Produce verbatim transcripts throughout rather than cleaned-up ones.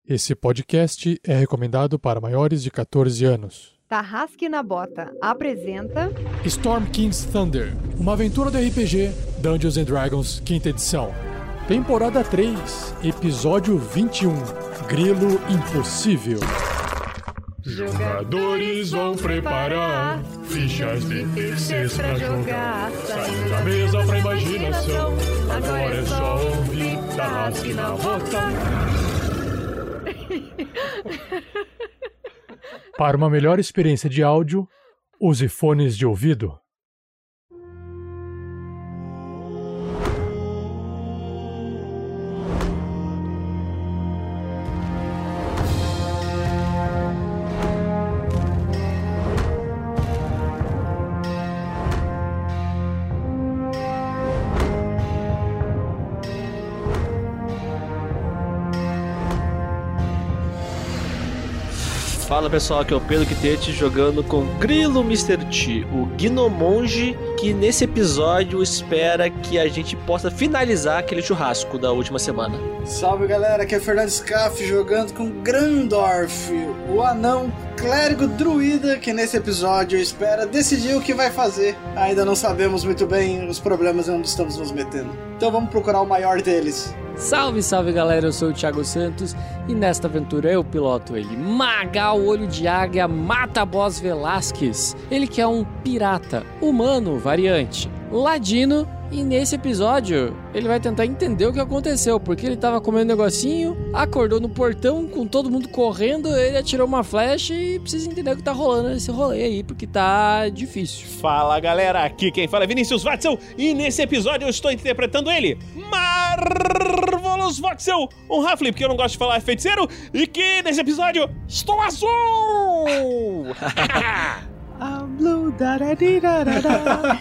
Esse podcast é recomendado para maiores de catorze anos. Tarrasque na Bota apresenta Storm King's Thunder, uma aventura do R P G Dungeons and Dragons, quinta edição. Temporada três, episódio vinte e um, Grilo Impossível. Jogadores vão preparar fichas difíceis pra jogar. Saindo da mesa pra imaginação. Agora é só ouvir Tarrasque na Bota. Para uma melhor experiência de áudio, use fones de ouvido. Fala pessoal, aqui é o Pedro Quitete jogando com Grilo mister T, o Gnomonge, que nesse episódio espera que a gente possa finalizar aquele churrasco da última semana. Salve galera, aqui é Fernando Scaff jogando com Grandorf, o anão clérigo druida que nesse episódio espera decidir o que vai fazer. Ainda não sabemos muito bem os problemas onde estamos nos metendo. Então vamos procurar o maior deles. Salve, salve galera, eu sou o Thiago Santos e nesta aventura eu piloto ele, Magal Olho de Águia Mata Boss Velasquez. Ele que é um pirata, humano, variante, ladino, e nesse episódio ele vai tentar entender o que aconteceu, porque ele tava comendo um negocinho, acordou no portão com todo mundo correndo, ele atirou uma flecha e precisa entender o que tá rolando nesse rolê aí, porque tá difícil. Fala galera, aqui quem fala é Vinícius Watzel e nesse episódio eu estou interpretando ele, Marvelous Voxel, um Halfling, porque eu não gosto de falar feiticeiro, e que nesse episódio estou azul! I'm blue, da da di da da da.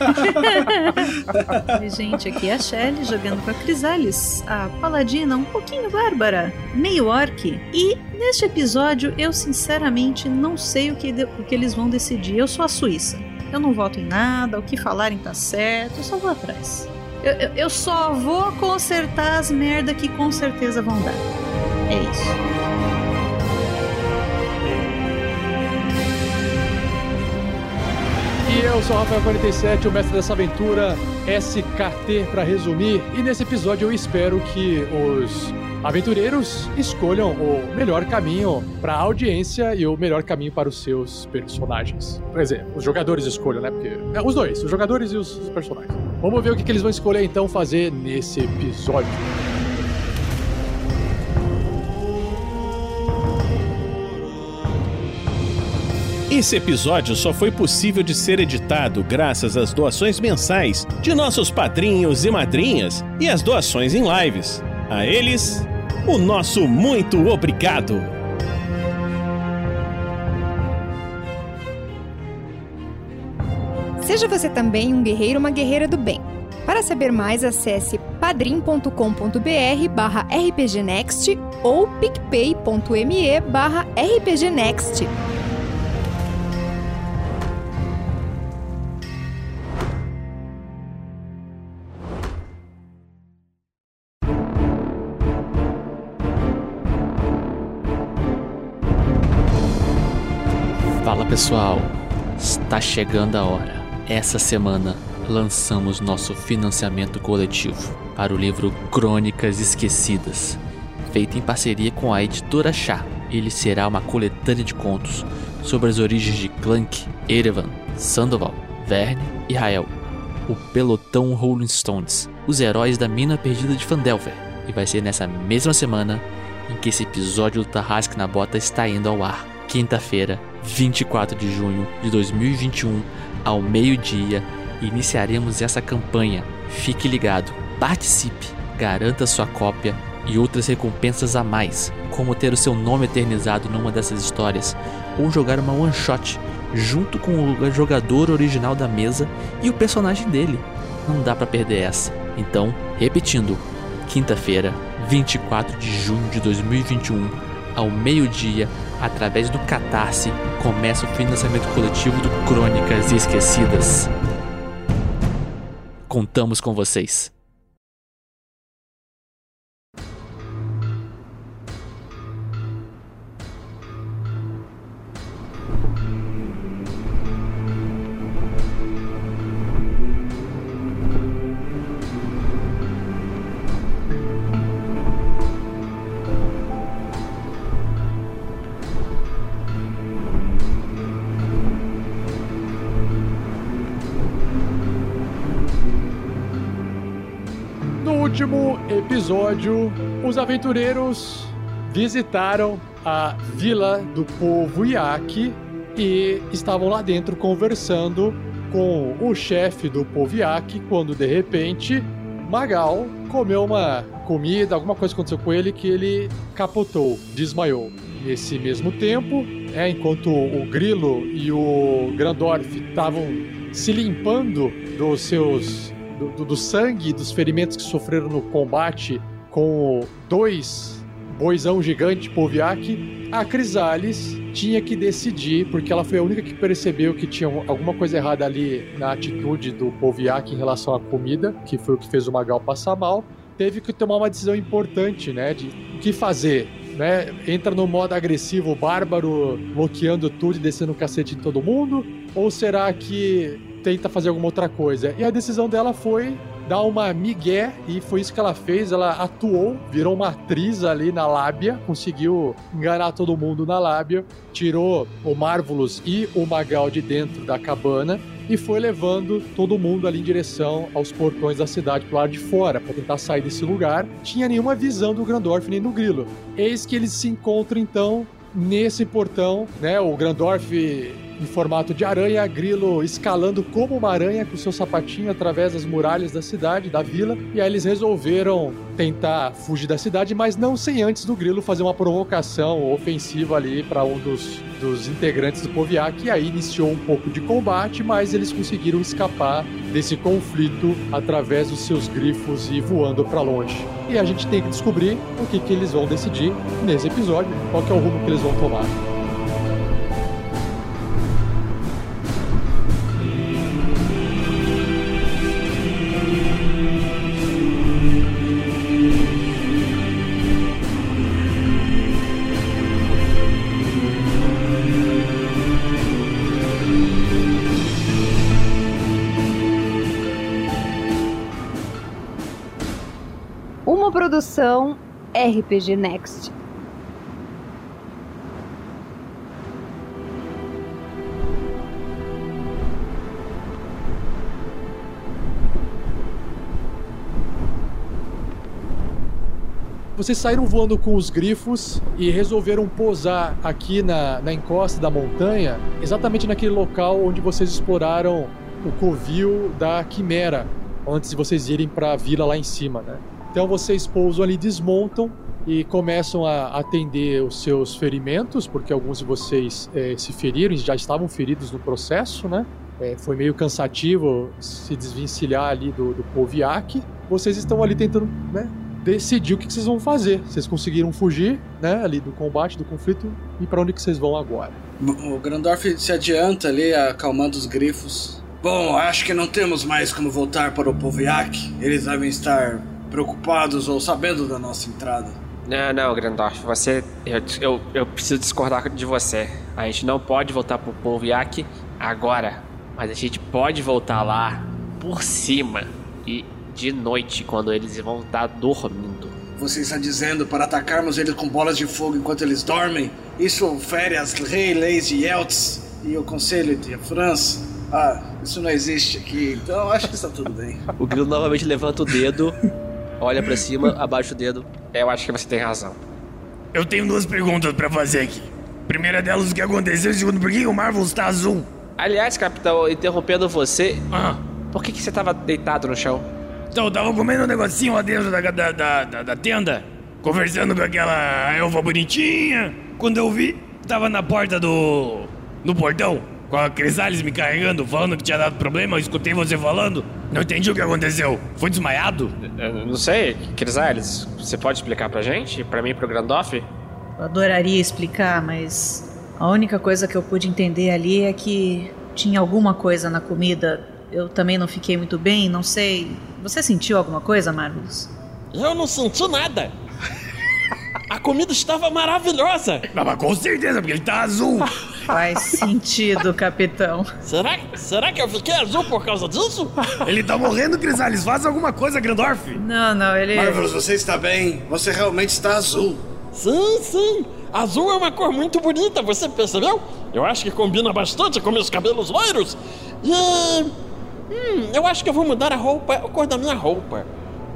Gente, aqui é a Shelly jogando com a Crisales, a paladina um pouquinho bárbara, meio orc. E neste episódio eu sinceramente não sei o que, de, o que eles vão decidir. Eu sou a Suíça, eu não voto em nada, o que falarem tá certo, eu só vou atrás. Eu, eu, eu só vou consertar as merda que com certeza vão dar. É isso. E eu sou o Rafael quarenta e sete, o mestre dessa aventura, S K T para resumir. E nesse episódio eu espero que os aventureiros escolham o melhor caminho para a audiência e o melhor caminho para os seus personagens. Por exemplo, os jogadores escolham, né? Porque é, os dois, os jogadores e os, os personagens. Vamos ver o que, que eles vão escolher então fazer nesse episódio. Esse episódio só foi possível de ser editado graças às doações mensais de nossos padrinhos e madrinhas e às doações em lives. A eles, o nosso muito obrigado! Seja você também um guerreiro ou uma guerreira do bem. Para saber mais, acesse padrim.com.br barra rpgnext ou picpay.me barra rpgnext. Fala pessoal, está chegando a hora. Essa semana lançamos nosso financiamento coletivo para o livro Crônicas Esquecidas, feito em parceria com a editora Chá. Ele será uma coletânea de contos sobre as origens de Clank, Erevan, Sandoval, Verne e Rael, o pelotão Rolling Stones, os heróis da mina perdida de Phandelver. E vai ser nessa mesma semana em que esse episódio do Tarrasque na Bota está indo ao ar. Quinta-feira, vinte e quatro de junho de dois mil e vinte e um, ao meio-dia, iniciaremos essa campanha. Fique ligado, participe, garanta sua cópia e outras recompensas a mais, como ter o seu nome eternizado numa dessas histórias, ou jogar uma one-shot junto com o jogador original da mesa e o personagem dele. Não dá pra perder essa. Então, repetindo, quinta-feira, vinte e quatro de junho de dois mil e vinte e um, ao meio-dia, através do Catarse, começa o financiamento coletivo do Crônicas Esquecidas. Contamos com vocês. último episódio, os aventureiros visitaram a vila do povo Yaki e estavam lá dentro conversando com o chefe do povo Yaki, quando de repente Magal comeu uma comida, alguma coisa aconteceu com ele que ele capotou, desmaiou. Nesse mesmo tempo, é, enquanto o Grilo e o Grandorf estavam se limpando dos seus do, do, do sangue e dos ferimentos que sofreram no combate com dois boizão gigante Poviak, a Crisales tinha que decidir, porque ela foi a única que percebeu que tinha alguma coisa errada ali na atitude do Poviak em relação à comida, que foi o que fez o Magal passar mal. Teve que tomar uma decisão importante, né, de o que fazer, né? Entra no modo agressivo, bárbaro, bloqueando tudo e descendo o cacete em todo mundo, ou será que tenta fazer alguma outra coisa? E a decisão dela foi dar uma migué, e foi isso que ela fez. Ela atuou, virou uma atriz ali na lábia, conseguiu enganar todo mundo na lábia, tirou o Marvelous e o Magal de dentro da cabana e foi levando todo mundo ali em direção aos portões da cidade pro lado de fora, para tentar sair desse lugar. Tinha nenhuma visão do Grandorf nem do Grilo. Eis que eles se encontram então nesse portão, né? O Grandorf em formato de aranha, Grilo escalando como uma aranha com seu sapatinho através das muralhas da cidade, da vila, e aí eles resolveram tentar fugir da cidade, mas não sem antes do Grilo fazer uma provocação ofensiva ali para um dos, dos integrantes do Poviak, e aí iniciou um pouco de combate, mas eles conseguiram escapar desse conflito através dos seus grifos e voando para longe. E a gente tem que descobrir o que, que eles vão decidir nesse episódio, qual que é o rumo que eles vão tomar. Uma produção R P G Next. Vocês saíram voando com os grifos e resolveram pousar aqui na, na encosta da montanha, exatamente naquele local onde vocês exploraram o covil da Quimera, antes de vocês irem para a vila lá em cima, né? Então vocês pousam ali, desmontam e começam a atender os seus ferimentos, porque alguns de vocês é, se feriram e já estavam feridos no processo, né? É, foi meio cansativo se desvencilhar ali do, do Poviak. Vocês estão ali tentando, né, decidir o que vocês vão fazer. Vocês conseguiram fugir, né, ali do combate, do conflito, e para onde que vocês vão agora? O Grandorf se adianta ali, acalmando os grifos. Bom, acho que não temos mais como voltar para o Poviak. Eles devem estar preocupados ou sabendo da nossa entrada. Não, não, Grandorf, você... Eu, eu, eu preciso discordar de você. A gente não pode voltar pro Poviak agora, mas a gente pode voltar lá por cima e de noite, quando eles vão estar dormindo. Você está dizendo para atacarmos eles com bolas de fogo enquanto eles dormem? Isso fere as rei, leis de Yeltsin e o Conselho de França? Ah, isso não existe aqui, então acho que está tudo bem. O Grilo novamente levanta o dedo, olha pra cima, abaixa o dedo. Eu acho que você tem razão. Eu tenho duas perguntas pra fazer aqui. Primeira delas, o que aconteceu? Segundo, por que o Marvel está azul? Aliás, capitão, interrompendo você, Ah, por que, que você tava deitado no chão? então eu tava comendo um negocinho lá dentro da, da, da, da, da tenda, conversando com aquela elfa bonitinha. Quando eu vi, tava na porta do... no portão, com a Crisales me carregando, falando que tinha dado problema. Eu escutei você falando, não entendi o que aconteceu. Foi desmaiado? Eu não sei, Crisales, você pode explicar pra gente? Pra mim e pro Grandorf? Eu adoraria explicar, mas a única coisa que eu pude entender ali é que tinha alguma coisa na comida. Eu também não fiquei muito bem, não sei. Você sentiu alguma coisa, Marvelous? Eu não senti nada. A comida estava maravilhosa. Não, mas com certeza, porque ele tá azul. Faz sentido, capitão. Será, será que eu fiquei azul por causa disso? Ele tá morrendo, Crisales. Faz alguma coisa, Grandorf. Não, não, ele... Marvelous, você está bem? Você realmente está azul. Sim, sim. Azul é uma cor muito bonita, você percebeu? Eu acho que combina bastante com meus cabelos loiros. E... Hum, eu acho que eu vou mudar a roupa, a cor da minha roupa.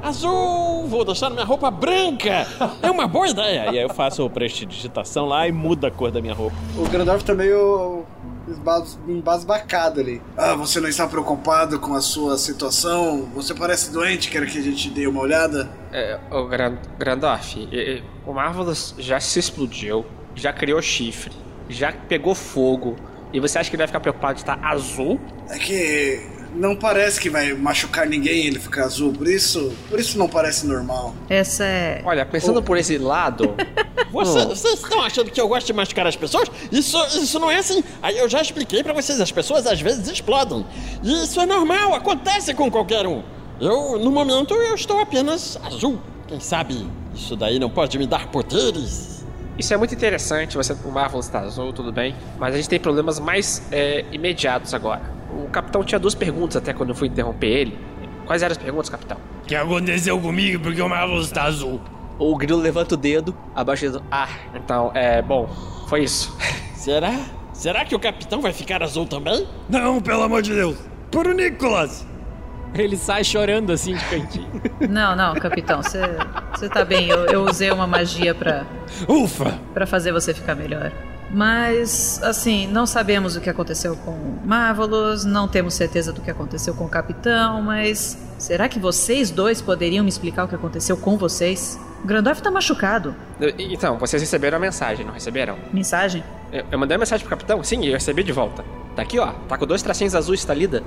azul, vou deixar minha roupa branca. É uma boa ideia. E aí eu faço o prestidigitação lá e muda a cor da minha roupa. O Grandorf tá meio embasbacado ali. Ah, você não está preocupado com a sua situação? Você parece doente, quer que a gente dê uma olhada? É, o Grand, Grandorf, o Marvelous já se explodiu, já criou chifre, já pegou fogo. E você acha que ele vai ficar preocupado de estar azul? É que não parece que vai machucar ninguém ele ficar azul, por isso, por isso não parece normal. Essa é... Olha, pensando oh. por esse lado... Você, vocês estão achando que eu gosto de machucar as pessoas? Isso, isso não é assim. Aí eu já expliquei pra vocês, as pessoas às vezes explodem. E isso é normal, acontece com qualquer um. Eu, no momento, eu estou apenas azul. Quem sabe isso daí não pode me dar poderes? Isso é muito interessante, você, o Marvelous está azul, tudo bem. Mas a gente tem problemas mais é, imediatos agora. O capitão tinha duas perguntas até quando eu fui interromper ele. Quais eram as perguntas, capitão? O que aconteceu comigo porque o Marvelous está azul? O Grilo levanta o dedo, abaixa o dedo. Ah, então, é, bom, foi isso. Será? Será que o capitão vai ficar azul também? Não, pelo amor de Deus. Por o Nicholas. Ele sai chorando assim de cantinho. Não, não, capitão, você tá bem. Eu, eu usei uma magia pra... Ufa! Pra fazer você ficar melhor. Mas, assim, não sabemos o que aconteceu com o Marvelous, não temos certeza do que aconteceu com o capitão, mas... Será que vocês dois poderiam me explicar o que aconteceu com vocês? O Grandorf tá machucado. Então, vocês receberam a mensagem, não receberam? Mensagem? Eu, eu mandei a mensagem pro capitão, sim, eu recebi de volta. Tá aqui, ó, tá com dois tracinhos azuis, tá lida?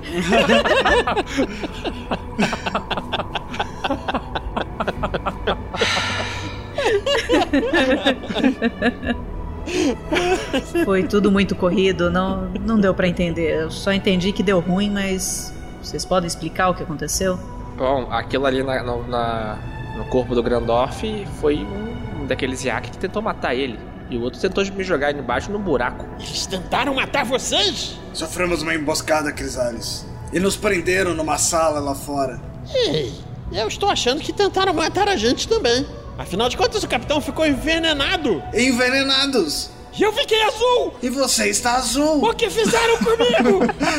Foi tudo muito corrido, não, não deu pra entender. Eu só entendi que deu ruim, mas... Vocês podem explicar o que aconteceu? Bom, aquilo ali na, na, no corpo do Grandorf foi um, um daqueles Yak que tentou matar ele. E o outro tentou me jogar ali embaixo num buraco. Eles tentaram matar vocês? Sofremos uma emboscada, Crisales. E nos prenderam numa sala lá fora. Ei, eu estou achando que tentaram matar a gente também. Afinal de contas, o capitão ficou envenenado. Envenenados? E eu fiquei azul! E você está azul! O que fizeram comigo?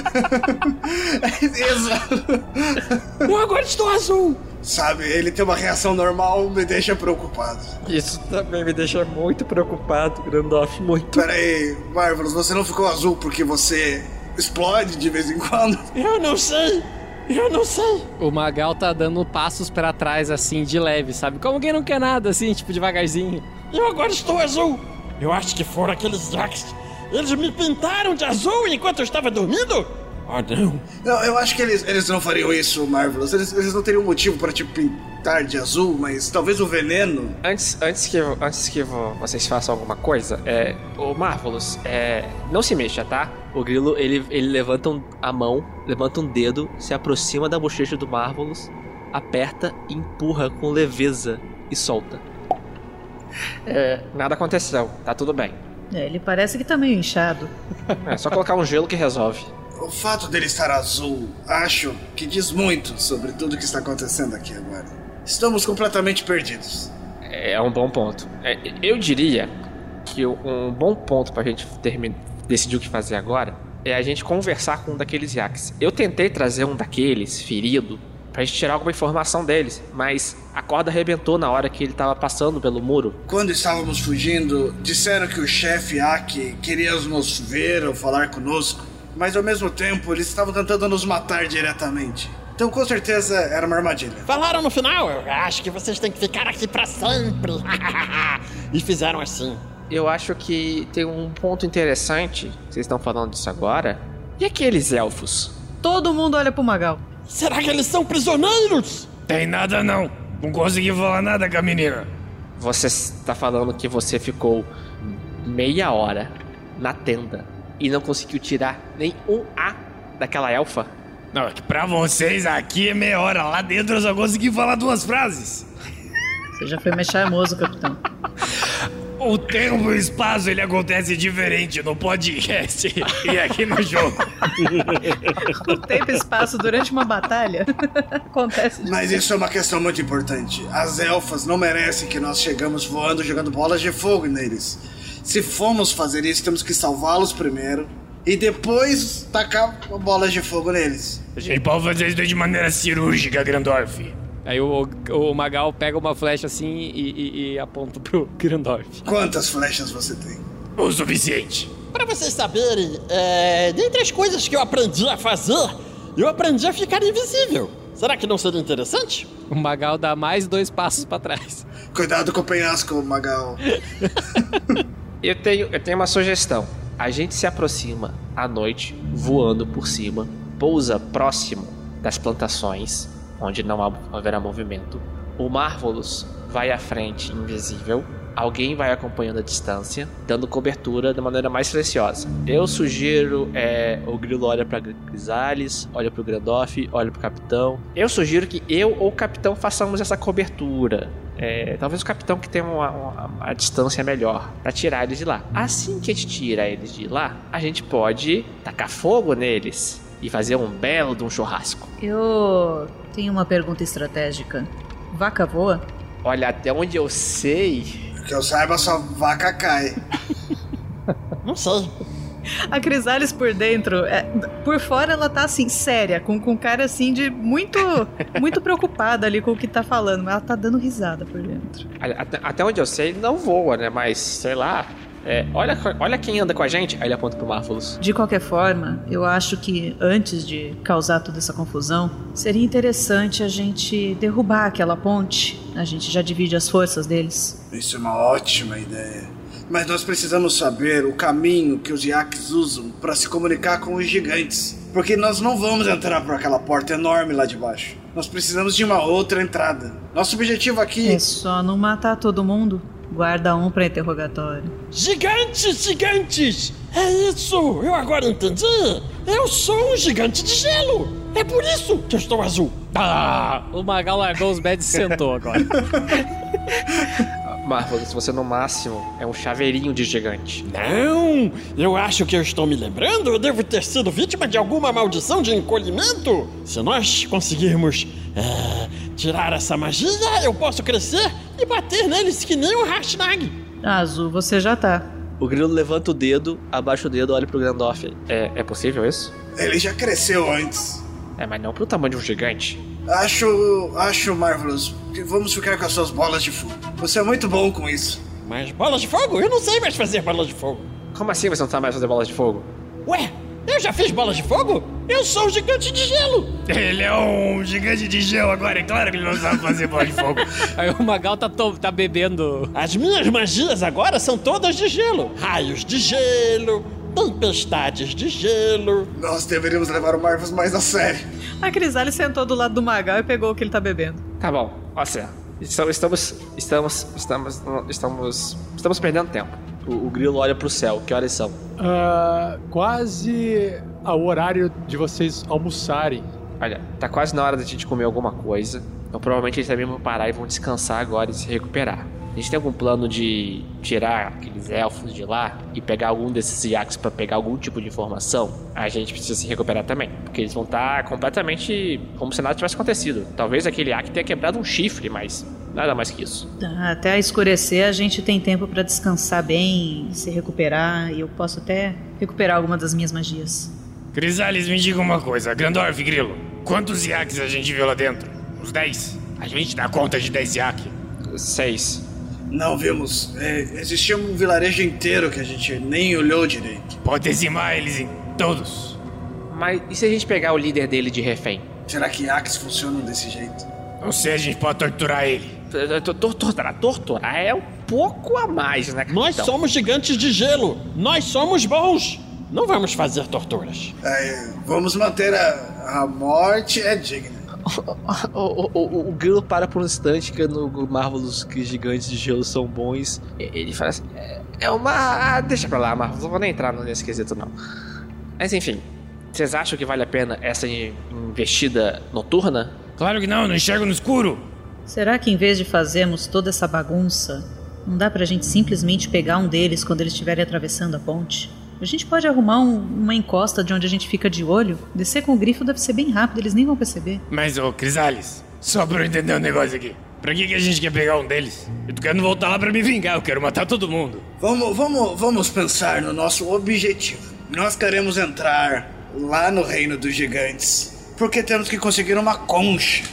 Exato! Eu agora estou azul! Sabe, ele tem uma reação normal, me deixa preocupado. Isso também me deixa muito preocupado, Grandorf, muito. Pera aí, Marvelous, você não ficou azul porque você explode de vez em quando? Eu não sei! Eu não sei! O Magal tá dando passos pra trás, assim, de leve, sabe? Como quem não quer nada, assim, tipo, devagarzinho. Eu agora estou azul! Eu acho que foram aqueles Jacks. Eles me pintaram de azul enquanto eu estava dormindo? Oh, não. Não, eu acho que eles, eles não fariam isso, Marvelous. Eles, eles não teriam motivo para te pintar de azul, mas talvez o veneno... Antes, antes, que, antes que vocês façam alguma coisa, é... Ô, Marvelous, é... Não se mexa, tá? O Grilo, ele, ele levanta um, a mão, levanta um dedo, se aproxima da bochecha do Marvelous, aperta e empurra com leveza e solta. É, nada aconteceu, tá tudo bem. É, ele parece que tá meio inchado. É só colocar um gelo que resolve. O fato dele estar azul, acho que diz muito sobre tudo que está acontecendo aqui agora. Estamos completamente perdidos. É um bom ponto. É, eu diria que um bom ponto pra gente terminar, decidir o que fazer agora é a gente conversar com um daqueles Yaks. Eu tentei trazer um daqueles ferido pra gente tirar alguma informação deles, mas a corda arrebentou na hora que ele tava passando pelo muro. Quando estávamos fugindo, disseram que o chefe Aki queria nos ver ou falar conosco, mas ao mesmo tempo eles estavam tentando nos matar diretamente. Então com certeza era uma armadilha. Falaram no final, eu acho que vocês têm que ficar aqui pra sempre. E fizeram assim. Eu acho que tem um ponto interessante, vocês estão falando disso agora. E aqueles elfos? Todo mundo olha pro Magal. Será que eles são prisioneiros? Tem nada não. Não consegui falar nada com a menina. Você está falando que você ficou meia hora na tenda e não conseguiu tirar nem um A daquela elfa? Não, é que pra vocês aqui é meia hora. Lá dentro eu só consegui falar duas frases. Você já foi mais charmoso, capitão. O tempo e o espaço, ele acontece diferente no podcast e aqui no jogo. O tempo e espaço durante uma batalha acontece diferente. Mas isso é uma questão muito importante. As elfas não merecem que nós chegamos voando jogando bolas de fogo neles. Se formos fazer isso, temos que salvá-los primeiro e depois tacar bolas de fogo neles. A gente pode fazer isso de maneira cirúrgica, Grandorf. Aí o, o Magal pega uma flecha assim e, e, e aponta pro Grandorf. Quantas flechas você tem? O suficiente. Pra vocês saberem, é, dentre as coisas que eu aprendi a fazer, eu aprendi a ficar invisível. Será que não seria interessante? O Magal dá mais dois passos pra trás. Cuidado com o penhasco, Magal. Eu tenho, eu tenho uma sugestão. A gente se aproxima à noite, voando por cima, pousa próximo das plantações, onde não haverá movimento. O Marvelous vai à frente, invisível. Alguém vai acompanhando a distância, dando cobertura da maneira mais silenciosa. Eu sugiro, é, o Grilo olha pra Crisales, olha pro Grandorf, olha pro Capitão. Eu sugiro que eu ou o Capitão façamos essa cobertura. É, talvez o Capitão que tenha uma, uma, uma distância melhor pra tirar eles de lá. Assim que a gente tira eles de lá, a gente pode tacar fogo neles e fazer um belo de um churrasco. Eu tenho uma pergunta estratégica. Vaca voa? Olha, até onde eu sei... Que eu saiba, só vaca cai. Não sei. A Crisales por dentro, é, por fora ela tá assim, séria, com, com cara assim de muito, muito preocupada ali com o que tá falando, mas ela tá dando risada por dentro. Olha, até, até onde eu sei, ele não voa, né? Mas, sei lá... É, olha, olha quem anda com a gente. Aí ele aponta pro Marvelous. De qualquer forma, eu acho que antes de causar toda essa confusão, seria interessante a gente derrubar aquela ponte. A gente já divide as forças deles. Isso é uma ótima ideia. Mas nós precisamos saber o caminho que os Yaks usam para se comunicar com os gigantes. Porque nós não vamos entrar por aquela porta enorme lá de baixo. Nós precisamos de uma outra entrada. Nosso objetivo aqui... É só não matar todo mundo. Guarda um pra interrogatório. Gigantes, gigantes! É isso! Eu agora entendi! Eu sou um gigante de gelo! É por isso que eu estou azul! Ah, o Magal largou os beds e sentou agora. Marvelous, você no máximo é um chaveirinho de gigante. Não! Eu acho que eu estou me lembrando. Eu devo ter sido vítima de alguma maldição de encolhimento. Se nós conseguirmos é, tirar essa magia, eu posso crescer e bater neles que nem o Hashtag. Azul, você já tá. O Grilo levanta o dedo, abaixa o dedo, olha pro Grandorf. É, é possível isso? Ele já cresceu antes. É, mas não pro tamanho de um gigante. Acho, acho, Marvelous, que vamos ficar com as suas bolas de fogo. Você é muito bom com isso. Mas bolas de fogo? Eu não sei mais fazer bolas de fogo. Como assim você não sabe mais fazer bolas de fogo? Ué, eu já fiz bolas de fogo? Eu sou um gigante de gelo. Ele é um gigante de gelo agora, é claro que ele não sabe fazer bola de fogo. Aí o Magal tá, to- tá bebendo. As minhas magias agora são todas de gelo. Raios de gelo, tempestades de gelo. Nós deveríamos levar o Marvelous mais a sério. A Crisales sentou do lado do Magal e pegou o que ele tá bebendo. Tá bom, olha só. Estamos, estamos, estamos, estamos, estamos, estamos perdendo tempo. O, o Grilo olha pro céu. Que horas são? Uh, quase ao horário de vocês almoçarem. Olha, tá quase na hora da gente comer alguma coisa. Então provavelmente eles também vão parar e vão descansar agora e se recuperar. A gente tem algum plano de tirar aqueles elfos de lá e pegar algum desses Yaks pra pegar algum tipo de informação? A gente precisa se recuperar também, porque eles vão estar completamente como se nada tivesse acontecido. Talvez aquele Yak tenha quebrado um chifre, mas nada mais que isso. Até escurecer a gente tem tempo pra descansar bem, se recuperar, e eu posso até recuperar alguma das minhas magias. Crisales, me diga uma coisa, Grandorf, Grilo, quantos Yaks a gente viu lá dentro? Uns dez? A gente dá conta de dez Yak? Seis. Não vimos. É, existia um vilarejo inteiro que a gente nem olhou direito. Pode dizimar eles em todos. Mas e se a gente pegar o líder dele de refém? Será que Yaks funcionam desse jeito? Não sei, a gente pode torturar ele. Torturar, torturar é um pouco a mais, né, capitão? Nós somos gigantes de gelo. Nós somos bons. Não vamos fazer torturas. É, vamos manter a, a morte é digna. O, o, o, o Grilo para por um instante, que no Marvelous que os gigantes de gelo são bons. Ele fala assim, é, é uma... Ah, deixa pra lá, Marvelous, não vou nem entrar nesse quesito, não. Mas enfim, vocês acham que vale a pena essa investida noturna? Claro que não, não enxergo no escuro. Será que em vez de fazermos toda essa bagunça, não dá pra gente simplesmente pegar um deles quando eles estiverem atravessando a ponte? A gente pode arrumar um, uma encosta de onde a gente fica de olho. Descer com o grifo deve ser bem rápido, eles nem vão perceber. Mas, ô, Crisales, só pra eu entender um negócio aqui. Pra que, que a gente quer pegar um deles? Eu tô querendo voltar lá pra me vingar, eu quero matar todo mundo. Vamos, vamos, vamos pensar no nosso objetivo. Nós queremos entrar lá no reino dos gigantes, porque temos que conseguir uma concha.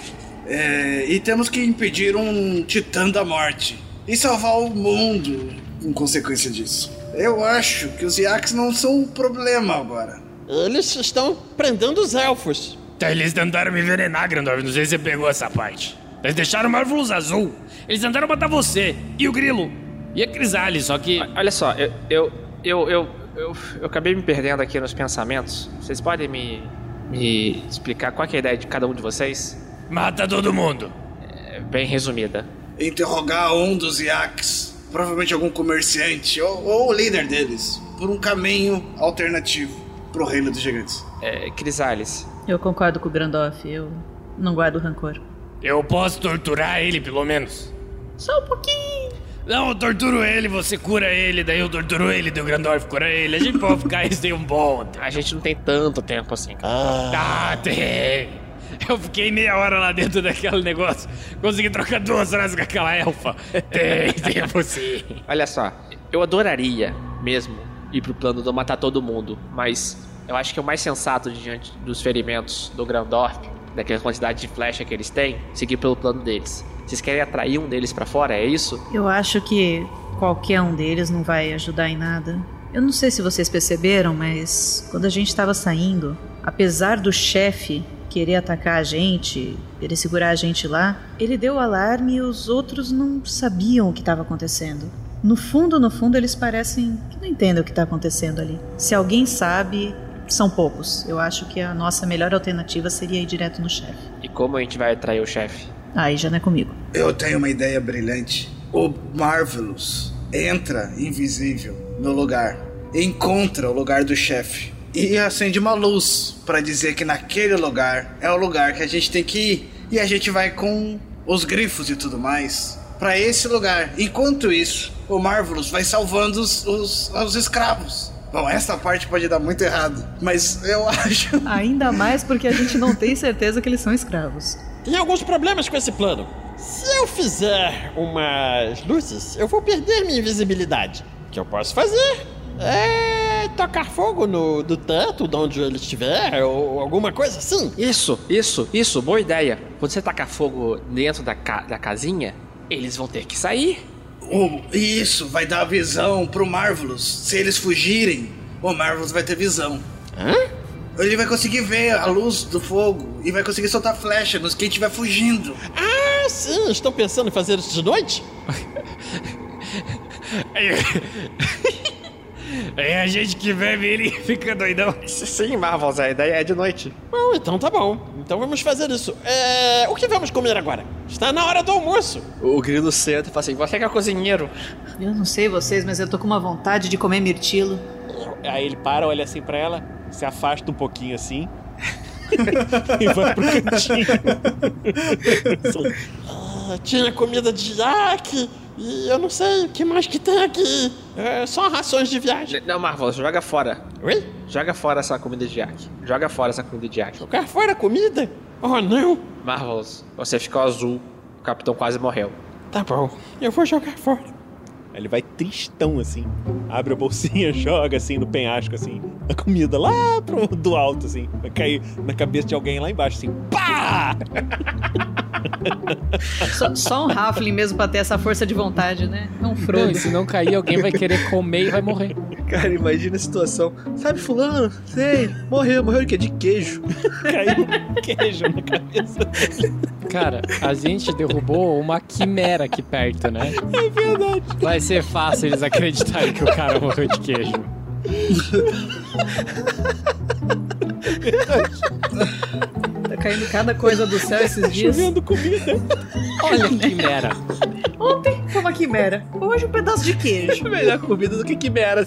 É, e temos que impedir um titã da morte e salvar o mundo em consequência disso. Eu acho que os Yaks não são um problema agora. Eles estão prendendo os elfos. Tá, eles tentaram me envenenar, Grandorf. Não sei se você pegou essa parte. Eles deixaram o Marvelous azul. Eles tentaram matar você e o Grilo e a Crisalis, só que... Olha só, eu eu, eu, eu, eu, eu acabei me perdendo aqui nos pensamentos. Vocês podem me, me explicar qual que é a ideia de cada um de vocês? Mata todo mundo. É, bem resumida. Interrogar um dos Yaks, provavelmente algum comerciante ou, ou o líder deles, por um caminho alternativo pro reino dos gigantes. É, Crisalis. Eu concordo com o Grandorf, eu não guardo rancor. Eu posso torturar ele, pelo menos. Só um pouquinho. Não, eu torturo ele, você cura ele, daí eu torturo ele, daí o Grandorf cura ele. A gente pode ficar isso tem um bom tempo. A gente não tem tanto tempo assim, cara. Ah, tem. Eu fiquei meia hora lá dentro daquele negócio. Consegui trocar duas frases com aquela elfa. Tem tempo sim. Olha só, eu adoraria mesmo ir pro plano de matar todo mundo, mas eu acho que é o mais sensato diante dos ferimentos do Grandorf, daquela quantidade de flecha que eles têm, seguir pelo plano deles. Vocês querem atrair um deles pra fora, é isso? Eu acho que qualquer um deles não vai ajudar em nada. Eu não sei se vocês perceberam, mas quando a gente estava saindo, apesar do chefe querer atacar a gente, querer segurar a gente lá, ele deu o alarme e os outros não sabiam o que estava acontecendo. No fundo, no fundo, eles parecem que não entendem o que está acontecendo ali. Se alguém sabe, são poucos. Eu acho que a nossa melhor alternativa seria ir direto no chefe. E como a gente vai atrair o chefe? Aí já não é comigo. Eu tenho uma ideia brilhante. O Marvelous entra invisível no lugar, encontra o lugar do chefe e acende uma luz pra dizer que naquele lugar é o lugar que a gente tem que ir. E a gente vai com os grifos e tudo mais pra esse lugar. Enquanto isso, o Marvelous vai salvando os, os, os escravos. Bom, essa parte pode dar muito errado, mas eu acho... Ainda mais porque a gente não tem certeza que eles são escravos. Tem alguns problemas com esse plano. Se eu fizer umas luzes, eu vou perder minha invisibilidade. O que eu posso fazer é tocar fogo no do teto, de onde ele estiver, ou alguma coisa assim. Isso, isso, isso, boa ideia. Quando você tacar fogo dentro da, ca da casinha, eles vão ter que sair. Oh, isso, vai dar visão pro Marvelous. Se eles fugirem, o Marvelous vai ter visão. Hã? Ele vai conseguir ver a luz do fogo e vai conseguir soltar flecha nos quem estiver fugindo. Ah, sim, estão pensando em fazer isso de noite? É a gente que bebe ele fica doidão. Sim, Marvels, a ideia é de noite. Bom, então tá bom. Então vamos fazer isso. É... O que vamos comer agora? Está na hora do almoço. O Grilo senta e fala assim, você que é cozinheiro. Eu não sei vocês, mas eu tô com uma vontade de comer mirtilo. Aí ele para, olha assim pra ela, se afasta um pouquinho assim e vai pro cantinho. Ah, tinha comida de Yak e eu não sei o que mais que tem aqui. É só rações de viagem. Não, Marvels, joga fora. Oi? Joga fora essa comida de Yak. Joga fora essa comida de Yak. Jogar fora a comida? Oh, não. Marvels, você ficou azul. O capitão quase morreu. Tá bom, eu vou jogar fora. Ele vai tristão assim, abre a bolsinha, joga assim no penhasco assim, a comida lá pro, do alto assim, vai cair na cabeça de alguém lá embaixo assim, pá! Só, só um Halfling mesmo pra ter essa força de vontade, né? Não um Frodo. Não, e se não cair, alguém vai querer comer e vai morrer. Cara, imagina a situação. Sabe fulano? Sei, morreu, morreu de quê? De queijo. Caiu queijo na cabeça dele. Cara, a gente derrubou uma quimera aqui perto, né? É verdade. Vai ser fácil eles acreditarem que o cara morreu de queijo. Tá caindo cada coisa do céu esses dias. Chovendo comida. Olha que quimera. Ontem foi uma quimera. Hoje um pedaço de queijo. Melhor comida do que quimeras.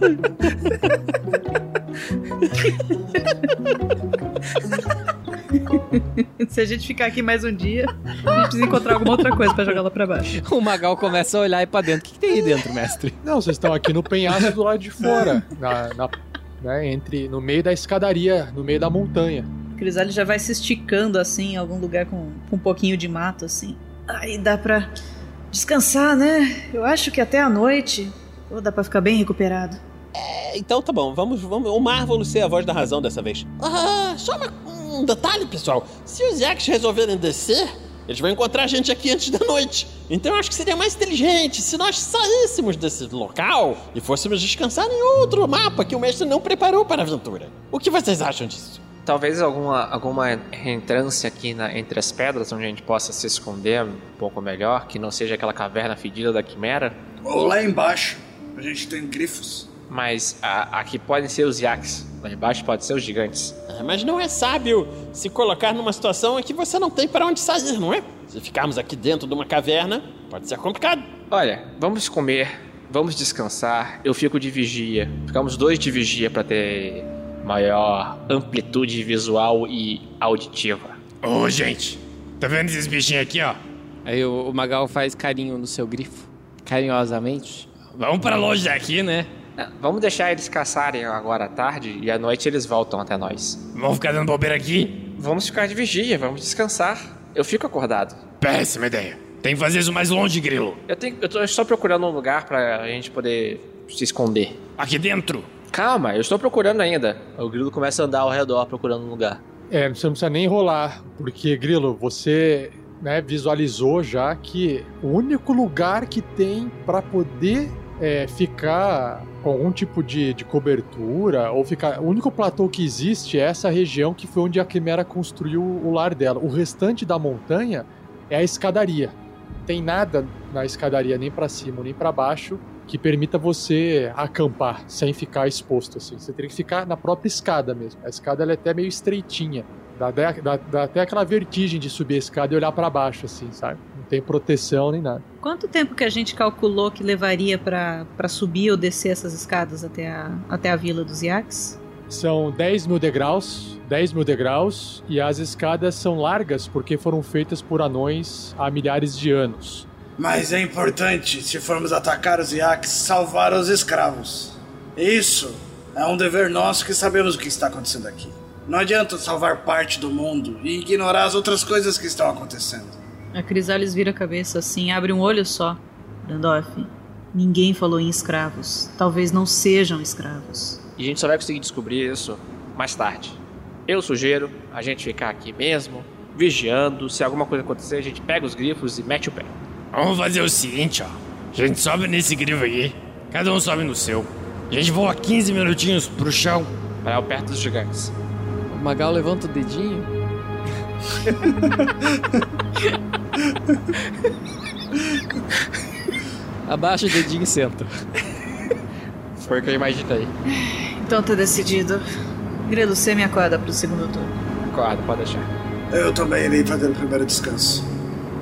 Se a gente ficar aqui mais um dia, a gente precisa encontrar alguma outra coisa pra jogar lá pra baixo. O Magal começa a olhar aí pra dentro. O que, que tem aí dentro, mestre? Não, vocês estão aqui no penhasco do lado de fora. Na, na, né, entre, no meio da escadaria, no meio da montanha. O Crisalis já vai se esticando assim, em algum lugar com, com um pouquinho de mato, assim. Aí dá pra descansar, né? Eu acho que até a noite ou dá pra ficar bem recuperado. É, então tá bom, vamos, vamos o Marvelous ser a voz da razão dessa vez. Ah, só uma, um detalhe, pessoal. Se os Yaks resolverem descer, eles vão encontrar a gente aqui antes da noite. Então eu acho que seria mais inteligente se nós saíssemos desse local e fôssemos descansar em outro mapa que o mestre não preparou para a aventura. O que vocês acham disso? Talvez alguma, alguma reentrância aqui na, entre as pedras, onde a gente possa se esconder um pouco melhor, que não seja aquela caverna fedida da Quimera. Ou lá embaixo, a gente tem grifos. Mas a, aqui podem ser os Yaks, lá embaixo pode ser os gigantes. Ah, mas não é sábio se colocar numa situação em que você não tem para onde sair, não é? Se ficarmos aqui dentro de uma caverna, pode ser complicado. Olha, vamos comer, vamos descansar, eu fico de vigia. Ficamos dois de vigia para ter maior amplitude visual e auditiva. Ô, gente, tá vendo esses bichinhos aqui, ó? Aí o, o Magal faz carinho no seu grifo, carinhosamente. Vamos pra longe daqui, né? Vamos deixar eles caçarem agora à tarde e à noite eles voltam até nós. Vamos ficar dando bobeira aqui? Vamos ficar de vigia, vamos descansar. Eu fico acordado. Péssima ideia. Tem que fazer isso mais longe, Grilo. Eu, tenho, eu tô só procurando um lugar pra gente poder se esconder. Aqui dentro? Calma, eu estou procurando ainda. O Grilo começa a andar ao redor procurando um lugar. É, você não precisa nem enrolar, porque, Grilo, você, né, visualizou já que o único lugar que tem pra poder é, ficar com algum tipo de, de cobertura, ou ficar... O único platô que existe é essa região que foi onde a Quimera construiu o lar dela. O restante da montanha é a escadaria. Não tem nada na escadaria, nem pra cima, nem pra baixo, que permita você acampar sem ficar exposto, assim. Você teria que ficar na própria escada mesmo. A escada ela é até meio estreitinha. Dá, dá, dá até aquela vertigem de subir a escada e olhar pra baixo, assim, sabe? Não tem proteção nem nada. Quanto tempo que a gente calculou que levaria pra, pra subir ou descer essas escadas até a, até a vila dos Yaks? São dez mil degraus, dez mil degraus, e as escadas são largas porque foram feitas por anões há milhares de anos. Mas é importante, se formos atacar os Yaks, salvar os escravos. Isso é um dever nosso que sabemos o que está acontecendo aqui. Não adianta salvar parte do mundo e ignorar as outras coisas que estão acontecendo. A Crisales vira a cabeça assim, abre um olho só. Randolph, ninguém falou em escravos. Talvez não sejam escravos. E a gente só vai conseguir descobrir isso mais tarde. Eu sugiro a gente ficar aqui mesmo, vigiando. Se alguma coisa acontecer, a gente pega os grifos e mete o pé. Vamos fazer o seguinte, ó. A gente sobe nesse grifo aqui. Cada um sobe no seu. A gente voa quinze minutinhos pro chão. Para perto dos gigantes. O Magal levanta o dedinho. Abaixa o dedinho e senta. Foi o que eu imaginei. Então tá decidido. Grilo, você me acorda pro segundo turno. Acorda, pode deixar. Eu também irei fazer o primeiro descanso.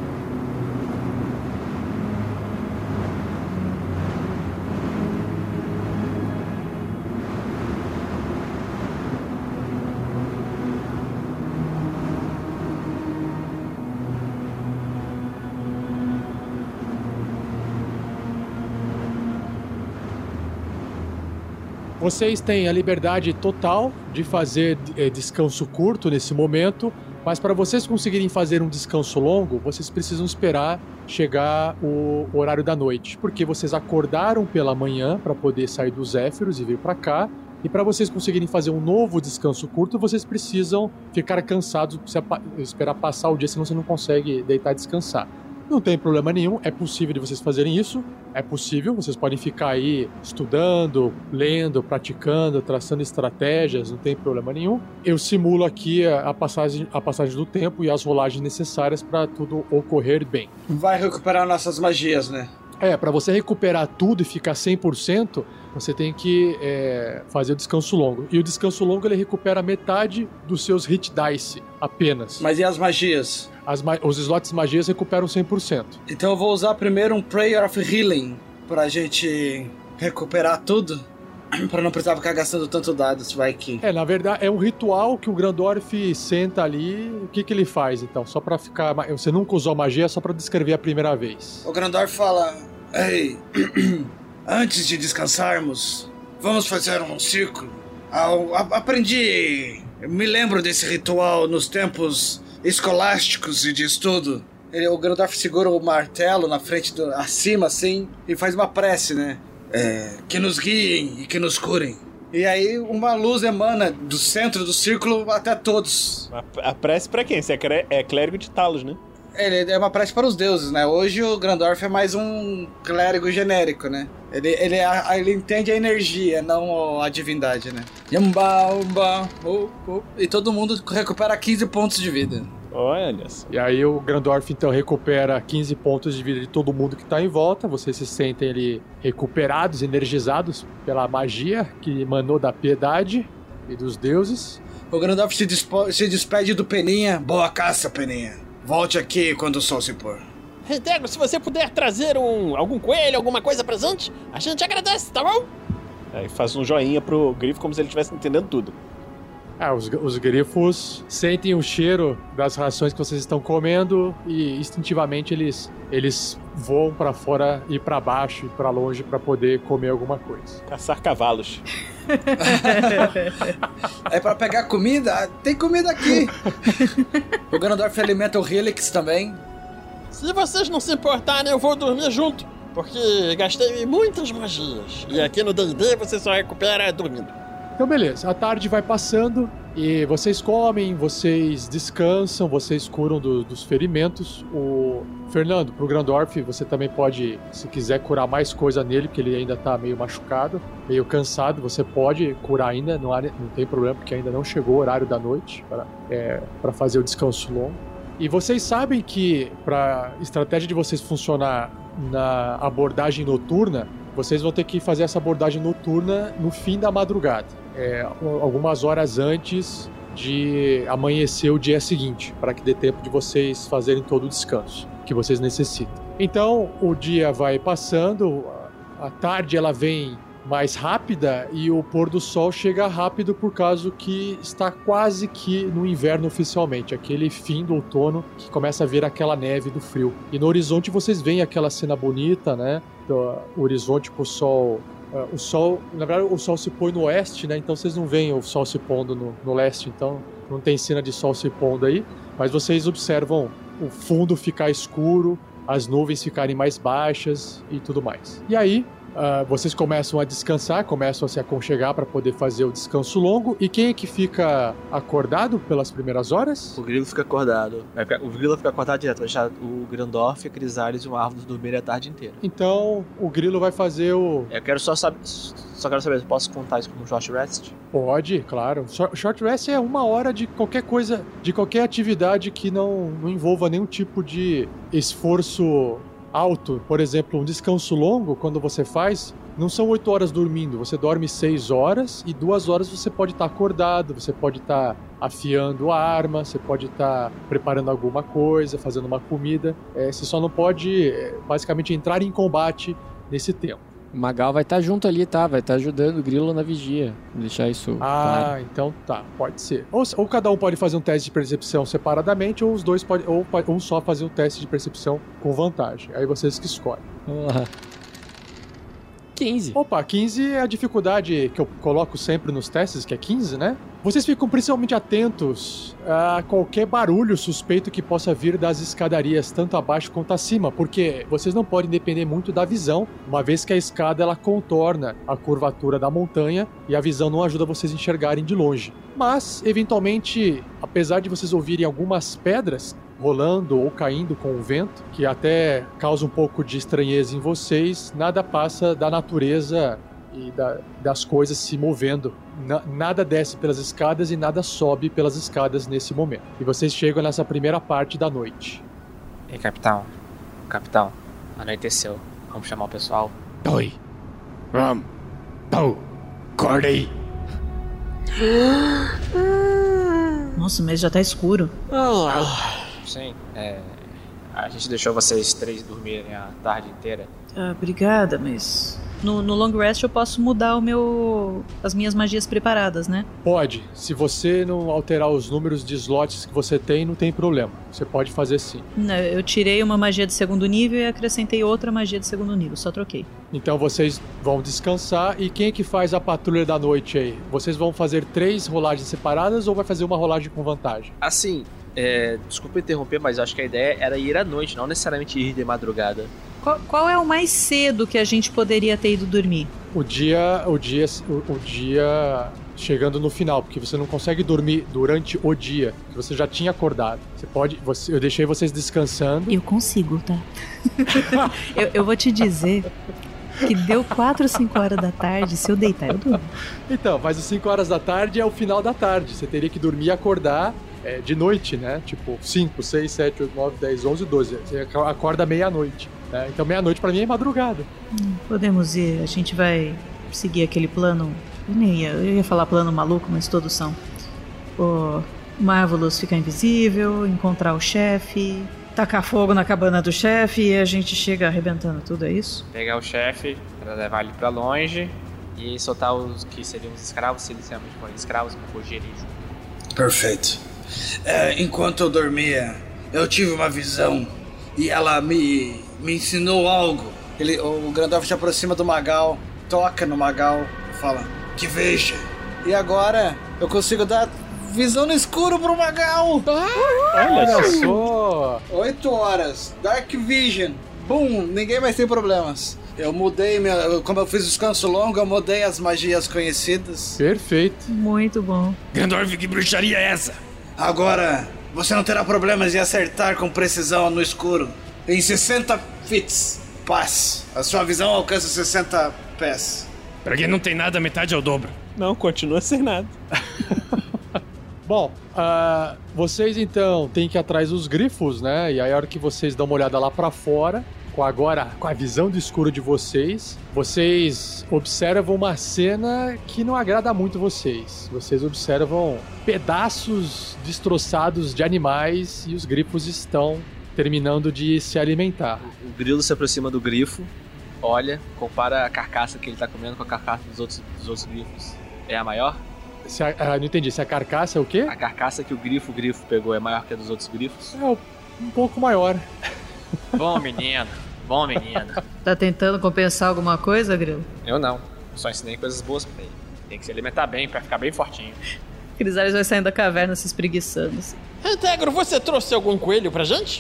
Vocês têm a liberdade total de fazer é, descanso curto nesse momento, mas para vocês conseguirem fazer um descanso longo, vocês precisam esperar chegar o horário da noite, porque vocês acordaram pela manhã para poder sair dos Zéfiros e vir para cá, e para vocês conseguirem fazer um novo descanso curto, vocês precisam ficar cansados, esperar passar o dia, senão você não consegue deitar e descansar. Não tem problema nenhum, é possível de vocês fazerem isso, é possível, vocês podem ficar aí estudando, lendo, praticando, traçando estratégias, não tem problema nenhum. Eu simulo aqui a passagem, a passagem do tempo e as rolagens necessárias para tudo ocorrer bem. Vai recuperar nossas magias, né? É, para você recuperar tudo e ficar cem por cento, você tem que é, fazer o descanso longo. E o descanso longo ele recupera metade dos seus hit dice apenas. Mas e as magias? As ma- os slots magias recuperam cem por cento. Então eu vou usar primeiro um Prayer of Healing pra gente recuperar tudo. Pra não precisar ficar gastando tanto dados, vai que... É, na verdade, é um ritual que o Grandorf senta ali. O que que ele faz, então? Só pra ficar... Você nunca usou magia, só pra descrever a primeira vez. O Grandorf fala... Ei, antes de descansarmos, vamos fazer um círculo. Aprendi... Me lembro desse ritual nos tempos escolásticos e de estudo. Ele, o Grandorf segura o martelo na frente, do, acima, assim, e faz uma prece, né? É, que nos guiem e que nos curem. E aí uma luz emana do centro do círculo até todos. A, a prece pra quem? Você é, clé- é clérigo de Talos, né? Ele é uma prece para os deuses, né? Hoje o Grandorf é mais um clérigo genérico, né? Ele, ele, ele entende a energia, não a divindade, né? Yamba, umba, oh, oh. E todo mundo recupera quinze pontos de vida. Olha só. E aí o Grandorf então recupera quinze pontos de vida de todo mundo que tá em volta. Vocês se sentem ali recuperados, energizados pela magia que emanou da piedade e dos deuses. O Grandorf se, dispo- se despede do Peninha. Boa caça, Peninha. Volte aqui quando o sol se pôr. Redego, se você puder trazer um, algum coelho, alguma coisa pra gente, a gente agradece, tá bom? Aí faz um joinha pro grifo como se ele estivesse entendendo tudo. Ah, os, os grifos sentem o cheiro das rações que vocês estão comendo e instintivamente eles, eles voam pra fora e pra baixo e pra longe pra poder comer alguma coisa. Caçar cavalos. É pra pegar comida? Tem comida aqui. O Grandorf alimenta o Helix também. Se vocês não se importarem, eu vou dormir junto, porque gastei muitas magias. E aqui no D e D você só recupera dormindo. Então beleza, a tarde vai passando e vocês comem, vocês descansam, vocês curam do, dos ferimentos. O Fernando, pro Grandorf, você também pode, se quiser curar mais coisa nele, porque ele ainda tá meio machucado, meio cansado, você pode curar ainda, não, há, não tem problema, porque ainda não chegou o horário da noite para é, para fazer o descanso longo. E vocês sabem que para a estratégia de vocês funcionar na abordagem noturna, vocês vão ter que fazer essa abordagem noturna no fim da madrugada. É, algumas horas antes de amanhecer o dia seguinte, para que dê tempo de vocês fazerem todo o descanso que vocês necessitam. Então, o dia vai passando, a tarde ela vem mais rápida e o pôr do sol chega rápido por causa que está quase que no inverno oficialmente, aquele fim do outono que começa a ver aquela neve do frio. E no horizonte vocês veem aquela cena bonita, né? Do horizonte com o sol... Uh, o sol, na verdade, o sol se põe no oeste, né? Então vocês não veem o sol se pondo no, no leste, então não tem cena de sol se pondo aí. Mas vocês observam o fundo ficar escuro, as nuvens ficarem mais baixas e tudo mais. E aí, uh, vocês começam a descansar, começam a se aconchegar para poder fazer o descanso longo. E quem é que fica acordado pelas primeiras horas? O Grilo fica acordado. O Grilo fica acordado direto, vai deixar o Grandorf, a Crisales e o Árvore dormirem a tarde inteira. Então, o Grilo vai fazer o... Eu quero só saber... Só quero saber, posso contar isso como short rest? Pode, claro. Short rest é uma hora de qualquer coisa, de qualquer atividade que não, não envolva nenhum tipo de esforço alto. Por exemplo, um descanso longo, quando você faz, não são oito horas dormindo. Você dorme seis horas e duas horas você pode estar acordado, você pode estar afiando a arma, você pode estar preparando alguma coisa, fazendo uma comida. É, você só não pode, basicamente, entrar em combate nesse tempo. O Magal vai estar junto ali, tá? Vai estar ajudando o Grilo na vigia. Vou deixar isso Ah, claro. Então tá, pode ser. Ou, ou cada um pode fazer um teste de percepção separadamente, ou os dois pode, ou um só fazer um teste de percepção com vantagem. Aí vocês que escolhem. Vamos lá. quinze. Opa, quinze é a dificuldade que eu coloco sempre nos testes, que é quinze, né? Vocês ficam principalmente atentos a qualquer barulho suspeito que possa vir das escadarias, tanto abaixo quanto acima, porque vocês não podem depender muito da visão, uma vez que a escada ela contorna a curvatura da montanha e a visão não ajuda vocês a enxergarem de longe. Mas, eventualmente, apesar de vocês ouvirem algumas pedras rolando ou caindo com o vento, que até causa um pouco de estranheza em vocês, nada passa da natureza e da, das coisas se movendo. Na, nada desce pelas escadas e nada sobe pelas escadas nesse momento. E vocês chegam nessa primeira parte da noite. Ei, capitão. Capitão, anoiteceu. Vamos chamar o pessoal. Toi. Ram. Tau. Acordei. Nossa, mas já tá escuro. Ah, sim, é... A gente deixou vocês três dormirem a tarde inteira. Ah, obrigada, mas... No, no long rest eu posso mudar o meu... as minhas magias preparadas, né? Pode. Se você não alterar os números de slots que você tem, não tem problema. Você pode fazer sim. Não, eu tirei uma magia de segundo nível e acrescentei outra magia de segundo nível, só troquei. Então vocês vão descansar. E quem é que faz a patrulha da noite aí? Vocês vão fazer três rolagens separadas ou vai fazer uma rolagem com vantagem? Assim, é, desculpa interromper, mas eu acho que a ideia era ir à noite, não necessariamente ir de madrugada. Qual, qual é o mais cedo que a gente poderia ter ido dormir? O dia, o dia, o, o dia chegando no final, porque você não consegue dormir durante o dia, que você já tinha acordado. Você pode, você, eu deixei vocês descansando. Eu consigo, tá? eu, eu vou te dizer que deu quatro, cinco horas da tarde, se eu deitar, eu durmo. Então, mas as cinco horas da tarde é o final da tarde. Você teria que dormir e acordar é, de noite, né? Tipo, cinco, seis, sete, oito, nove, dez, onze, doze. Você acorda meia-noite. Né? Então, meia-noite pra mim é madrugada. Hum, podemos ir, a gente vai seguir aquele plano. Eu nem ia, eu ia falar plano maluco, mas todos são. O Marvelous ficar invisível, encontrar o chefe, tacar fogo na cabana do chefe e a gente chega arrebentando tudo, é isso? Pegar o chefe pra levar ele pra longe e soltar os que seriam os escravos, se eles realmente forem escravos, pra fugirem junto. Perfeito. É, enquanto eu dormia, eu tive uma visão e ela me, me ensinou algo. Ele, o Grandorf se aproxima do Magal, toca no Magal e fala: que veja. E agora eu consigo dar visão no escuro pro Magal. Ah, olha só. Oito horas. Dark Vision. Bum, ninguém mais tem problemas. Eu mudei, minha, como eu fiz descanso longo, eu mudei as magias conhecidas. Perfeito. Muito bom. Grandorf, que bruxaria é essa? Agora, você não terá problemas de acertar com precisão no escuro. Em sessenta fits. Paz. A sua visão alcança sessenta pés. Pra quem não tem nada, metade é o dobro. Não, continua sem nada. Bom, uh, vocês então têm que ir atrás dos grifos, né? E aí a hora que vocês dão uma olhada lá pra fora, com agora com a visão do escuro de vocês, vocês observam uma cena que não agrada muito vocês. Vocês observam pedaços destroçados de animais e os grifos estão terminando de se alimentar. O grilo se aproxima do grifo, olha, compara a carcaça que ele tá comendo com a carcaça dos outros, dos outros grifos. É a maior? Se a, ah, não entendi. Se a carcaça é o quê? A carcaça que o grifo, o grifo pegou é maior que a dos outros grifos? É um pouco maior. Bom menino, bom menino. Tá tentando compensar alguma coisa, Grilo? Eu não, só ensinei coisas boas pra ele. Tem que se alimentar bem pra ficar bem fortinho. Crisales vai saindo da caverna se espreguiçando. Assim. Integro, você trouxe algum coelho pra gente?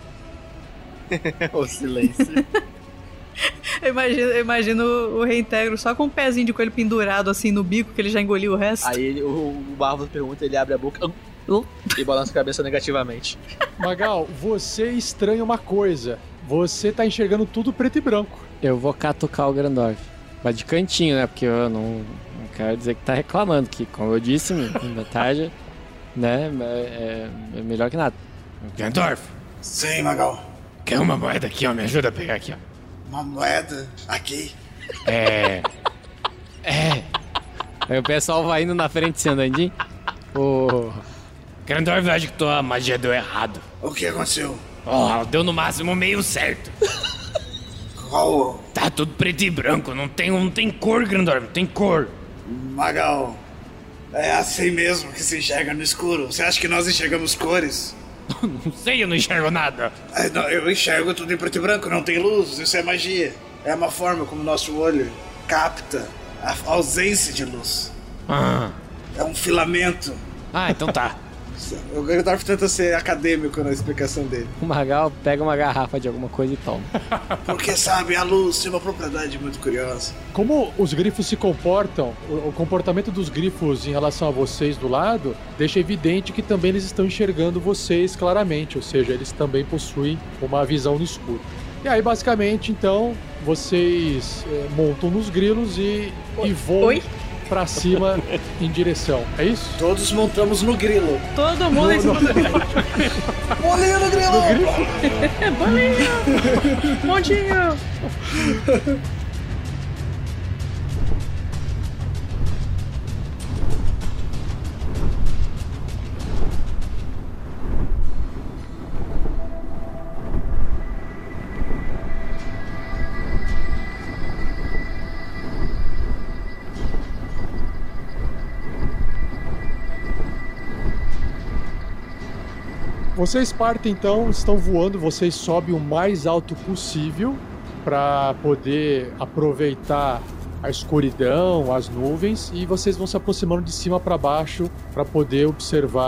O silêncio. Eu imagino, eu imagino o Reintegro só com um pezinho de coelho pendurado assim no bico, que ele já engoliu o resto. Aí ele, o, o Marvelous pergunta, ele abre a boca uh, e balança a cabeça negativamente. Magal, você estranha uma coisa. Você tá enxergando tudo preto e branco. Eu vou catucar o Grandorf. Mas de cantinho, né? Porque eu não, não quero dizer que tá reclamando, que como eu disse, metade, né? É, é melhor que nada. Grandorf. Sim, Magal. Quer uma moeda aqui, ó? Me ajuda a pegar aqui, ó. Uma moeda aqui? É... É... Aí o pessoal vai indo na frente se andandinho. O... Grandorf acha que tua magia deu errado. O que aconteceu? Ó, oh, deu no máximo meio certo. Qual? Tá tudo preto e branco, não tem, não tem cor, Grandorf, não tem cor. Magal, é assim mesmo que se enxerga no escuro. Você acha que nós enxergamos cores? Não sei, eu não enxergo nada. É, não, eu enxergo tudo em preto e branco, não tem luz, isso é magia. É uma forma como nosso olho capta a ausência de luz. Ah. É um filamento. Ah, então tá. O Grandorf tenta ser acadêmico na explicação dele. O Magal pega uma garrafa de alguma coisa e toma. Porque, sabe, a luz tem uma propriedade muito curiosa. Como os grifos se comportam, o, o comportamento dos grifos em relação a vocês do lado, deixa evidente que também eles estão enxergando vocês claramente, ou seja, eles também possuem uma visão no escuro. E aí, basicamente, então, vocês é, montam nos grilos e, e voam Oi? pra cima em direção. É isso? Todos montamos no grilo. Todo mundo em cima do grilo. Bolinho no grilo! No Bolinho! Montinho! Vocês partem então, estão voando, vocês sobem o mais alto possível para poder aproveitar a escuridão, as nuvens, e vocês vão se aproximando de cima para baixo para poder observar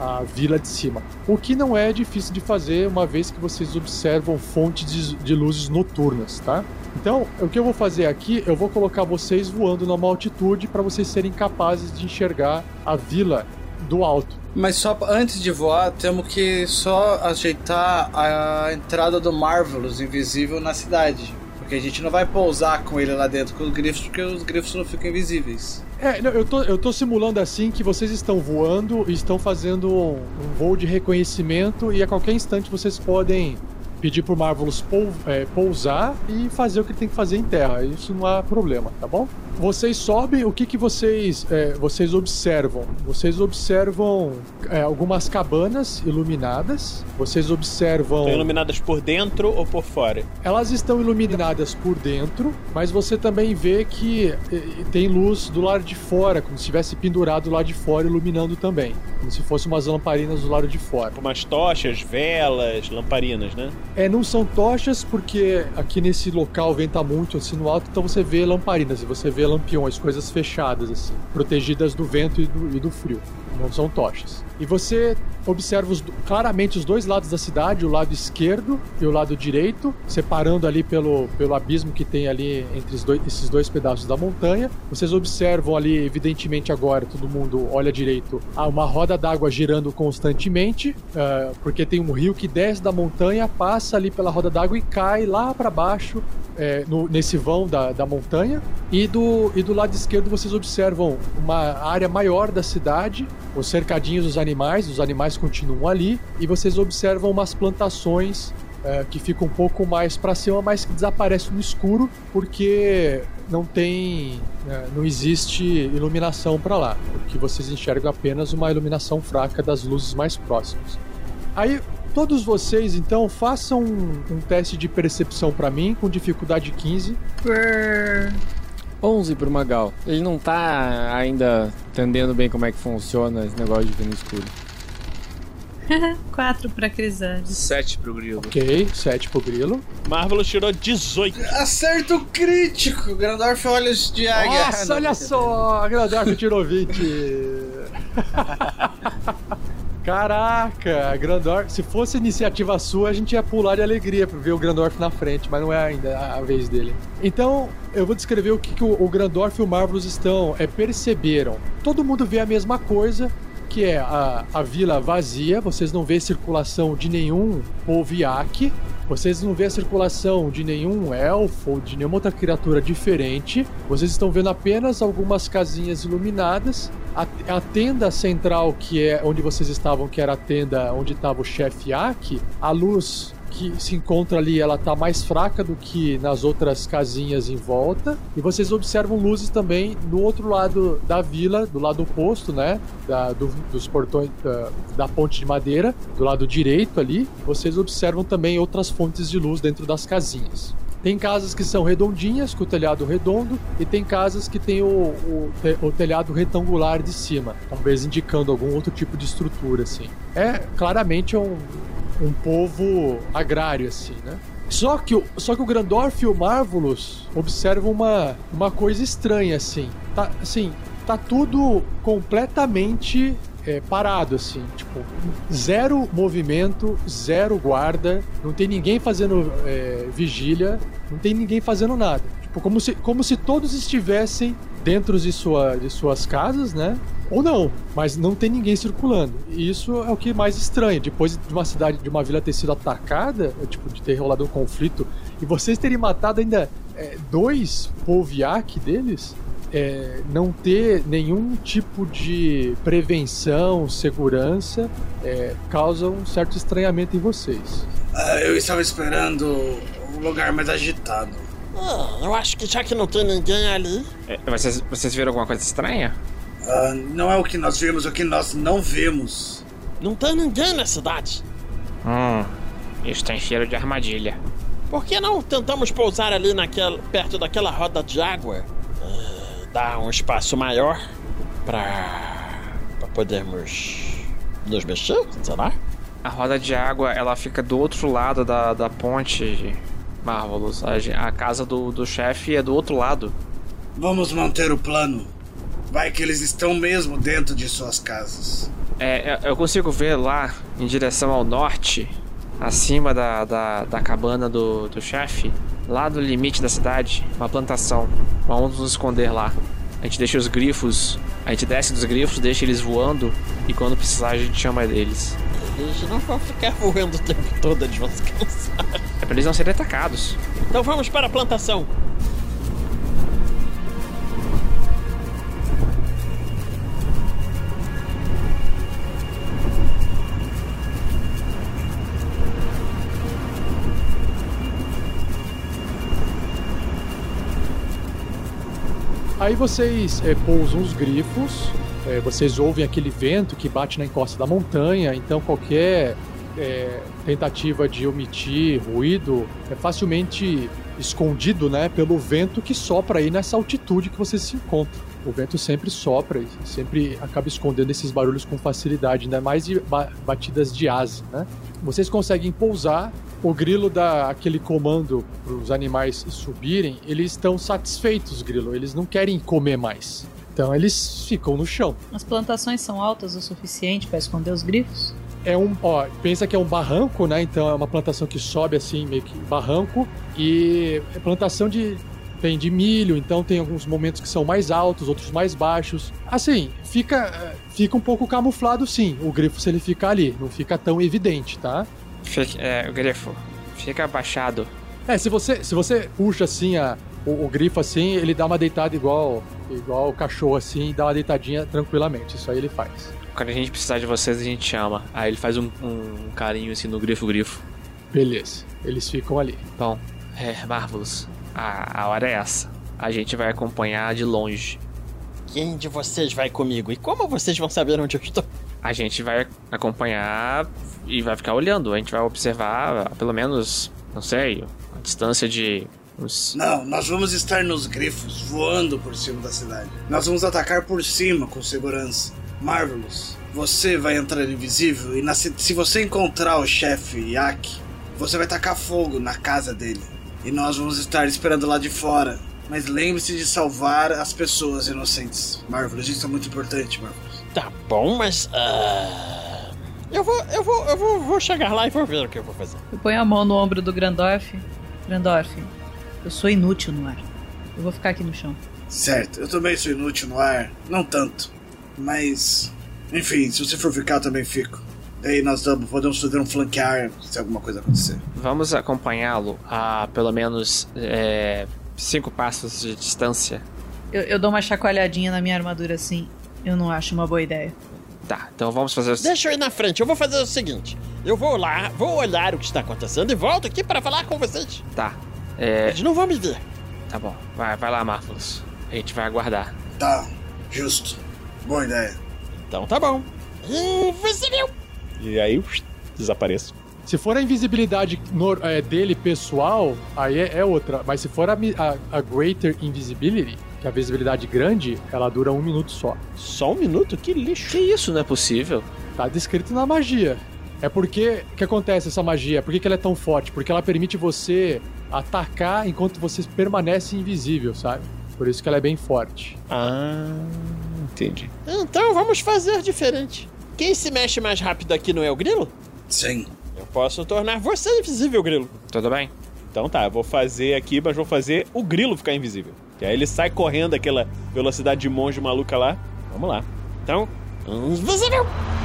a vila de cima. O que não é difícil de fazer, uma vez que vocês observam fontes de, de luzes noturnas, tá? Então, o que eu vou fazer aqui, eu vou colocar vocês voando numa altitude para vocês serem capazes de enxergar a vila do alto. Mas só antes de voar, temos que só ajeitar a entrada do Marvelous invisível na cidade. Porque a gente não vai pousar com ele lá dentro com os grifos, porque os grifos não ficam invisíveis. É, não, eu, tô, eu tô simulando assim que vocês estão voando e estão fazendo um, um voo de reconhecimento e a qualquer instante vocês podem pedir pro Marvelous pou, é, pousar e fazer o que ele tem que fazer em terra. Isso não há problema, tá bom? Vocês sobem, o que que vocês, é, vocês observam? Vocês observam é, algumas cabanas iluminadas. Vocês observam... Estão iluminadas por dentro ou por fora? Elas estão iluminadas por dentro, mas você também vê que é, tem luz do lado de fora, como se estivesse pendurado lá de fora, iluminando também. Como se fossem umas lamparinas do lado de fora. Umas tochas, velas, lamparinas, né? É, não são tochas porque aqui nesse local venta muito assim no alto, então você vê lamparinas e você vê lampiões, coisas fechadas assim, protegidas do vento e do, e do frio. Não são tochas. E você observa os, claramente os dois lados da cidade, o lado esquerdo e o lado direito, separando ali pelo, pelo abismo que tem ali entre os dois, esses dois pedaços da montanha. Vocês observam ali, evidentemente agora, todo mundo olha direito, há uma roda d'água girando constantemente, uh, porque tem um rio que desce da montanha, passa ali pela roda d'água e cai lá para baixo, é, no, nesse vão da, da montanha. E do, e do lado esquerdo vocês observam uma área maior da cidade, os cercadinhos dos animais, os animais continuam ali, e vocês observam umas plantações é, que ficam um pouco mais para cima, mas que desaparecem no escuro, porque não tem, é, não existe iluminação para lá, porque vocês enxergam apenas uma iluminação fraca das luzes mais próximas. Aí, todos vocês, então, façam um, um teste de percepção para mim, com dificuldade quinze. Brrr. onze pro Magal. Ele não tá ainda entendendo bem como é que funciona esse negócio de ver no escuro. quatro pra Crisales. sete pro Grilo. Ok, sete pro Grilo. Marvelous tirou dezoito. Acerto crítico! Grandorf Olhos de Águia. Nossa, olha só! A Grandorf tirou vinte. Caraca, Grandorf. Se fosse iniciativa sua, a gente ia pular de alegria pra ver o Grandorf na frente, mas não é ainda a vez dele. Então, eu vou descrever o que, que o, o Grandorf e o Marvelous estão, é, perceberam. Todo mundo vê a mesma coisa, que é a, a vila vazia, vocês não vê circulação de nenhum Polviak, vocês não vê a circulação de nenhum elfo ou de nenhuma outra criatura diferente, vocês estão vendo apenas algumas casinhas iluminadas, a, a tenda central, que é onde vocês estavam, que era a tenda onde estava o chefe Ak, a luz que se encontra ali, ela tá mais fraca do que nas outras casinhas em volta, e vocês observam luzes também no outro lado da vila, do lado oposto, né, da, do, dos portões da, da ponte de madeira, do lado direito ali, vocês observam também outras fontes de luz dentro das casinhas. Tem casas que são redondinhas, com o telhado redondo, e tem casas que tem o, o, o telhado retangular de cima, talvez indicando algum outro tipo de estrutura, assim. É, claramente, um um povo agrário, assim, né? Só que, o, só que o Grandorf e o Marvelous observam uma, uma coisa estranha, assim. Tá, assim, tá tudo completamente é, parado, assim. Tipo, zero movimento, zero guarda, não tem ninguém fazendo é, vigília, não tem ninguém fazendo nada. Tipo, como se, como se todos estivessem dentro de, sua, de suas casas, né? Ou não, mas não tem ninguém circulando. E isso é o que mais estranha. Depois de uma cidade, de uma vila ter sido atacada, tipo, de ter rolado um conflito, e vocês terem matado ainda é, dois Polviak deles, é, não ter nenhum tipo de prevenção, segurança, é, causa um certo estranhamento em vocês. Ah, eu estava esperando um lugar mais agitado. É, eu acho que já que não tem ninguém ali... É, vocês, vocês viram alguma coisa estranha? Ah, não é o que nós vimos, é o que nós não vemos. Não tem ninguém na cidade. Hum, isso tem cheiro de armadilha. Por que não tentamos pousar ali naquela, perto daquela roda de água? Uh, dar um espaço maior pra, pra podermos nos mexer, será? A roda de água, ela fica do outro lado da, da ponte, Marvelous. A, a casa do, do chefe é do outro lado. Vamos manter o plano. Vai que eles estão mesmo dentro de suas casas. É, eu consigo ver lá, em direção ao norte, acima da, da, da cabana do, do chefe, lá do limite da cidade, uma plantação. Vamos nos esconder lá. A gente deixa os grifos, a gente desce dos grifos, deixa eles voando, e quando precisar a gente chama eles. Eles não vão ficar voando o tempo todo, eles vão se cansar. É pra eles não serem atacados. Então vamos para a plantação. Aí vocês é, pousam os grifos, é, vocês ouvem aquele vento que bate na encosta da montanha, então qualquer é, tentativa de omitir ruído é facilmente escondido, né, pelo vento que sopra aí nessa altitude que vocês se encontram. O vento sempre sopra e sempre acaba escondendo esses barulhos com facilidade, ainda mais de ba- batidas de asa, né? Vocês conseguem pousar. O grilo dá aquele comando para os animais subirem, eles estão satisfeitos, grilo, eles não querem comer mais. Então eles ficam no chão. As plantações são altas o suficiente para esconder os grifos? É um, ó, pensa que é um barranco, né? Então é uma plantação que sobe assim, meio que barranco, e é plantação de tem de milho, então tem alguns momentos que são mais altos, outros mais baixos. Assim, fica fica um pouco camuflado sim, o grifo se ele ficar ali, não fica tão evidente, tá? Fica, é, o grifo fica abaixado. É, se você, se você puxa assim a, o, o grifo assim, ele dá uma deitada igual igual o cachorro assim, dá uma deitadinha tranquilamente. Isso aí ele faz. Quando a gente precisar de vocês, a gente chama. Aí ele faz um, um carinho assim no grifo-grifo. Beleza, eles ficam ali. Bom, é, Marvelous, a, a hora é essa. A gente vai acompanhar de longe. Quem de vocês vai comigo? E como vocês vão saber onde eu estou? A gente vai acompanhar e vai ficar olhando. A gente vai observar, pelo menos, não sei, a distância de uns... Não, nós vamos estar nos grifos, voando por cima da cidade. Nós vamos atacar por cima, com segurança. Marvelous, você vai entrar invisível e na, se você encontrar o chefe Yak, você vai tacar fogo na casa dele. E nós vamos estar esperando lá de fora. Mas lembre-se de salvar as pessoas inocentes. Marvelous, isso é muito importante, Marvelous. Tá bom, mas... Uh... Eu, vou, eu, vou, eu vou, vou chegar lá e vou ver o que eu vou fazer. Eu ponho a mão no ombro do Grandorf. Grandorf, eu sou inútil no ar. Eu vou ficar aqui no chão. Certo, eu também sou inútil no ar. Não tanto. Mas... Enfim, se você for ficar, eu também fico. Daí nós podemos fazer um flanquear se alguma coisa acontecer. Vamos acompanhá-lo a pelo menos é, cinco passos de distância. Eu, eu dou uma chacoalhadinha na minha armadura assim. Eu não acho uma boa ideia. Tá, então vamos fazer o... Deixa eu ir na frente, eu vou fazer o seguinte. Eu vou lá, vou olhar o que está acontecendo e volto aqui para falar com vocês. Tá. É... Eles não vão me ver. Tá bom, vai, vai lá, Marvelous. A gente vai aguardar. Tá, justo. Boa ideia. Então tá bom. Invisível! E aí, ui, desapareço. Se for a invisibilidade no, é, dele pessoal, aí é, é outra. Mas se for a, a, a Greater Invisibility, que é a visibilidade grande, ela dura um minuto só. Só um minuto? Que lixo. Que isso, não é possível? Tá descrito na magia. É porque... O que acontece essa magia? Por que, que ela é tão forte? Porque ela permite você atacar enquanto você permanece invisível, sabe? Por isso que ela é bem forte. Ah, entendi. Então vamos fazer diferente. Quem se mexe mais rápido aqui não é o Grilo? Sim. Eu posso tornar você invisível, Grilo. Tudo bem? Então tá, eu vou fazer aqui, mas vou fazer o Grilo ficar invisível. E aí ele sai correndo aquela velocidade de monge maluca lá. Vamos lá. Então, invisível!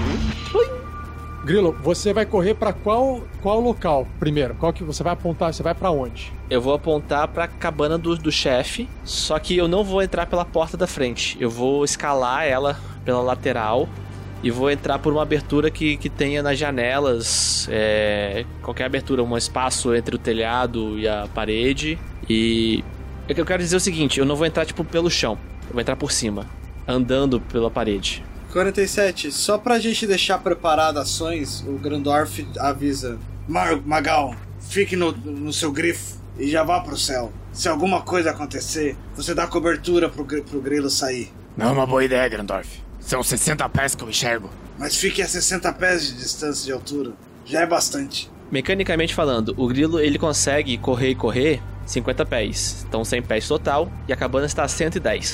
Grilo, você vai correr pra qual, qual local primeiro? Qual que você vai apontar? Você vai pra onde? Eu vou apontar pra cabana do, do chefe, só que eu não vou entrar pela porta da frente. Eu vou escalar ela pela lateral e vou entrar por uma abertura que, que tenha nas janelas, é, qualquer abertura, um espaço entre o telhado e a parede. E eu quero dizer o seguinte, eu não vou entrar tipo pelo chão, eu vou entrar por cima, andando pela parede. quarenta e sete, só pra gente deixar preparado ações, o Grandorf avisa: Mar Magal, fique no, no seu grifo e já vá pro céu. Se alguma coisa acontecer, você dá cobertura pro, pro grilo sair. Não é uma boa ideia, Grandorf. São sessenta pés que eu enxergo. Mas fique a sessenta pés de distância de altura. Já é bastante. Mecanicamente falando, o grilo ele consegue correr e correr cinquenta pés. Então cem pés total e a cabana está a cento e dez.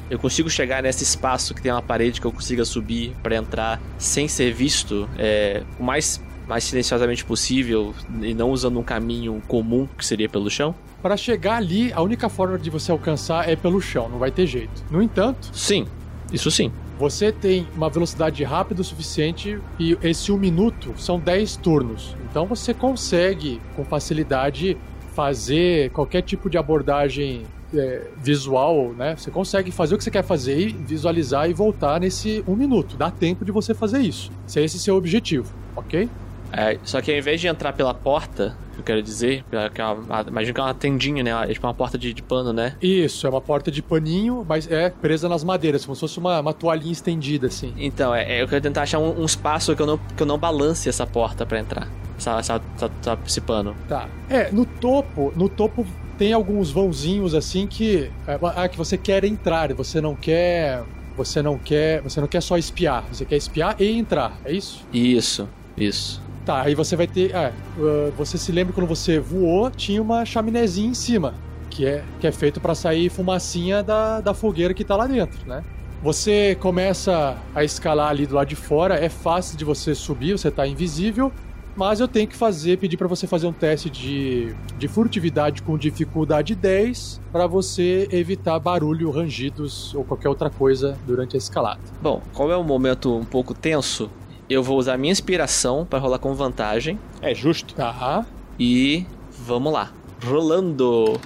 Eu consigo chegar nesse espaço que tem uma parede que eu consiga subir pra entrar sem ser visto, é, o mais, mais silenciosamente possível e não usando um caminho comum que seria pelo chão? Para chegar ali, a única forma de você alcançar é pelo chão, não vai ter jeito. No entanto... Sim, isso sim. Você tem uma velocidade rápida o suficiente e esse um minuto são dez turnos. Então você consegue, com facilidade, fazer qualquer tipo de abordagem é, visual, né? Você consegue fazer o que você quer fazer e visualizar e voltar nesse um minuto. Dá tempo de você fazer isso. Se é esse seu objetivo, ok? É, só que ao invés de entrar pela porta, eu quero dizer, que é uma, imagina que é uma tendinha, né? É tipo uma porta de, de pano, né? Isso, é uma porta de paninho, mas é presa nas madeiras, como se fosse uma, uma toalhinha estendida, assim. Então, é, eu quero tentar achar um, um espaço que eu, não, que eu não balance essa porta pra entrar. Essa, essa, essa, esse pano. Tá. É, no topo, no topo tem alguns vãozinhos assim que, é, que você quer entrar, você não quer. Você não quer. Você não quer só espiar, você quer espiar e entrar, é isso? Isso, isso. Tá, aí você vai ter... Ah, uh, você se lembra quando você voou, tinha uma chaminézinha em cima, que é, que é feito pra sair fumacinha da, da fogueira que tá lá dentro, né? Você começa a escalar ali do lado de fora, é fácil de você subir, você tá invisível, mas eu tenho que fazer, pedir pra você fazer um teste de, de furtividade com dificuldade dez pra você evitar barulho, rangidos ou qualquer outra coisa durante a escalada. Bom, como é um momento um pouco tenso, eu vou usar minha inspiração pra rolar com vantagem. É justo. Tá. E vamos lá. Rolando.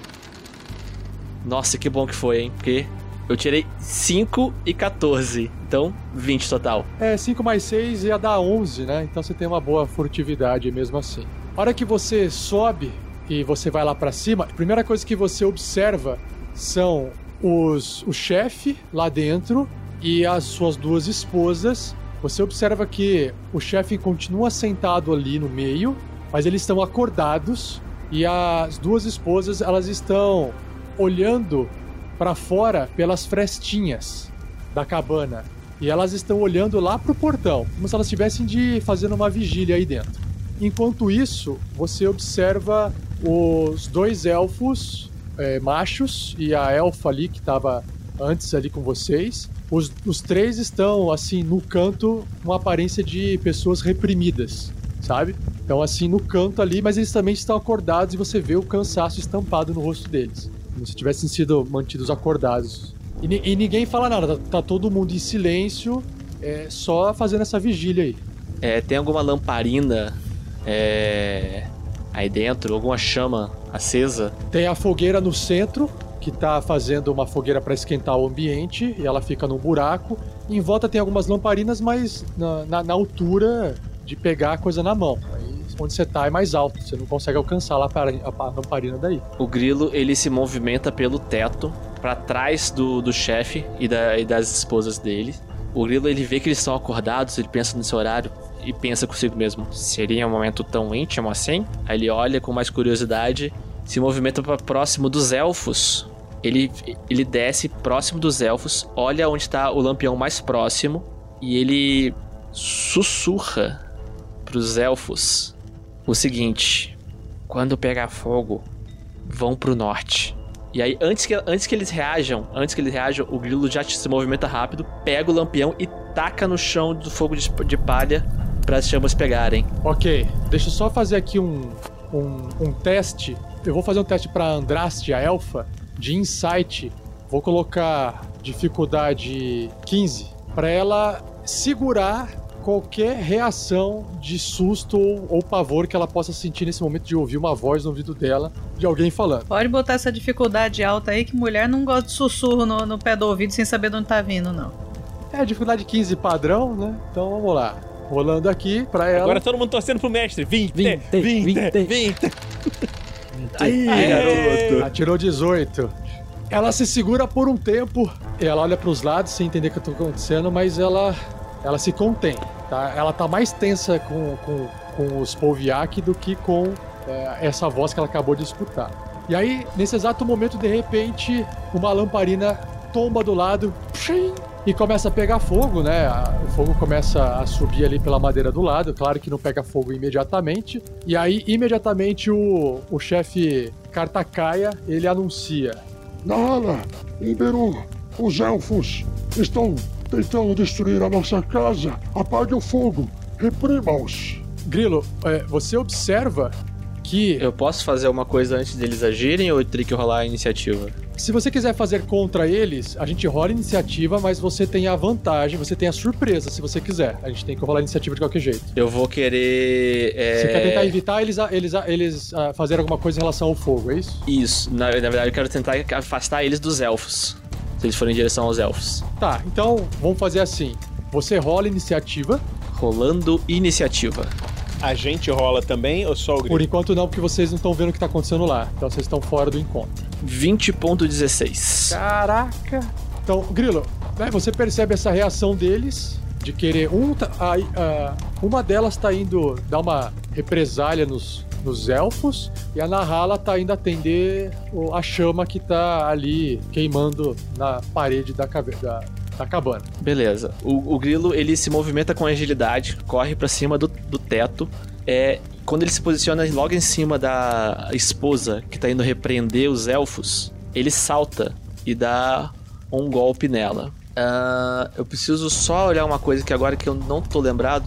Nossa, que bom que foi, hein? Porque eu tirei cinco e quatorze. Então, vinte total. É, cinco mais seis ia dar onze, né? Então você tem uma boa furtividade mesmo assim. A hora que você sobe e você vai lá pra cima, a primeira coisa que você observa são os, o chefe lá dentro e as suas duas esposas. Você observa que o chefe continua sentado ali no meio, mas eles estão acordados e as duas esposas, elas estão olhando para fora pelas frestinhas da cabana e elas estão olhando lá pro portão, como se elas estivessem de fazendo uma vigília aí dentro. Enquanto isso, você observa os dois elfos é, machos e a elfa ali que estava antes ali com vocês. Os, os três estão, assim, no canto, com uma aparência de pessoas reprimidas, sabe? Então, assim, no canto ali, mas eles também estão acordados e você vê o cansaço estampado no rosto deles. Como se tivessem sido mantidos acordados. E, e ninguém fala nada, tá, tá todo mundo em silêncio, é, só fazendo essa vigília aí. É, tem alguma lamparina é, aí dentro? Alguma chama acesa? Tem a fogueira no centro, que tá fazendo uma fogueira para esquentar o ambiente, e ela fica num buraco. Em volta tem algumas lamparinas, mas na, na, na altura de pegar a coisa na mão. Aí, onde você tá é mais alto, você não consegue alcançar lá a, a lamparina daí. O grilo, ele se movimenta pelo teto, para trás do, do chefe e, da, e das esposas dele. O grilo, ele vê que eles estão acordados, ele pensa nesse horário e pensa consigo mesmo, seria um momento tão íntimo assim? Aí ele olha com mais curiosidade, se movimenta para próximo dos elfos. Ele, ele desce próximo dos elfos, olha onde está o lampião mais próximo e ele sussurra pros elfos o seguinte: quando pegar fogo, vão pro norte. E aí, antes que, antes que eles reajam, antes que eles reajam, o grilo já se movimenta rápido, pega o lampião e taca no chão do fogo de, de palha para as chamas pegarem. Ok, deixa eu só fazer aqui um, um, um teste. Eu vou fazer um teste pra Andraste, a elfa, de insight. Vou colocar dificuldade quinze para ela segurar qualquer reação de susto ou, ou pavor que ela possa sentir nesse momento de ouvir uma voz no ouvido dela de alguém falando. Pode botar essa dificuldade alta aí, que mulher não gosta de sussurro no, no pé do ouvido sem saber de onde tá vindo, não. É, dificuldade quinze padrão, né? Então vamos lá. Rolando aqui pra ela. Agora todo mundo torcendo pro mestre. vinte, vinte, vinte, vinte. Aí, garoto. Atirou dezoito. Ela se segura por um tempo. Ela olha pros lados sem entender o que tá acontecendo, mas ela, ela se contém, tá? Ela tá mais tensa com, com, com os Polviak do que com é, essa voz que ela acabou de escutar. E aí, nesse exato momento, de repente, uma lamparina tomba do lado, pshim, e começa a pegar fogo, né? O fogo começa a subir ali pela madeira do lado. Claro que não pega fogo imediatamente. E aí, imediatamente, o, o chefe Kartakaia, ele anuncia: Nala, Imberu, Os elfos estão tentando destruir a nossa casa. Apague o fogo. Reprima-os. Grilo, é, você observa que... Eu posso fazer uma coisa antes deles agirem ou eu teria que rolar a iniciativa? Se você quiser fazer contra eles, a gente rola a iniciativa, mas você tem a vantagem, você tem a surpresa, se você quiser. A gente tem que rolar a iniciativa de qualquer jeito. Eu vou querer... É... Você quer tentar evitar eles, eles, eles uh, fazerem alguma coisa em relação ao fogo, é isso? Isso. Na, na verdade, eu quero tentar afastar eles dos elfos. Se eles forem em direção aos elfos. Tá, então vamos fazer assim. Você rola a iniciativa. Rolando iniciativa. A gente rola também ou só o Grilo? Por enquanto não, porque vocês não estão vendo o que tá acontecendo lá. Então vocês estão fora do encontro. vinte ponto dezesseis. Caraca! Então, Grilo, né, você percebe essa reação deles de querer... Um, tá, a, a, uma delas tá indo dar uma represália nos, nos elfos e a Nahala tá indo atender o, a chama que tá ali queimando na parede da caverna. Da, da cabana. Beleza. O, o grilo, ele se movimenta com agilidade, corre pra cima do, do teto. É, quando ele se posiciona logo em cima da esposa que tá indo repreender os elfos, ele salta e dá um golpe nela. Uh, eu preciso só olhar uma coisa que agora que eu não tô lembrado.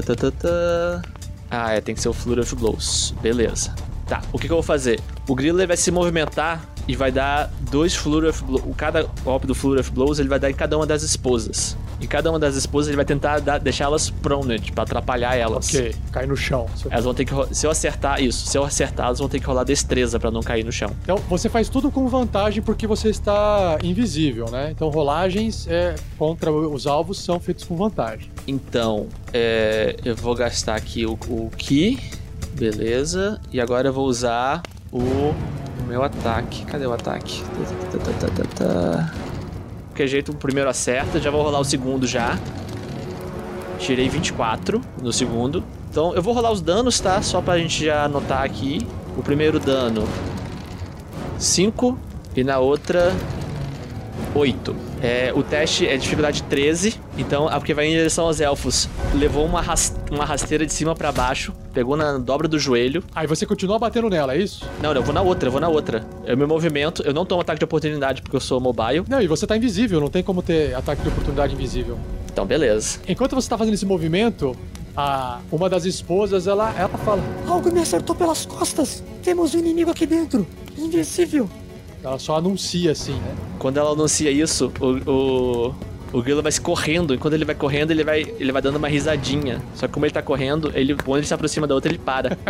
Ah, é, tem que ser o Flurry of Blows. Beleza. Tá, o que, que eu vou fazer? O grilo ele vai se movimentar e vai dar dois Flurry of Blows. Cada golpe do Flurry of Blows ele vai dar em cada uma das esposas. Em cada uma das esposas ele vai tentar dar, deixar elas prone, pra atrapalhar elas. Ok, cai no chão. Elas vão ter que... Se eu acertar isso, se eu acertar, elas vão ter que rolar destreza pra não cair no chão. Então, você faz tudo com vantagem porque você está invisível, né? Então, rolagens é, contra os alvos são feitos com vantagem. Então, é, eu vou gastar aqui o, o Ki. Beleza. E agora eu vou usar o, o meu ataque. Cadê o ataque? Tá, tá, tá, tá, tá. De qualquer jeito, o primeiro acerta. Já vou rolar o segundo já. Tirei vinte e quatro no segundo. Então, eu vou rolar os danos, tá? Só pra gente já anotar aqui. O primeiro dano, cinco. E na outra, oito. É, o teste é dificuldade treze, então, porque vai em direção aos elfos. Levou uma, ras uma rasteira de cima pra baixo, pegou na dobra do joelho. Aí você continua batendo nela, é isso? Não, não, eu vou na outra, eu vou na outra. Eu me movimento, eu não tomo ataque de oportunidade porque eu sou mobile. Não, e você tá invisível, não tem como ter ataque de oportunidade invisível. Então, beleza. Enquanto você tá fazendo esse movimento, a, uma das esposas, ela, ela fala: algo me acertou pelas costas, temos um inimigo aqui dentro, invisível. Ela só anuncia assim, né? Quando ela anuncia isso, o, o, o grilo vai se correndo. E quando ele vai correndo, ele vai, ele vai dando uma risadinha. Só que como ele tá correndo, ele, quando ele se aproxima da outra, ele para.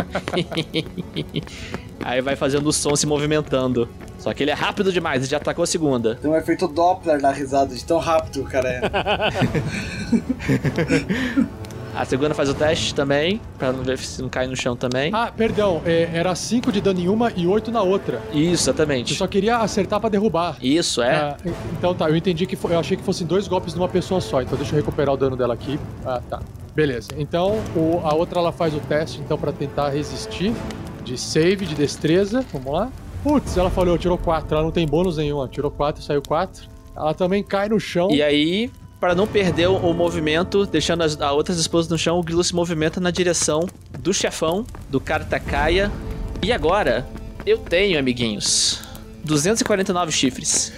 Aí vai fazendo o som se movimentando. Só que ele é rápido demais, ele já atacou a segunda. Tem um efeito Doppler na risada de tão rápido o cara é. A segunda faz o teste também, pra não ver se não cai no chão também. Ah, perdão, é, era cinco de dano em uma e oito na outra. Isso, exatamente. Você só queria acertar pra derrubar. Isso, é. Ah, então tá, eu entendi que foi, eu achei que fossem dois golpes de uma pessoa só, então deixa eu recuperar o dano dela aqui. Ah, tá. Beleza. Então, o, a outra ela faz o teste então pra tentar resistir. De save, de destreza. Vamos lá. Putz, ela falou, tirou quatro. Ela não tem bônus nenhum, ó. Tirou quatro, saiu quatro. Ela também cai no chão. E aí, para não perder o, o movimento, deixando as, as outras esposas no chão, o grilo se movimenta na direção do chefão, do Kartakaia. E agora, eu tenho, amiguinhos, duzentos e quarenta e nove chifres.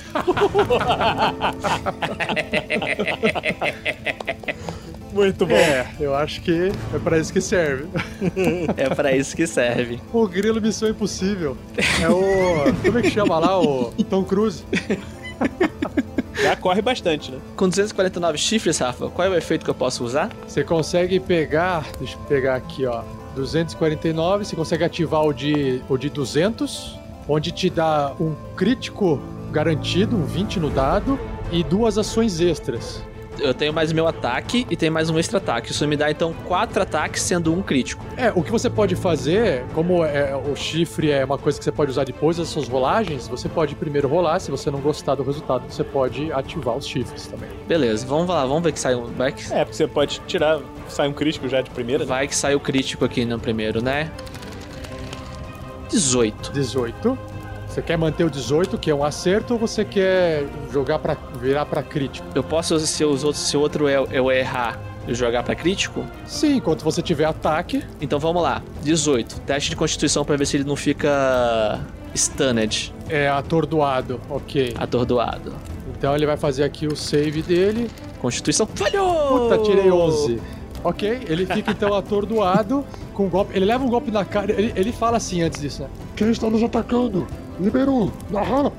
Muito bom. É, eu acho que é pra isso que serve. É pra isso que serve. O grilo Missão Impossível. É o... Como é que chama lá? O Tom Cruise. Já corre bastante, né? Com duzentos e quarenta e nove chifres, Rafa, qual é o efeito que eu posso usar? Você consegue pegar... Deixa eu pegar aqui, ó. duzentos e quarenta e nove, você consegue ativar o de, o de duzentos, onde te dá um crítico garantido, um vinte no dado, e duas ações extras. Eu tenho mais meu ataque e tenho mais um extra ataque. Isso me dá, então, quatro ataques, sendo um crítico. É, o que você pode fazer, como é, o chifre é uma coisa que você pode usar depois das suas rolagens, você pode primeiro rolar, se você não gostar do resultado, você pode ativar os chifres também. Beleza, vamos lá, vamos ver que sai um... Vai que... É, porque você pode tirar, sai um crítico já de primeira. Vai né? que sai o crítico aqui no primeiro, né? dezoito. dezoito. Você quer manter o dezoito, que é um acerto, ou você quer jogar pra virar pra crítico? Eu posso, se, os outros, se o outro eu, eu errar, eu jogar pra crítico? Sim, enquanto você tiver ataque. Então vamos lá, dezoito. Teste de constituição pra ver se ele não fica stunned. É, atordoado, ok. Atordoado. Então ele vai fazer aqui o save dele. Constituição falhou! Puta, tirei onze. Ok, ele fica então atordoado com um golpe. Ele leva um golpe na cara. Ele, ele fala assim antes disso, né? Quem está nos atacando? Liberou! Na rala!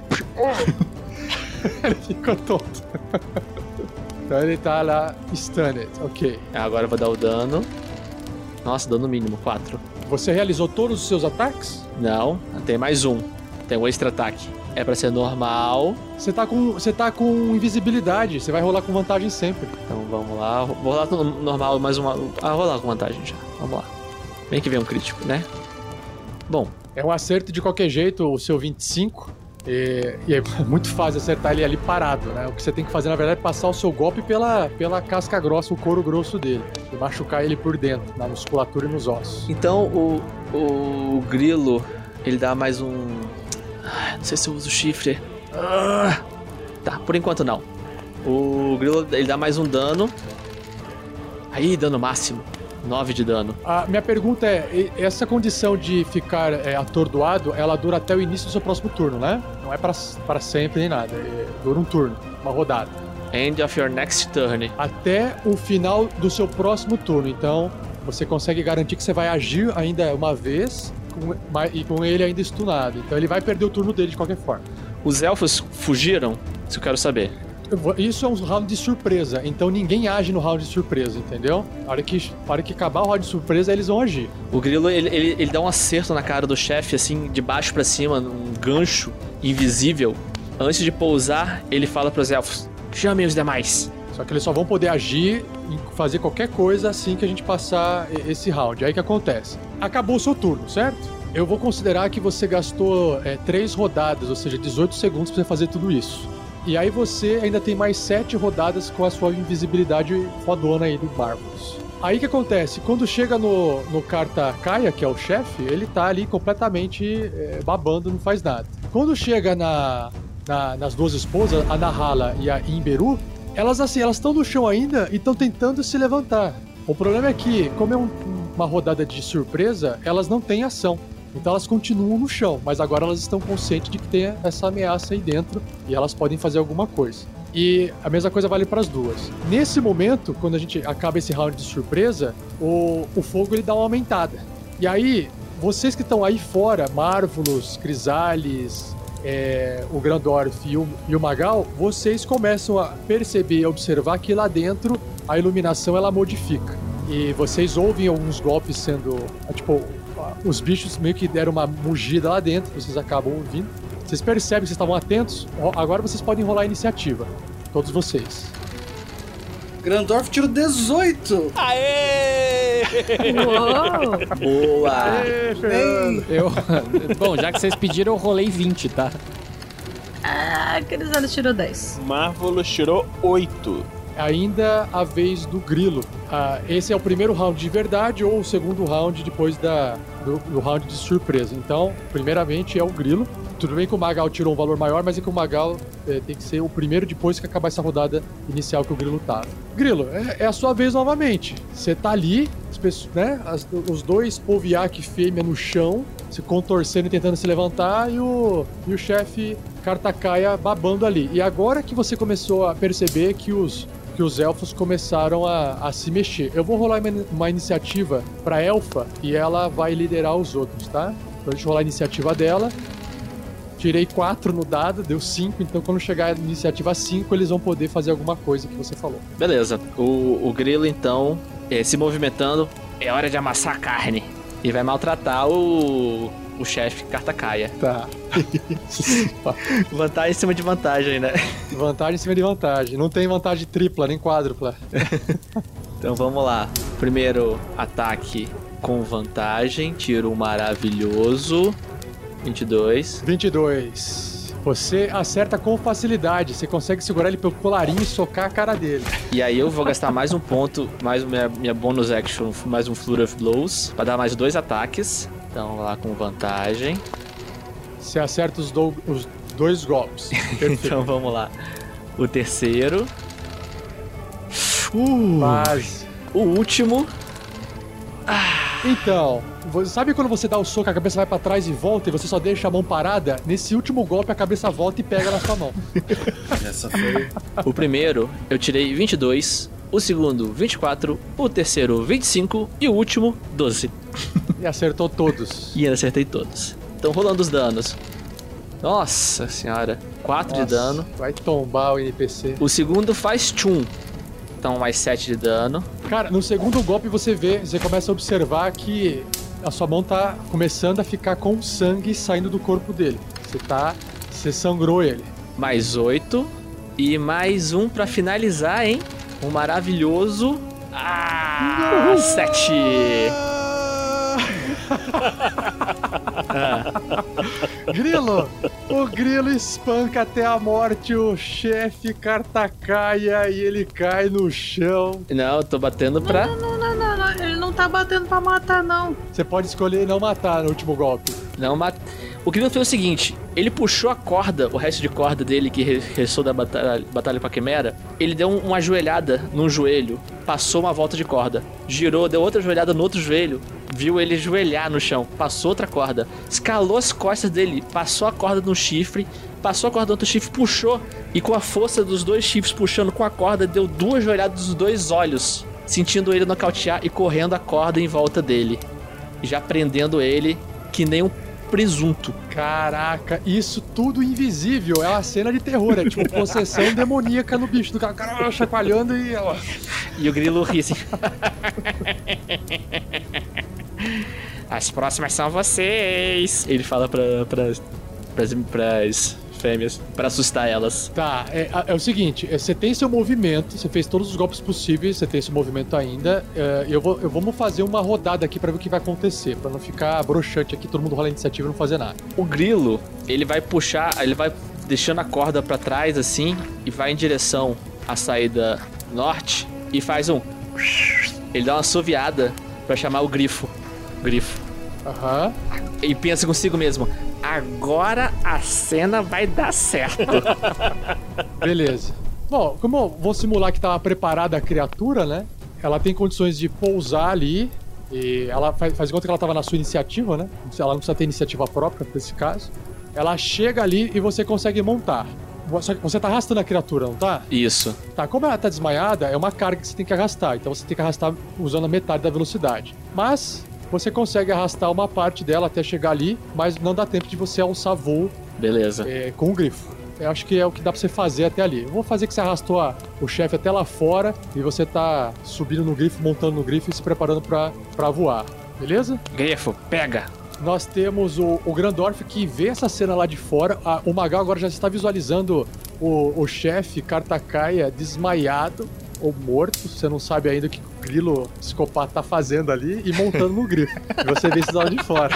Ele ficou tonto. Então ele tá lá, stunned, ok. Agora eu vou dar o dano. Nossa, dano mínimo, quatro. Você realizou todos os seus ataques? Não, tem mais um. Tem um extra ataque. É pra ser normal. Você tá com, você tá com invisibilidade, você vai rolar com vantagem sempre. Então vamos lá. Vou rolar no normal, mais uma. Ah, vou rolar com vantagem já. Vamos lá. Bem que vem um crítico, né? Bom. É um acerto de qualquer jeito, o seu vinte e cinco. E, e é muito fácil acertar ele ali parado, né? O que você tem que fazer, na verdade, é passar o seu golpe pela, pela casca grossa, o couro grosso dele. E machucar ele por dentro, na musculatura e nos ossos. Então o, o grilo, ele dá mais um... Ah, não sei se eu uso chifre. Ah, tá, por enquanto não. O grilo, ele dá mais um dano. Aí, dano máximo. nove de dano. A minha pergunta é, essa condição de ficar é, atordoado, ela dura até o início do seu próximo turno, né? Não é pra, pra sempre nem nada. É, dura um turno, uma rodada. End of your next turn. Até o final do seu próximo turno. Então, você consegue garantir que você vai agir ainda uma vez com, e com ele ainda stunado. Então, ele vai perder o turno dele de qualquer forma. Os elfos fugiram? Isso eu quero saber. Isso é um round de surpresa, então ninguém age no round de surpresa, entendeu? Na hora que, na hora que acabar o round de surpresa, eles vão agir. O grilo, ele, ele, ele dá um acerto na cara do chefe, assim, de baixo pra cima, um gancho invisível. Antes de pousar, ele fala pros elfos, chamem os demais. Só que eles só vão poder agir e fazer qualquer coisa assim que a gente passar esse round. Aí que acontece? Acabou o seu turno, certo? Eu vou considerar que você gastou é, três rodadas, ou seja, dezoito segundos pra você fazer tudo isso. E aí você ainda tem mais sete rodadas com a sua invisibilidade fodona aí do Marvelous. Aí que acontece? Quando chega no, no Karta Kaya, que é o chefe, ele tá ali completamente é, babando, não faz nada. Quando chega na, na, nas duas esposas, a Nahala e a Imberu, elas assim, elas estão no chão ainda e estão tentando se levantar. O problema é que, como é um, uma rodada de surpresa, elas não têm ação. Então elas continuam no chão, mas agora elas estão conscientes de que tem essa ameaça aí dentro e elas podem fazer alguma coisa. E a mesma coisa vale para as duas. Nesse momento, quando a gente acaba esse round de surpresa, o, o fogo ele dá uma aumentada. E aí, vocês que estão aí fora, Marvelous, Crisales, é, o Grandorf e o, e o Magal, vocês começam a perceber e observar que lá dentro a iluminação ela modifica. E vocês ouvem alguns golpes sendo, tipo, os bichos meio que deram uma mugida lá dentro, vocês acabam ouvindo. Vocês percebem que vocês estavam atentos, agora vocês podem rolar a iniciativa. Todos vocês. Grandorf tirou dezoito! Aê! Uou! Boa! Aê, Fernando! Eu, bom, já que vocês pediram, eu rolei vinte, tá? Ah, Crisales tirou dez. Marvelous tirou oito. Ainda a vez do grilo. Ah, esse é o primeiro round de verdade ou o segundo round depois da, do, do round de surpresa. Então, primeiramente é o grilo. Tudo bem que o Magal tirou um valor maior, mas é que o Magal é, tem que ser o primeiro depois que acabar essa rodada inicial que o grilo tava. Grilo, é, é a sua vez novamente. Você tá ali, as pessoas, né, as, os dois Poviak fêmea no chão, se contorcendo e tentando se levantar, e o, e o chefe Kartakaya babando ali. E agora que você começou a perceber que os que os elfos começaram a, a se mexer. Eu vou rolar uma, uma iniciativa pra elfa e ela vai liderar os outros, tá? Então deixa eu rolar a iniciativa dela. Tirei quatro no dado, deu cinco, então quando chegar a iniciativa cinco, eles vão poder fazer alguma coisa que você falou. Beleza. O, o grilo, então, é, se movimentando, é hora de amassar a carne. E vai maltratar o, o chefe Kartakaya. Tá. Vantagem em cima de vantagem, né? Vantagem em cima de vantagem. Não tem vantagem tripla, nem quádrupla. Então vamos lá. Primeiro ataque com vantagem. Tiro maravilhoso. vinte e dois. vinte e dois. Você acerta com facilidade. Você consegue segurar ele pelo colarinho e socar a cara dele. E aí eu vou gastar mais um ponto, mais minha, minha bonus action, mais um Flurry of Blows, pra dar mais dois ataques. Então vamos lá com vantagem. Você acerta os, do, os dois golpes. Então vamos lá. O terceiro. Uh, Quase. O último. Ah, Então, você sabe quando você dá o soco, a cabeça vai pra trás e volta e você só deixa a mão parada? Nesse último golpe, a cabeça volta e pega na sua mão. Essa foi... O primeiro, eu tirei vinte e dois. O segundo, vinte e quatro. O terceiro, vinte e cinco. E o último, doze. E acertou todos. E eu acertei todos. Então, rolando os danos. Nossa senhora. quatro de dano. Vai tombar o N P C. O segundo faz tchum. Então, mais sete de dano. Cara, no segundo golpe você vê, você começa a observar que a sua mão tá começando a ficar com sangue saindo do corpo dele. Você tá... Você sangrou ele. Mais oito. E mais um pra finalizar, hein? Um maravilhoso... Ah! Sete! Grilo! O Grilo espanca até a morte o chefe Cartacaia e ele cai no chão. Não, eu tô batendo pra... Não, não, não, não, não, ele não tá batendo pra matar, não. Você pode escolher não matar no último golpe. Não mata... O Grilo fez o seguinte, ele puxou a corda, o resto de corda dele que restou da batalha, batalha com a Quimera, ele deu uma ajoelhada num joelho, passou uma volta de corda, girou, deu outra ajoelhada no outro joelho, viu ele ajoelhar no chão, passou outra corda, escalou as costas dele, passou a corda no chifre, passou a corda no outro chifre, puxou, e com a força dos dois chifres puxando com a corda, deu duas joelhadas nos dois olhos, sentindo ele nocautear e correndo a corda em volta dele, já prendendo ele que nem um presunto. Caraca, isso tudo invisível. É uma cena de terror. É tipo possessão demoníaca no bicho. Do cara, cara chacoalhando e... Ó. E o Grilo ri assim. As próximas são vocês. Ele fala pra... pra... pras... pras... fêmeas, pra assustar elas. Tá, é, é o seguinte, você tem seu movimento, você fez todos os golpes possíveis, você tem seu movimento ainda, é, eu, vou, eu vamos fazer uma rodada aqui pra ver o que vai acontecer, pra não ficar broxante aqui, todo mundo rola a iniciativa e não fazer nada. O Grilo, ele vai puxar, ele vai deixando a corda pra trás assim, e vai em direção à saída norte, e faz um... Ele dá uma assoviada pra chamar o Grifo. Grifo. Aham. Uhum. E pensa consigo mesmo, agora a cena vai dar certo. Beleza. Bom, como eu vou simular que tava preparada a criatura, né? Ela tem condições de pousar ali. E ela faz, faz conta que ela tava na sua iniciativa, né? Ela não precisa ter iniciativa própria nesse caso. Ela chega ali e você consegue montar. Você tá arrastando a criatura, não tá? Isso. Tá, como ela tá desmaiada, é uma carga que você tem que arrastar. Então você tem que arrastar usando a metade da velocidade. Mas... você consegue arrastar uma parte dela até chegar ali, mas não dá tempo de você alçar voo. Beleza. É, com o grifo. Eu acho que é o que dá pra você fazer até ali. Eu vou fazer que você arrastou a, o chefe até lá fora e você tá subindo no grifo, montando no grifo e se preparando pra, pra voar. Beleza? Grifo, pega! Nós temos o, o Grandorf que vê essa cena lá de fora. A, o Magal agora já está visualizando o, o chefe Cartacaia desmaiado ou morto, você não sabe ainda o que o Grilo psicopata tá fazendo ali e montando no grifo. E você vê isso lá de fora.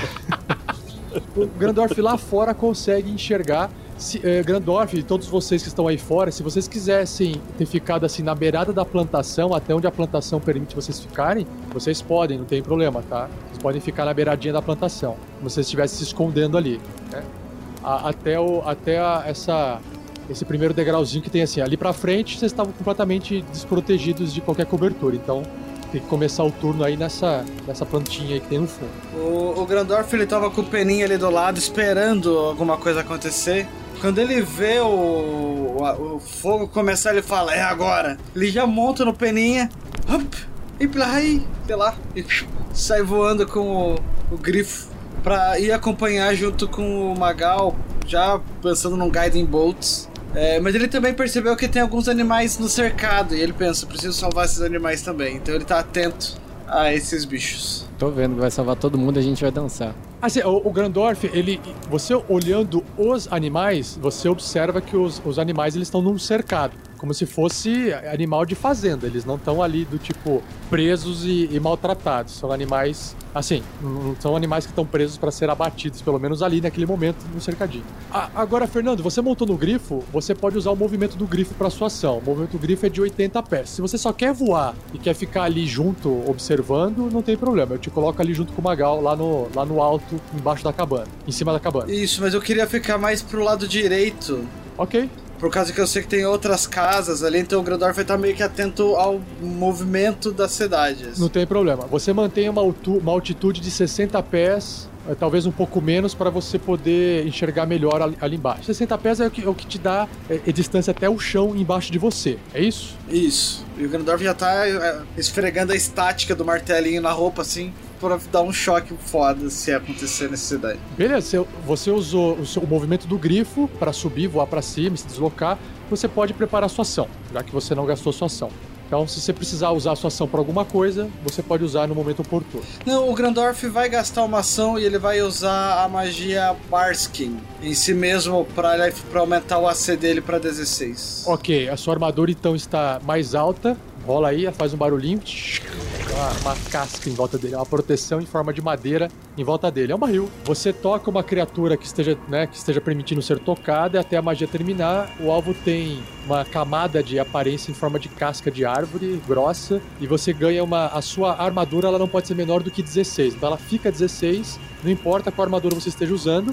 O Grandorf lá fora consegue enxergar. Se, eh, Grandorf e todos vocês que estão aí fora, se vocês quisessem ter ficado assim na beirada da plantação, até onde a plantação permite vocês ficarem, vocês podem, não tem problema, tá? Vocês podem ficar na beiradinha da plantação, como se vocês estivessem se escondendo ali, né? A, até o, até a, essa... esse primeiro degrauzinho que tem assim, ali pra frente vocês estavam completamente desprotegidos de qualquer cobertura, então tem que começar o turno aí nessa, nessa plantinha aí que tem no fundo. O, o Grandorf, ele tava com o peninho ali do lado, esperando alguma coisa acontecer. Quando ele vê o, o, o fogo começar, ele fala, é agora. Ele já monta no peninha, hop, e pra aí, sei lá, e sai voando com o, o grifo pra ir acompanhar junto com o Magal, já pensando num Guiding Bolts. É, mas ele também percebeu que tem alguns animais no cercado e ele pensa, preciso salvar esses animais também. Então ele tá atento a esses bichos. Tô vendo que vai salvar todo mundo e a gente vai dançar. Assim, o, o Grandorf, ele, você olhando os animais, você observa que os, os animais eles estão num cercado, como se fosse animal de fazenda. Eles não estão ali do tipo presos e, e maltratados. São animais, assim, não são animais que estão presos para ser abatidos, pelo menos ali naquele momento no cercadinho. Ah, agora, Fernando, você montou no grifo, você pode usar o movimento do grifo para sua ação. O movimento do grifo é de oitenta pés. Se você só quer voar e quer ficar ali junto observando, não tem problema. Eu te coloco ali junto com o Magal, lá no, lá no alto, embaixo da cabana, em cima da cabana. Isso, mas eu queria ficar mais pro lado direito. Ok. por causa que eu sei que tem outras casas ali, então o Grandorf vai estar meio que atento ao movimento das cidades. Não tem problema. Você mantém uma, altu- uma altitude de sessenta pés, talvez um pouco menos, para você poder enxergar melhor ali, ali embaixo. sessenta pés é o que, é o que te dá é, é distância até o chão embaixo de você, é isso? Isso. E o Grandorf já tá é, esfregando a estática do martelinho na roupa, assim, pra dar um choque foda se acontecer necessidade. Beleza, você usou o, seu, o movimento do grifo para subir, voar para cima, se deslocar. Você pode preparar a sua ação, já que você não gastou a sua ação. Então, se você precisar usar a sua ação para alguma coisa, você pode usar no momento oportuno. Não, o Grandorf vai gastar uma ação e ele vai usar a magia Barskin em si mesmo para aumentar o A C dele para dezesseis. Ok, a sua armadura então está mais alta. Rola aí, faz um barulhinho. Uma, uma casca em volta dele, uma proteção em forma de madeira em volta dele. É um barril. Você toca uma criatura que esteja, né, que esteja permitindo ser tocada e até a magia terminar. O alvo tem uma camada de aparência em forma de casca de árvore grossa e você ganha uma... A sua armadura ela não pode ser menor do que dezesseis. Então ela fica dezesseis, não importa qual armadura você esteja usando.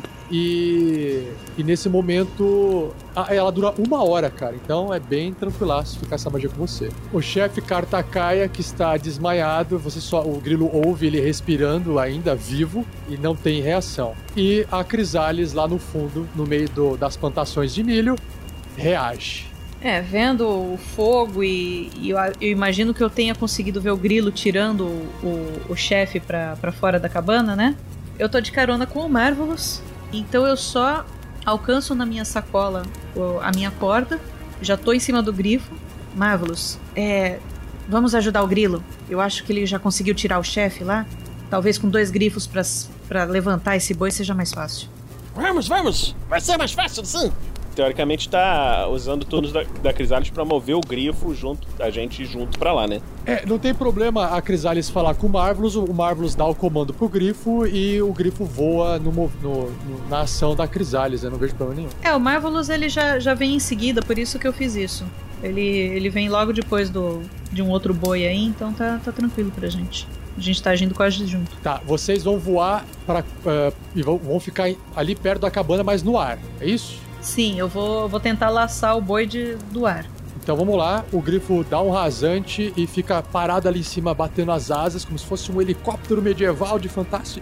E, e nesse momento ela dura uma hora, cara. Então é bem tranquilaço ficar essa magia com você. O chefe Kartakaia, que está desmaiado, você só, o grilo ouve ele respirando ainda, vivo, e não tem reação. E a Crisales lá no fundo, no meio do, das plantações de milho, reage. É, vendo o fogo e, e eu, eu imagino que eu tenha conseguido ver o grilo tirando o, o, o chefe pra, pra fora da cabana, né? Eu tô de carona com o Marvelous, então eu só alcanço na minha sacola a minha corda, já tô em cima do grifo. Marvelous, é, vamos ajudar o grilo. Eu acho que ele já conseguiu tirar o chefe lá. Talvez com dois grifos pra, pra levantar esse boi seja mais fácil. Vamos, vamos! Vai ser mais fácil, sim! Teoricamente tá usando turnos da, da Crisales pra mover o grifo junto, a gente junto pra lá, né? É, não tem problema a Crisales falar com o Marvelous, o Marvelous dá o comando pro grifo e o grifo voa no, no, no, na ação da Crisales, eu não vejo problema nenhum. É, o Marvelous ele já, já vem em seguida, por isso que eu fiz isso. Ele, ele vem logo depois do, de um outro boi aí, então tá, tá tranquilo pra gente. A gente tá agindo quase junto. Tá, vocês vão voar pra, uh, e vão, vão ficar ali perto da cabana, mas no ar, é isso? Sim, eu vou, vou tentar laçar o boi de, do ar. Então vamos lá, o grifo dá um rasante e fica parado ali em cima, batendo as asas, como se fosse um helicóptero medieval de fantasia.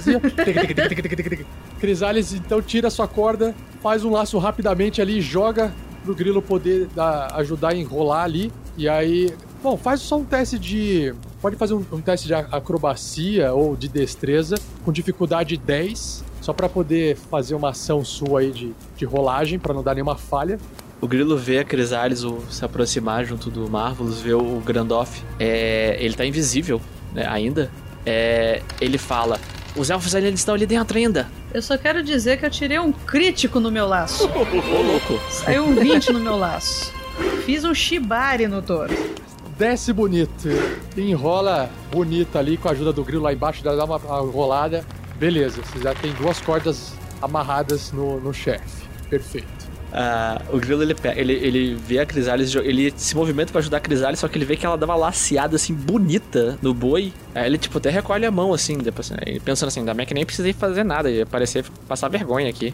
Crisales então tira sua corda, faz um laço rapidamente ali e joga pro grilo poder dar, ajudar a enrolar ali. E aí, bom, faz só um teste de... Pode fazer um, um teste de acrobacia ou de destreza com dificuldade dez, só pra poder fazer uma ação sua aí de, de rolagem, pra não dar nenhuma falha. O grilo vê a Crisales se aproximar junto do Marvelous, vê o Grandorf. É, ele tá invisível, né, ainda. É, ele fala, os elfos ali estão ali dentro ainda. Eu só quero dizer que eu tirei um crítico no meu laço. Ô, louco. Saiu um vinte no meu laço. Fiz um shibari no touro. Desce bonito, enrola bonito ali com a ajuda do grilo lá embaixo, dá uma, uma rolada. Beleza, você já tem duas cordas amarradas no, no chefe. Perfeito. Uh, o grilo, ele, ele, ele vê a Crisales, ele se movimenta pra ajudar a Crisales, só que ele vê que ela dá uma laceada, assim, bonita no boi. Aí ele, tipo, até recolhe a mão, assim, depois, pensando assim, ainda bem que nem precisei fazer nada, ia parecer passar vergonha aqui.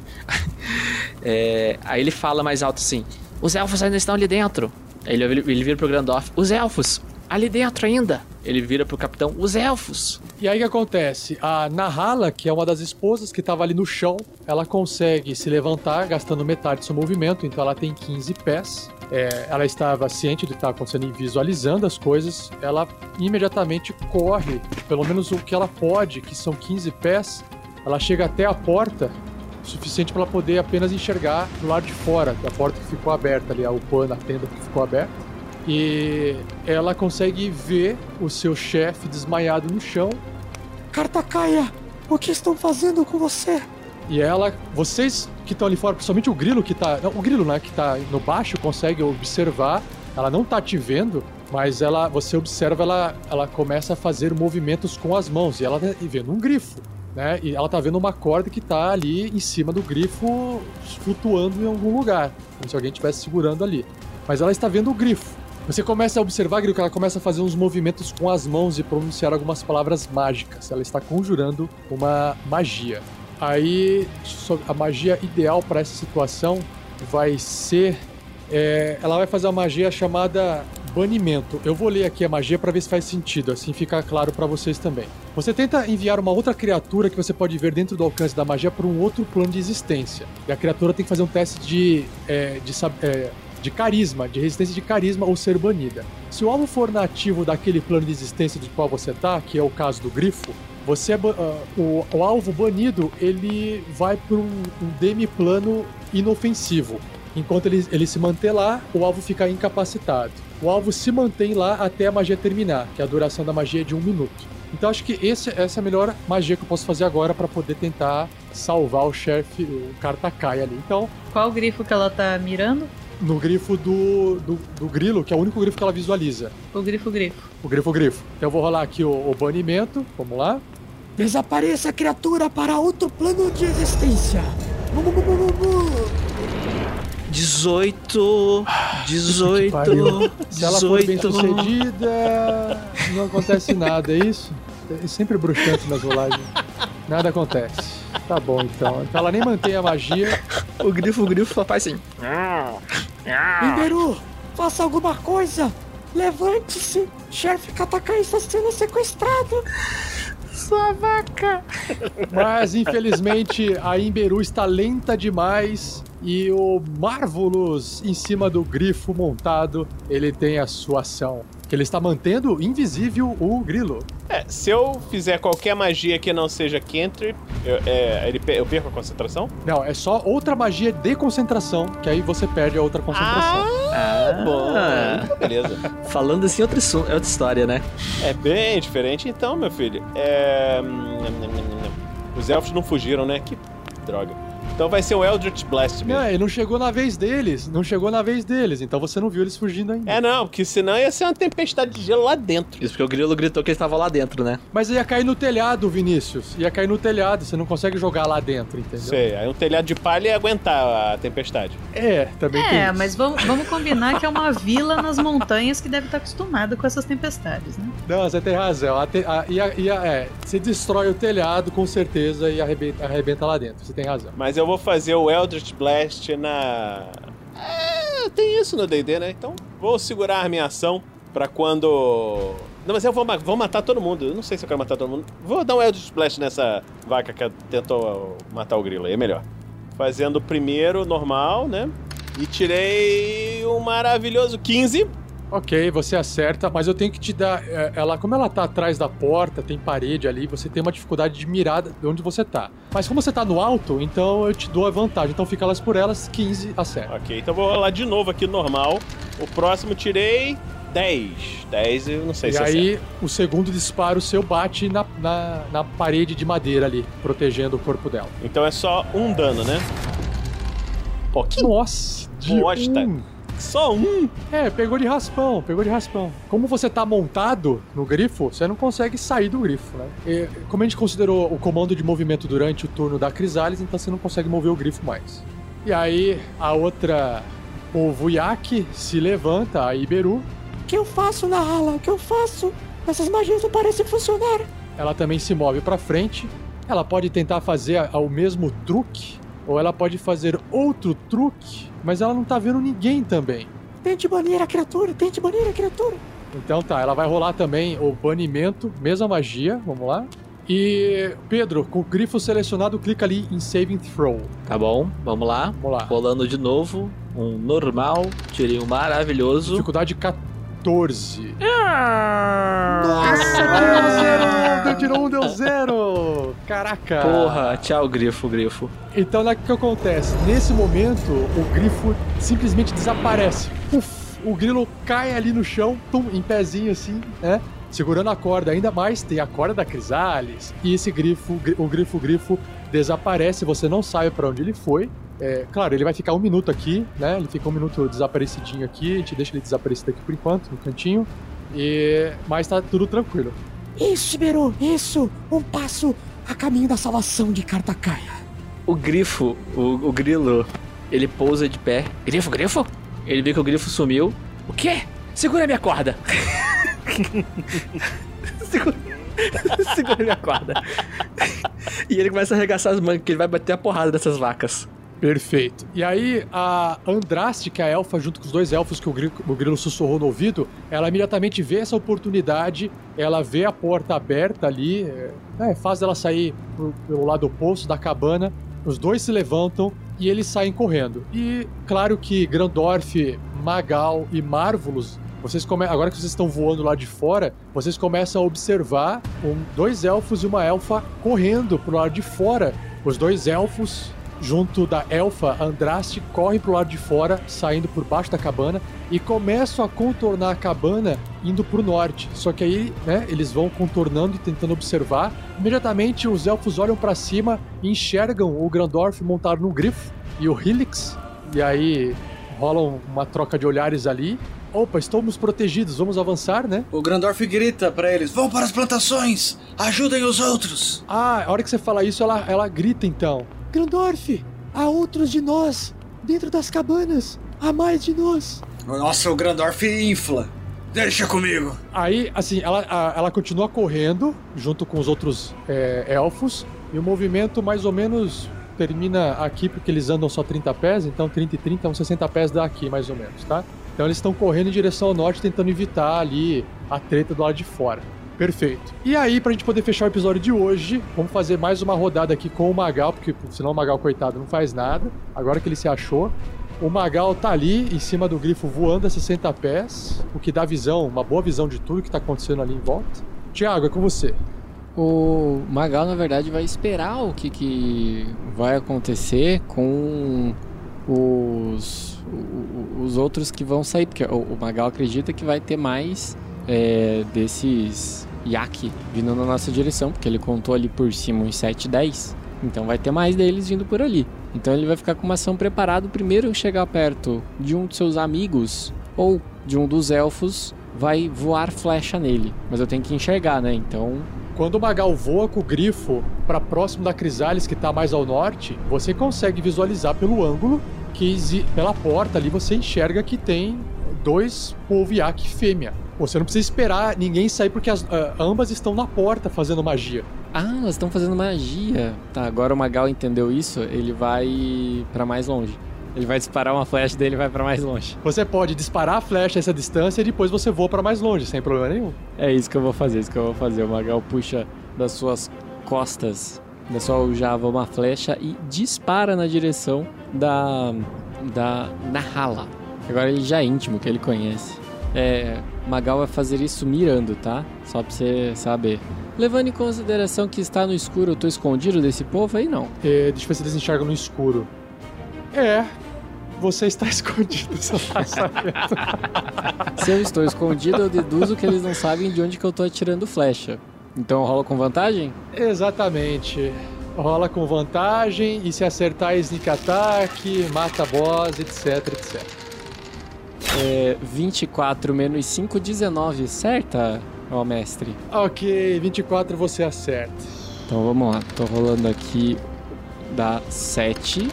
é, aí ele fala mais alto assim, os elfos ainda estão ali dentro. Aí ele, ele, ele vira pro Grandorf, os elfos, ali dentro ainda. Ele vira pro capitão, os elfos. E aí o que acontece? A Nahala, que é uma das esposas que estava ali no chão, ela consegue se levantar gastando metade do seu movimento, então ela tem quinze pés. É, ela estava ciente do que estava acontecendo e visualizando as coisas. Ela imediatamente corre, pelo menos o que ela pode, que são quinze pés. Ela chega até a porta, o suficiente para ela poder apenas enxergar do lado de fora, da porta que ficou aberta ali, o pano, a tenda que ficou aberta. E ela consegue ver o seu chefe desmaiado no chão. Kartakaia, o que estão fazendo com você? E ela, vocês que estão ali fora, principalmente o grilo que tá, não, o grilo, né, que tá no baixo, consegue observar. Ela não tá te vendo, mas ela, você observa, ela, ela começa a fazer movimentos com as mãos. E ela tá vendo um grifo, né? E ela tá vendo uma corda que tá ali em cima do grifo, flutuando em algum lugar, como se alguém estivesse segurando ali. Mas ela está vendo o grifo. Você começa a observar, Grilo, que ela começa a fazer uns movimentos com as mãos e pronunciar algumas palavras mágicas. Ela está conjurando uma magia. Aí, a magia ideal para essa situação vai ser É, ela vai fazer uma magia chamada banimento. Eu vou ler aqui a magia para ver se faz sentido, assim fica claro para vocês também. Você tenta enviar uma outra criatura que você pode ver dentro do alcance da magia para um outro plano de existência. E a criatura tem que fazer um teste de, é, de, é, de carisma, de resistência de carisma ou ser banida. Se o alvo for nativo daquele plano de existência do qual você tá, que é o caso do grifo, você é, uh, o, o alvo banido ele vai para um, um demiplano inofensivo. Enquanto ele, ele se manter lá, o alvo fica incapacitado. O alvo se mantém lá até a magia terminar, que a duração da magia é de um minuto. Então acho que esse, essa é a melhor magia que eu posso fazer agora para poder tentar salvar o chefe, o Kartakai ali. Então, qual grifo que ela tá mirando? No grifo do, do, do grilo, que é o único grifo que ela visualiza. O grifo grifo. O grifo grifo. Então eu vou rolar aqui o, o banimento. Vamos lá. Desapareça a criatura para outro plano de existência. dezoito. dezoito. Se ela for bem sucedida, não acontece nada, é isso? É sempre bruxante nas rolagens. Nada acontece. Tá bom, então. Então ela nem mantém a magia. O grifo, o grifo só faz assim. Imberu, faça alguma coisa. Levante-se. Chefe Kartakai está sendo sequestrado. Sua vaca. Mas, infelizmente, a Imberu está lenta demais e o Marvelous, em cima do grifo montado, ele tem a sua ação. Que ele está mantendo invisível o grilo. É, se eu fizer qualquer magia que não seja cantrip, eu, é, ele, eu perco a concentração? Não, é só outra magia de concentração, que aí você perde a outra concentração. Ah, bom. Então, beleza. Falando assim, outra, é outra história, né? É bem diferente então, meu filho. É... Os elfos não fugiram, né? Que droga. Então vai ser o Eldritch Blast mesmo. Não, ele não chegou na vez deles. Não chegou na vez deles. Então você não viu eles fugindo ainda. É, não. Porque senão ia ser uma tempestade de gelo lá dentro. Isso porque o grilo gritou que eles estavam lá dentro, né? Mas ia cair no telhado, Vinícius. Ia cair no telhado. Você não consegue jogar lá dentro, entendeu? Sei. Aí um telhado de palha ia aguentar a tempestade. É, também é, tem É, isso. mas vamos, vamos combinar que é uma vila nas montanhas que deve estar acostumada com essas tempestades, né? Não, você tem razão. A te, a, ia, ia, é, você destrói o telhado, com certeza, e arrebenta, arrebenta lá dentro. Você tem razão. Mas eu vou fazer o Eldritch Blast na... É, tem isso no D e D, né? Então vou segurar a minha ação pra quando... Não, mas eu vou, vou matar todo mundo. Eu não sei se eu quero matar todo mundo. Vou dar um Eldritch Blast nessa vaca que tentou matar o grilo aí, é melhor. Fazendo o primeiro normal, né? E tirei um maravilhoso quinze. Ok, você acerta, mas eu tenho que te dar... Ela, como ela tá atrás da porta, tem parede ali, você tem uma dificuldade de mirada de onde você tá. Mas como você tá no alto, então eu te dou a vantagem. Então fica elas por elas, quinze acerta. Ok, então vou rolar de novo aqui normal. O próximo tirei dez. dez eu não sei e se aí, acerta. o segundo disparo seu bate na, na, na parede de madeira ali, protegendo o corpo dela. Então é só um dano, né? Pouquinho. Nossa, de bosta. Um. Só um? É, pegou de raspão, pegou de raspão. Como você tá montado no grifo, você não consegue sair do grifo, né? E, como a gente considerou o comando de movimento durante o turno da Crisales, então você não consegue mover o grifo mais. E aí, a outra, o Vuyak, se levanta, a Iberu. O que eu faço, Nahala? O que eu faço? Essas magias não parecem funcionar. Ela também se move pra frente. Ela pode tentar fazer o mesmo truque, ou ela pode fazer outro truque, mas ela não tá vendo ninguém também. Tente banir a criatura, tente banir a criatura. Então tá, ela vai rolar também o banimento, mesma magia, vamos lá. E, Pedro, com o grifo selecionado, clica ali em Saving Throw. Tá bom, vamos lá. Vamos lá. Rolando de novo, um normal, tirei um maravilhoso. Dificuldade quatorze. Nossa, deu zero! Tirou um, deu zero! Caraca! Porra, tchau, grifo, grifo. Então, o que acontece? Nesse momento, o grifo simplesmente desaparece. Uf, o grilo cai ali no chão, tum, em pezinho assim, né? Segurando a corda, ainda mais tem a corda da Crisales. E esse grifo, o grifo, grifo desaparece, você não sabe pra onde ele foi. É, claro, ele vai ficar um minuto aqui, né? Ele fica um minuto desaparecidinho aqui, a gente deixa ele desaparecido aqui por enquanto, no cantinho. E... Mas tá tudo tranquilo. Isso, Iberu, isso! Um passo a caminho da salvação de Kartakai. O grifo, o, o grilo, ele pousa de pé. Grifo, grifo? Ele vê que o grifo sumiu. O quê? Segura minha corda! Segura... Segura minha corda. E ele começa a arregaçar as mangas, que ele vai bater a porrada dessas vacas. Perfeito. E aí, a Andraste, que é a elfa, junto com os dois elfos que o grilo, o grilo sussurrou no ouvido, ela imediatamente vê essa oportunidade, ela vê a porta aberta ali, é, é fácil ela sair pro, pelo lado oposto da cabana, os dois se levantam e eles saem correndo. E claro que Grandorf, Magal e Marvulus, vocês come... agora que vocês estão voando lá de fora, vocês começam a observar um, dois elfos e uma elfa correndo pro lado de fora. Os dois elfos, junto da elfa Andraste, correm pro lado de fora, saindo por baixo da cabana e começam a contornar a cabana indo pro norte. Só que aí, né, eles vão contornando e tentando observar. Imediatamente os elfos olham para cima e enxergam o Grandorf montado no grifo e o Helix. E aí rola uma troca de olhares ali. Opa, estamos protegidos, vamos avançar, né? O Grandorf grita pra eles: vão para as plantações, ajudem os outros. Ah, a hora que você fala isso, ela, ela grita então: Grandorf, há outros de nós dentro das cabanas, há mais de nós. Nossa, o Grandorf infla. Deixa comigo. Aí, assim, ela, a, ela continua correndo junto com os outros é, elfos e o movimento mais ou menos termina aqui porque eles andam só trinta pés, então trinta e trinta, uns sessenta pés daqui mais ou menos, tá? Então eles estão correndo em direção ao norte, tentando evitar ali a treta do lado de fora. Perfeito. E aí, pra gente poder fechar o episódio de hoje, vamos fazer mais uma rodada aqui com o Magal, porque senão o Magal, coitado, não faz nada. Agora que ele se achou, o Magal tá ali em cima do grifo voando a sessenta pés, o que dá visão, uma boa visão de tudo que tá acontecendo ali em volta. Thiago, é com você. O Magal, na verdade, vai esperar o que, que vai acontecer com os, os outros que vão sair, porque o Magal acredita que vai ter mais é, desses Yak vindo na nossa direção, porque ele contou ali por cima uns sete, dez, então vai ter mais deles vindo por ali. Então ele vai ficar com uma ação preparado, primeiro chegar perto de um de seus amigos ou de um dos elfos, vai voar flecha nele, mas eu tenho que enxergar, né, então... Quando o Magal voa com o grifo para próximo da Crisales, que está mais ao norte, você consegue visualizar pelo ângulo que pela porta ali você enxerga que tem dois polviac fêmea. Você não precisa esperar ninguém sair porque as, uh, ambas estão na porta fazendo magia. Ah, elas estão fazendo magia. Tá, agora o Magal entendeu isso, ele vai para mais longe. Ele vai disparar uma flecha dele e vai pra mais longe. Você pode disparar a flecha a essa distância e depois você voa pra mais longe, sem problema nenhum. É isso que eu vou fazer, isso que eu vou fazer. O Magal puxa das suas costas da sua aljava uma flecha e dispara na direção da... da Nahala. Agora ele já é íntimo, que ele conhece. É... Magal vai fazer isso mirando, tá? Só pra você saber. Levando em consideração que está no escuro, eu tô escondido desse povo aí, não. É, deixa eu ver se eles enxergam no escuro. É... Você está escondido, você tá sabendo. Se eu estou escondido, eu deduzo que eles não sabem de onde que eu tô atirando flecha. Então rola com vantagem? Exatamente. Rola com vantagem e se acertar sneak attack, mata boss, etc, etcétera. É, vinte e quatro menos cinco, dezenove, certa, ó mestre? Ok, vinte e quatro você acerta. Então vamos lá, tô rolando aqui, dá sete...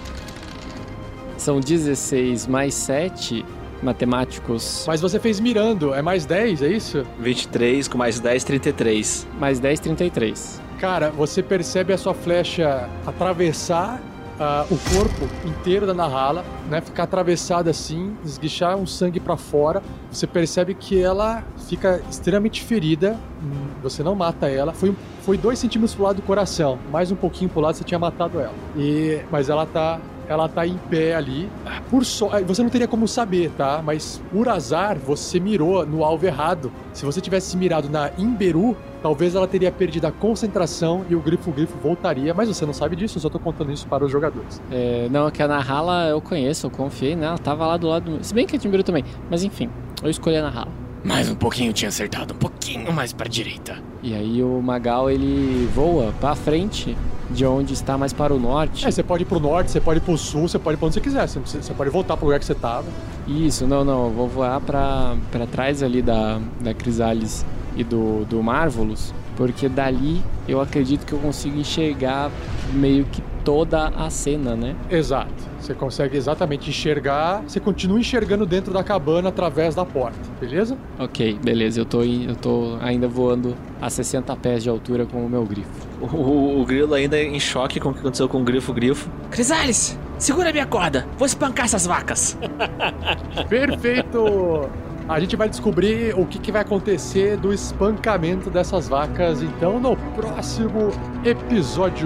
São dezesseis mais sete matemáticos. Mas você fez mirando, é mais dez, é isso? vinte e três com mais dez, trinta e três. Mais dez, trinta e três. Cara, você percebe a sua flecha atravessar uh, o corpo inteiro da Nahala, né? Ficar atravessada assim, esguichar um sangue pra fora. Você percebe que ela fica extremamente ferida. Você não mata ela. Foi, foi dois centímetros pro lado do coração. Mais um pouquinho pro lado, você tinha matado ela. E, mas ela tá... Ela tá em pé ali. Por so... Você não teria como saber, tá? Mas por azar, você mirou no alvo errado. Se você tivesse mirado na Imberu, talvez ela teria perdido a concentração e o grifo-grifo voltaria. Mas você não sabe disso, eu só tô contando isso para os jogadores. É, não, que a Nahala eu conheço, eu confiei, né? Ela tava lá do lado... Se bem que a Imberu também. Mas enfim, eu escolhi a Nahala. Mais um pouquinho tinha acertado, um pouquinho mais pra direita. E aí o Magal, ele voa pra frente de onde está mais para o norte. É, você pode ir pro norte, você pode ir pro sul, você pode ir pra onde você quiser. Você, você pode voltar pro lugar que você tava. Isso, não, não. Eu vou voar pra, pra trás ali da, da Crisales e do, do Marvulus, porque dali eu acredito que eu consigo enxergar meio que toda a cena, né? Exato. Você consegue exatamente enxergar, você continua enxergando dentro da cabana através da porta, beleza? Ok, beleza. Eu tô, eu tô ainda voando a sessenta pés de altura com o meu grifo. O, o, o grilo ainda em choque com o que aconteceu com o grifo-grifo. Crisales, Segura minha corda, vou espancar essas vacas. Perfeito! A gente vai descobrir o que, que vai acontecer do espancamento dessas vacas, então, no próximo episódio.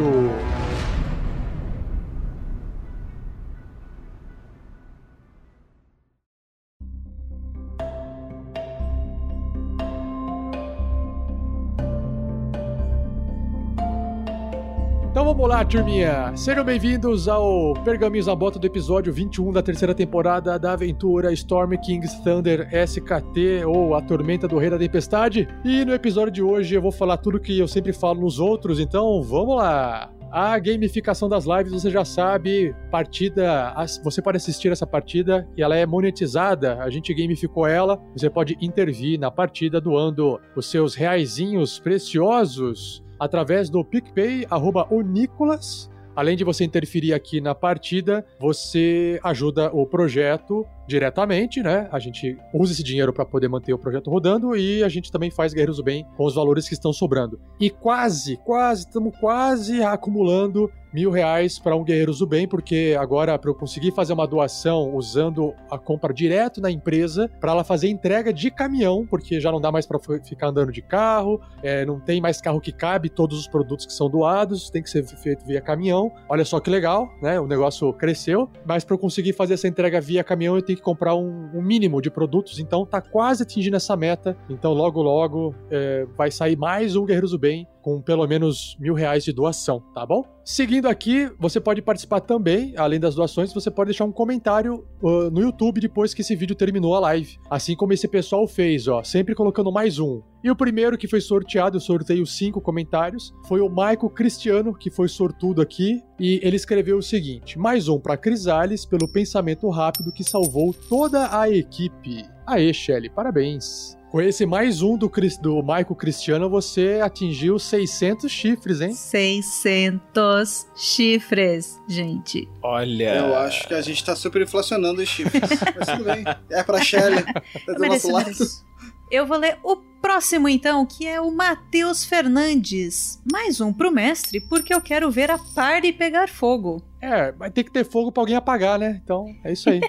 Então vamos lá, turminha. Sejam bem-vindos ao Pergaminhos na Bota do episódio vinte e um da terceira temporada da aventura Storm King's Thunder S K T, ou A Tormenta do Rei da Tempestade. E no episódio de hoje eu vou falar tudo que eu sempre falo nos outros, então vamos lá. A gamificação das lives, você já sabe, partida, você pode assistir essa partida e ela é monetizada, a gente gamificou ela, você pode intervir na partida doando os seus reaisinhos preciosos através do PicPay, arroba o Nicolas. Além de você interferir aqui na partida, você ajuda o projeto diretamente, né? A gente usa esse dinheiro para poder manter o projeto rodando e a gente também faz Guerreiros do Bem com os valores que estão sobrando. E quase, quase, estamos quase acumulando mil reais para um Guerreiros do Bem, porque agora para eu conseguir fazer uma doação usando a compra direto na empresa, para ela fazer entrega de caminhão, porque já não dá mais para ficar andando de carro, é, não tem mais carro que cabe todos os produtos que são doados, tem que ser feito via caminhão. Olha só que legal, né? O negócio cresceu, mas para eu conseguir fazer essa entrega via caminhão eu tenho que comprar um, um mínimo de produtos, então tá quase atingindo essa meta, então logo logo é, vai sair mais um Guerreiros do Bem com pelo menos mil reais de doação, tá bom? Seguindo aqui, você pode participar também, além das doações, você pode deixar um comentário uh, no YouTube depois que esse vídeo terminou a live, assim como esse pessoal fez, ó, sempre colocando mais um. E o primeiro que foi sorteado, eu sorteio cinco comentários, foi o Maico Cristiano, que foi sortudo aqui, e ele escreveu o seguinte: mais um para Crisales pelo pensamento rápido que salvou toda a equipe. Aê, Shelly, parabéns! Com esse mais um do, do Maico Cristiano, você atingiu seiscentos chifres, hein? seiscentos chifres, gente. Olha... Eu acho que a gente tá super inflacionando os chifres. Mas tudo bem. É pra Shelly. É do nosso lado. Eu vou ler o próximo, então, que é o Matheus Fernandes. Mais um pro mestre, porque eu quero ver a party pegar fogo. É, vai ter que ter fogo pra alguém apagar, né? Então, é isso aí.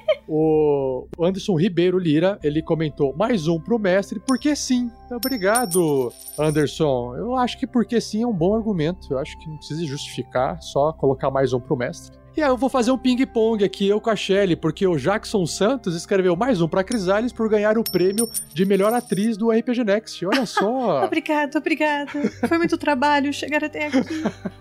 O Anderson Ribeiro Lira, ele comentou, mais um pro mestre, porque sim. Então, obrigado, Anderson. Eu acho que porque sim é um bom argumento. Eu acho que não precisa justificar, só colocar mais um pro mestre. E aí eu vou fazer um ping-pong aqui, eu com a Shelly, porque o Jackson Santos escreveu mais um pra Crisales por ganhar o prêmio de melhor atriz do R P G Next. Olha só. Obrigado, obrigado. Foi muito trabalho chegar até aqui.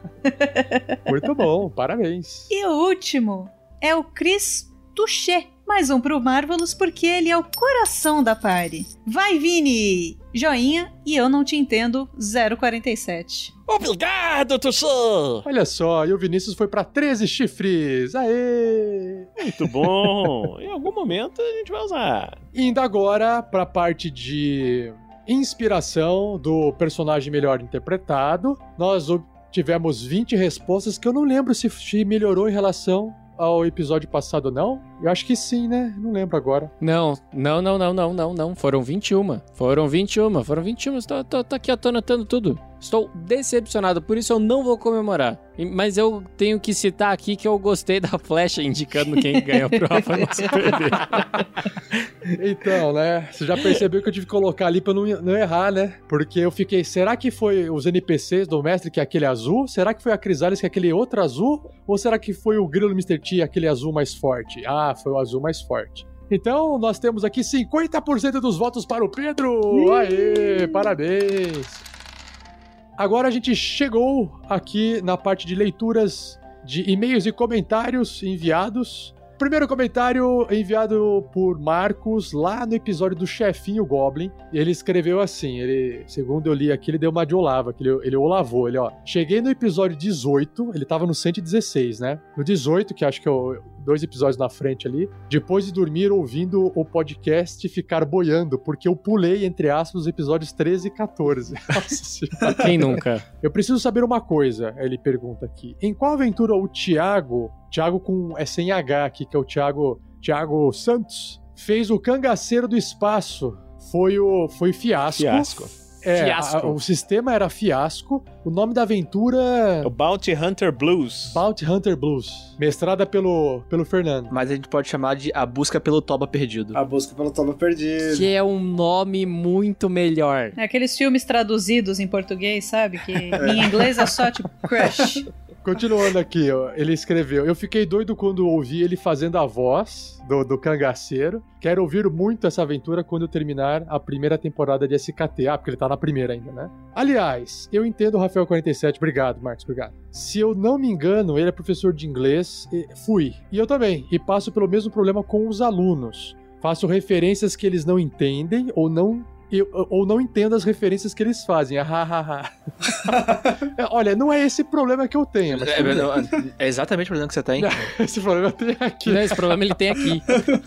Muito bom, parabéns. E o último é o Chris Touché. Mais um pro Marvelous, porque ele é o coração da party. Vai, Vini! Joinha e eu não te entendo, zero quarenta e sete. Obrigado, Touché! Olha só, e o Vinícius foi pra treze chifres. Aê! Muito bom! Em algum momento a gente vai usar. Indo agora pra parte de inspiração do personagem melhor interpretado. Nós tivemos vinte respostas que eu não lembro se melhorou em relação ao episódio passado, não? Eu acho que sim, né? Não lembro agora. Não, não, não, não, não, não, não. Foram vinte e um. Foram vinte e um. Foram vinte e um. Tô, tô, tô aqui, eu tô anotando tudo. Estou decepcionado, por isso eu não vou comemorar. Mas eu tenho que citar aqui que eu gostei da flecha indicando quem ganha a prova pra não se perder. Então, né? Você já percebeu que eu tive que colocar ali pra não, não errar, né? Porque eu fiquei, será que foi os N P Cs do mestre que é aquele azul? Será que foi a Crisales que é aquele outro azul? Ou será que foi o Grilo mister T aquele azul mais forte? Ah, foi o azul mais forte. Então, nós temos aqui cinquenta por cento dos votos para o Pedro! Aê, parabéns! Agora a gente chegou aqui na parte de leituras de e-mails e comentários enviados. Primeiro comentário enviado por Marcos lá no episódio do Chefinho Goblin. Ele escreveu assim, ele, segundo eu li aqui, ele deu uma de Olava, que ele, ele olavou, ele ó. Cheguei no episódio dezoito, ele tava no cento e dezesseis, né? No dezoito, que acho que é o, dois episódios na frente ali, depois de dormir ouvindo o podcast e ficar boiando, porque eu pulei, entre aspas, os episódios treze e quatorze. Nossa senhora. Quem nunca? Eu preciso saber uma coisa, ele pergunta aqui. Em qual aventura o Thiago, Thiago com, é sem H aqui, que é o Thiago, Thiago Santos, fez o Cangaceiro do Espaço? Foi o foi fiasco. Fiasco. É, Fiasco. a- o sistema era Fiasco. O nome da aventura... O Bounty Hunter Blues. Bounty Hunter Blues. Mestrada pelo, pelo Fernando. Mas a gente pode chamar de A Busca pelo Toba Perdido. A busca pelo Toba Perdido. Que é um nome muito melhor. É aqueles filmes traduzidos em português, sabe? Que em inglês é só tipo Crush. Continuando aqui, ó, ele escreveu: eu fiquei doido quando ouvi ele fazendo a voz do, do cangaceiro. Quero ouvir muito essa aventura quando eu terminar a primeira temporada de S K T. Ah, porque ele tá na primeira ainda, né? Aliás, eu entendo o Rafael quarenta e sete. Obrigado, Marcos, obrigado. Se eu não me engano, ele é professor de inglês. E fui. E eu também. E passo pelo mesmo problema com os alunos. Faço referências que eles não entendem ou não... Eu, ou não entendo as referências que eles fazem. Ah, ah, ah. É, olha, não é esse problema que eu tenho. Mas É, é, é exatamente o problema que você tem. esse problema eu tenho aqui. Não, esse problema ele tem aqui.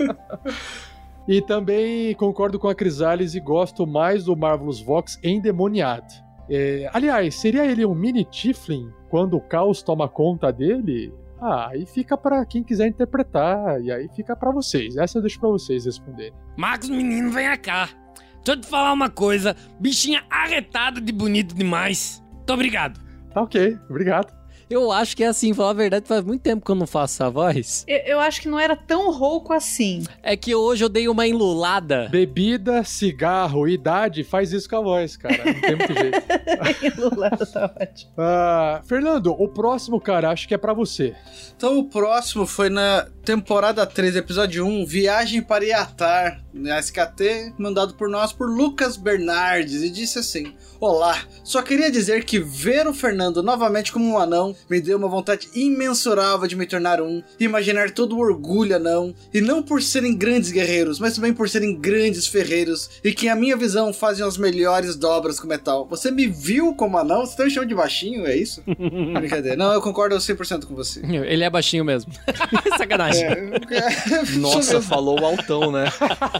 E também concordo com a Crisales e gosto mais do Marvelous Vox endemoniado. É, aliás, seria ele um mini Tiflin quando o caos toma conta dele? Ah, aí fica pra quem quiser interpretar. E aí fica pra vocês. Essa eu deixo pra vocês responderem. Marcos, menino, vem cá. Deixa eu te falar uma coisa. Bichinha arretada de bonito demais. Muito obrigado. Tá ok, obrigado. Eu acho que é assim, falar a verdade, faz muito tempo que eu não faço essa voz. Eu, eu acho que não era tão rouco assim. É que hoje eu dei uma enlulada. Bebida, cigarro, idade, faz isso com a voz, cara. Não tem muito jeito. Enlulada tá ótimo. Ah, Fernando, o próximo, cara, acho que é pra você. Então o próximo foi na temporada três, episódio um, Viagem para Iatar, na S K T, mandado por nós por Lucas Bernardes, e disse assim: olá, só queria dizer que ver o Fernando novamente como um anão me deu uma vontade imensurável de me tornar um, e imaginar todo o orgulho anão, e não por serem grandes guerreiros, mas também por serem grandes ferreiros, e que a minha visão fazem as melhores dobras com metal. Você me viu como anão? Você tá me chamando de baixinho, é isso? Brincadeira. Não, eu concordo cem por cento com você. Ele é baixinho mesmo. Sacanagem. É, Nossa, falou altão, né?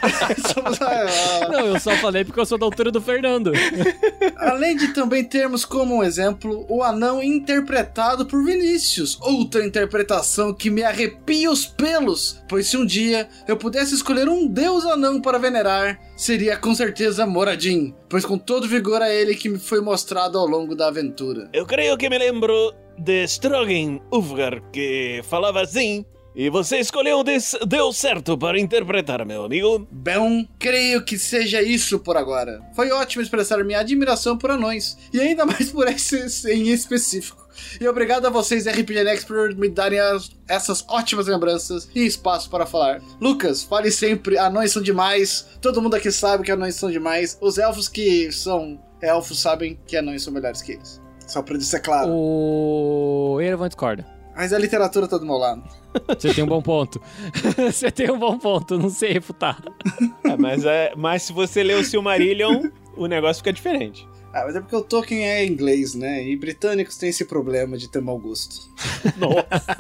Não, eu só falei porque eu sou da altura do Fernando. Além de também termos como um exemplo o anão interpretado por Vinícius, outra interpretação que me arrepia os pelos, pois se um dia eu pudesse escolher um deus anão para venerar, seria com certeza Moradin, pois com todo vigor a ele que me foi mostrado ao longo da aventura. Eu creio que me lembro de Strogan Ufgar, que falava assim. E você escolheu o des- Deus certo para interpretar, meu amigo. Bem, creio que seja isso por agora. Foi ótimo expressar minha admiração por anões, e ainda mais por esse em específico. E obrigado a vocês, R P G Next, por me darem as, essas ótimas lembranças e espaço para falar. Lucas, fale sempre, anões são demais. Todo mundo aqui sabe que anões são demais. Os elfos que são elfos sabem que anões são melhores que eles. Só pra isso é claro. O Erevan discorda. Mas a literatura tá do meu lado. Você tem um bom ponto. Você tem um bom ponto, não sei refutar. É, mas, é, mas se você ler o Silmarillion, o negócio fica diferente. Ah, mas é porque o Tolkien é inglês, né? E britânicos têm esse problema de ter mau gosto. Nossa!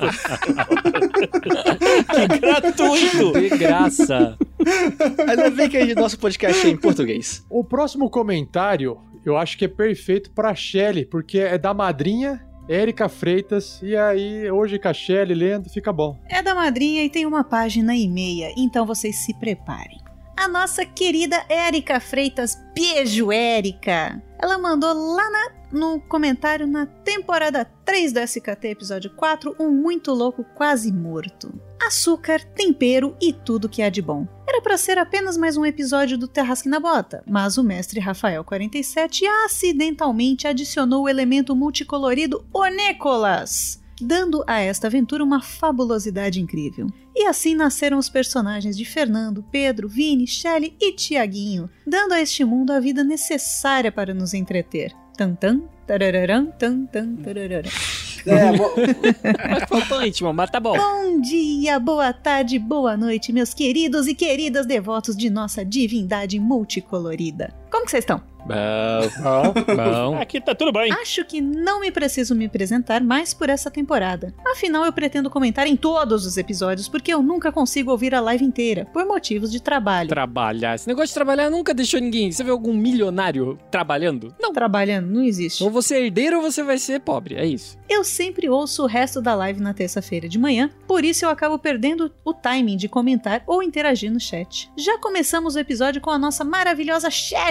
Que gratuito! Que graça! Ainda bem que o nosso podcast é em português. O próximo comentário, eu acho que é perfeito pra Shelly, porque é da madrinha Érica Freitas, e aí hoje com a Shelly lendo fica bom. É da madrinha e tem uma página e meia, então vocês se preparem. A nossa querida Érica Freitas, beijo Érica! Ela mandou lá na, no comentário na temporada três do S K T, episódio quatro, um muito louco quase morto. Açúcar, tempero e tudo que há de bom. Era pra ser apenas mais um episódio do Terrasque na Bota, mas o mestre Rafael quarenta e sete acidentalmente adicionou o elemento multicolorido Onécolas, dando a esta aventura uma fabulosidade incrível. E assim nasceram os personagens de Fernando, Pedro, Vini, Shelly e Tiaguinho, dando a este mundo a vida necessária para nos entreter. Tan tan, tarararam, tan tan, tarararam. É, bo... Faltou íntimo, mas tá bom. Bom dia, boa tarde, boa noite, meus queridos e queridas devotos de nossa divindade multicolorida. Como que vocês estão? Bom, bom. Aqui tá tudo bem. Acho que não me preciso me apresentar mais por essa temporada. Afinal, eu pretendo comentar em todos os episódios, porque eu nunca consigo ouvir a live inteira, por motivos de trabalho. Trabalhar. Esse negócio de trabalhar nunca deixou ninguém. Você vê algum milionário trabalhando? Não, trabalhando, não existe. Ou você é herdeiro ou você vai ser pobre, é isso. Eu sempre ouço o resto da live na terça-feira de manhã, por isso eu acabo perdendo o timing de comentar ou interagir no chat. Já começamos o episódio com a nossa maravilhosa Shelly,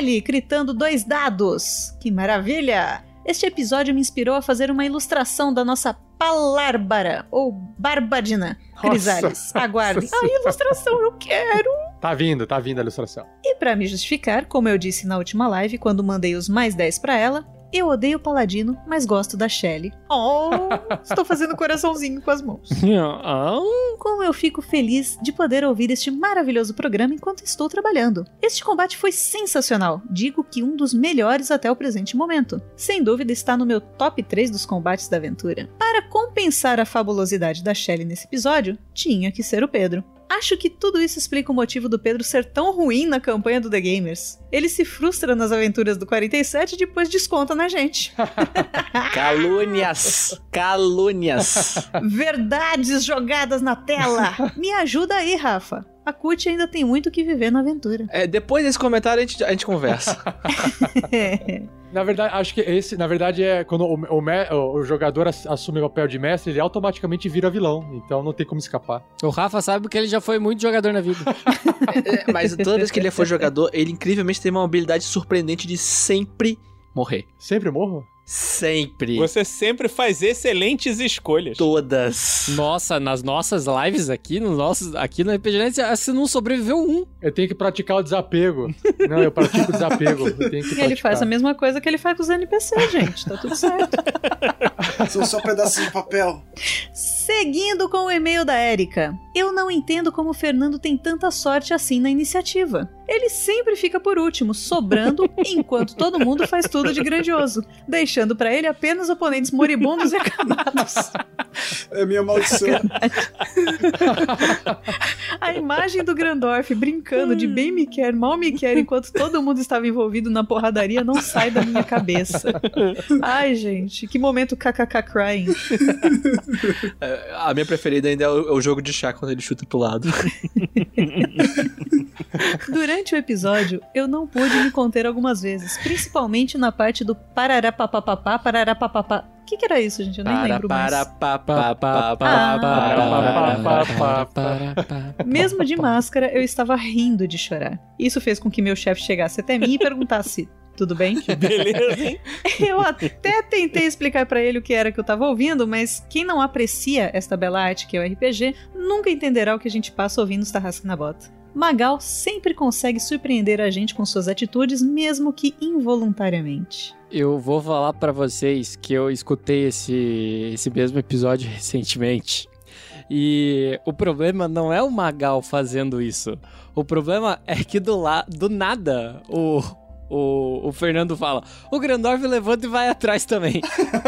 Shelly gritando dois dados. Que maravilha! Este episódio me inspirou a fazer uma ilustração da nossa Palárbara, ou Barbadina Crisales. Aguardem. A ilustração eu quero! Tá vindo, tá vindo a ilustração. E pra me justificar, como eu disse na última live, quando mandei os mais dez pra ela, eu odeio o Paladino, mas gosto da Shelly. Oh, estou fazendo coraçãozinho com as mãos. Como eu fico feliz de poder ouvir este maravilhoso programa enquanto estou trabalhando. Este combate foi sensacional. Digo que um dos melhores até o presente momento. Sem dúvida está no meu top três dos combates da aventura. Para compensar a fabulosidade da Shelly nesse episódio, tinha que ser o Pedro. Acho que tudo isso explica o motivo do Pedro ser tão ruim na campanha do The Gamers. Ele se frustra nas aventuras do quarenta e sete e depois desconta na gente. Calúnias! Calúnias! Verdades jogadas na tela! Me ajuda aí, Rafa. A Kut ainda tem muito que viver na aventura. É, depois desse comentário a gente, a gente conversa. Na verdade, acho que esse, na verdade, é quando o, o, o jogador assume o papel de mestre, ele automaticamente vira vilão. Então não tem como escapar. O Rafa sabe que ele já foi muito jogador na vida. É, mas toda vez que ele for jogador, ele incrivelmente tem uma habilidade surpreendente de sempre morrer. Sempre morro? Sempre. Você sempre faz excelentes escolhas. Todas. Nossa, nas nossas lives aqui, no nosso, aqui no R P G Next, você não sobreviveu um. Eu tenho que praticar o desapego. Não, eu pratico o desapego. Eu tenho que e ele faz a mesma coisa que ele faz com os N P C, gente. Tá tudo certo. São só pedacinhos de papel. Seguindo com o e-mail da Érica. Eu não entendo como o Fernando tem tanta sorte assim na iniciativa. Ele sempre fica por último, sobrando, enquanto todo mundo faz tudo de grandioso, deixando pra ele apenas oponentes moribundos e acamados. É minha maldição. A imagem do Grandorf brincando de bem me quer, mal me quer, enquanto todo mundo estava envolvido na porradaria, não sai da minha cabeça. Ai, gente, que momento kkk crying. A minha preferida ainda é o, é o jogo de chá quando ele chuta pro lado. Durante o episódio, eu não pude me conter algumas vezes, principalmente na parte do pararapapapá, pararapapapá. O que que era isso, gente? Eu nem lembro mais. Mesmo de máscara, eu estava rindo de chorar. Isso fez com que meu chefe chegasse até mim e perguntasse: tudo bem? Beleza, hein? Eu até tentei explicar pra ele o que era que eu tava ouvindo, mas quem não aprecia esta bela arte que é o R P G, nunca entenderá o que a gente passa ouvindo os Tarrasque na Bota. Magal sempre consegue surpreender a gente com suas atitudes, mesmo que involuntariamente. Eu vou falar pra vocês que eu escutei esse, esse mesmo episódio recentemente. E o problema não é o Magal fazendo isso. O problema é que do, la- do nada o... O, o Fernando fala, o Grandorf levanta e vai atrás também.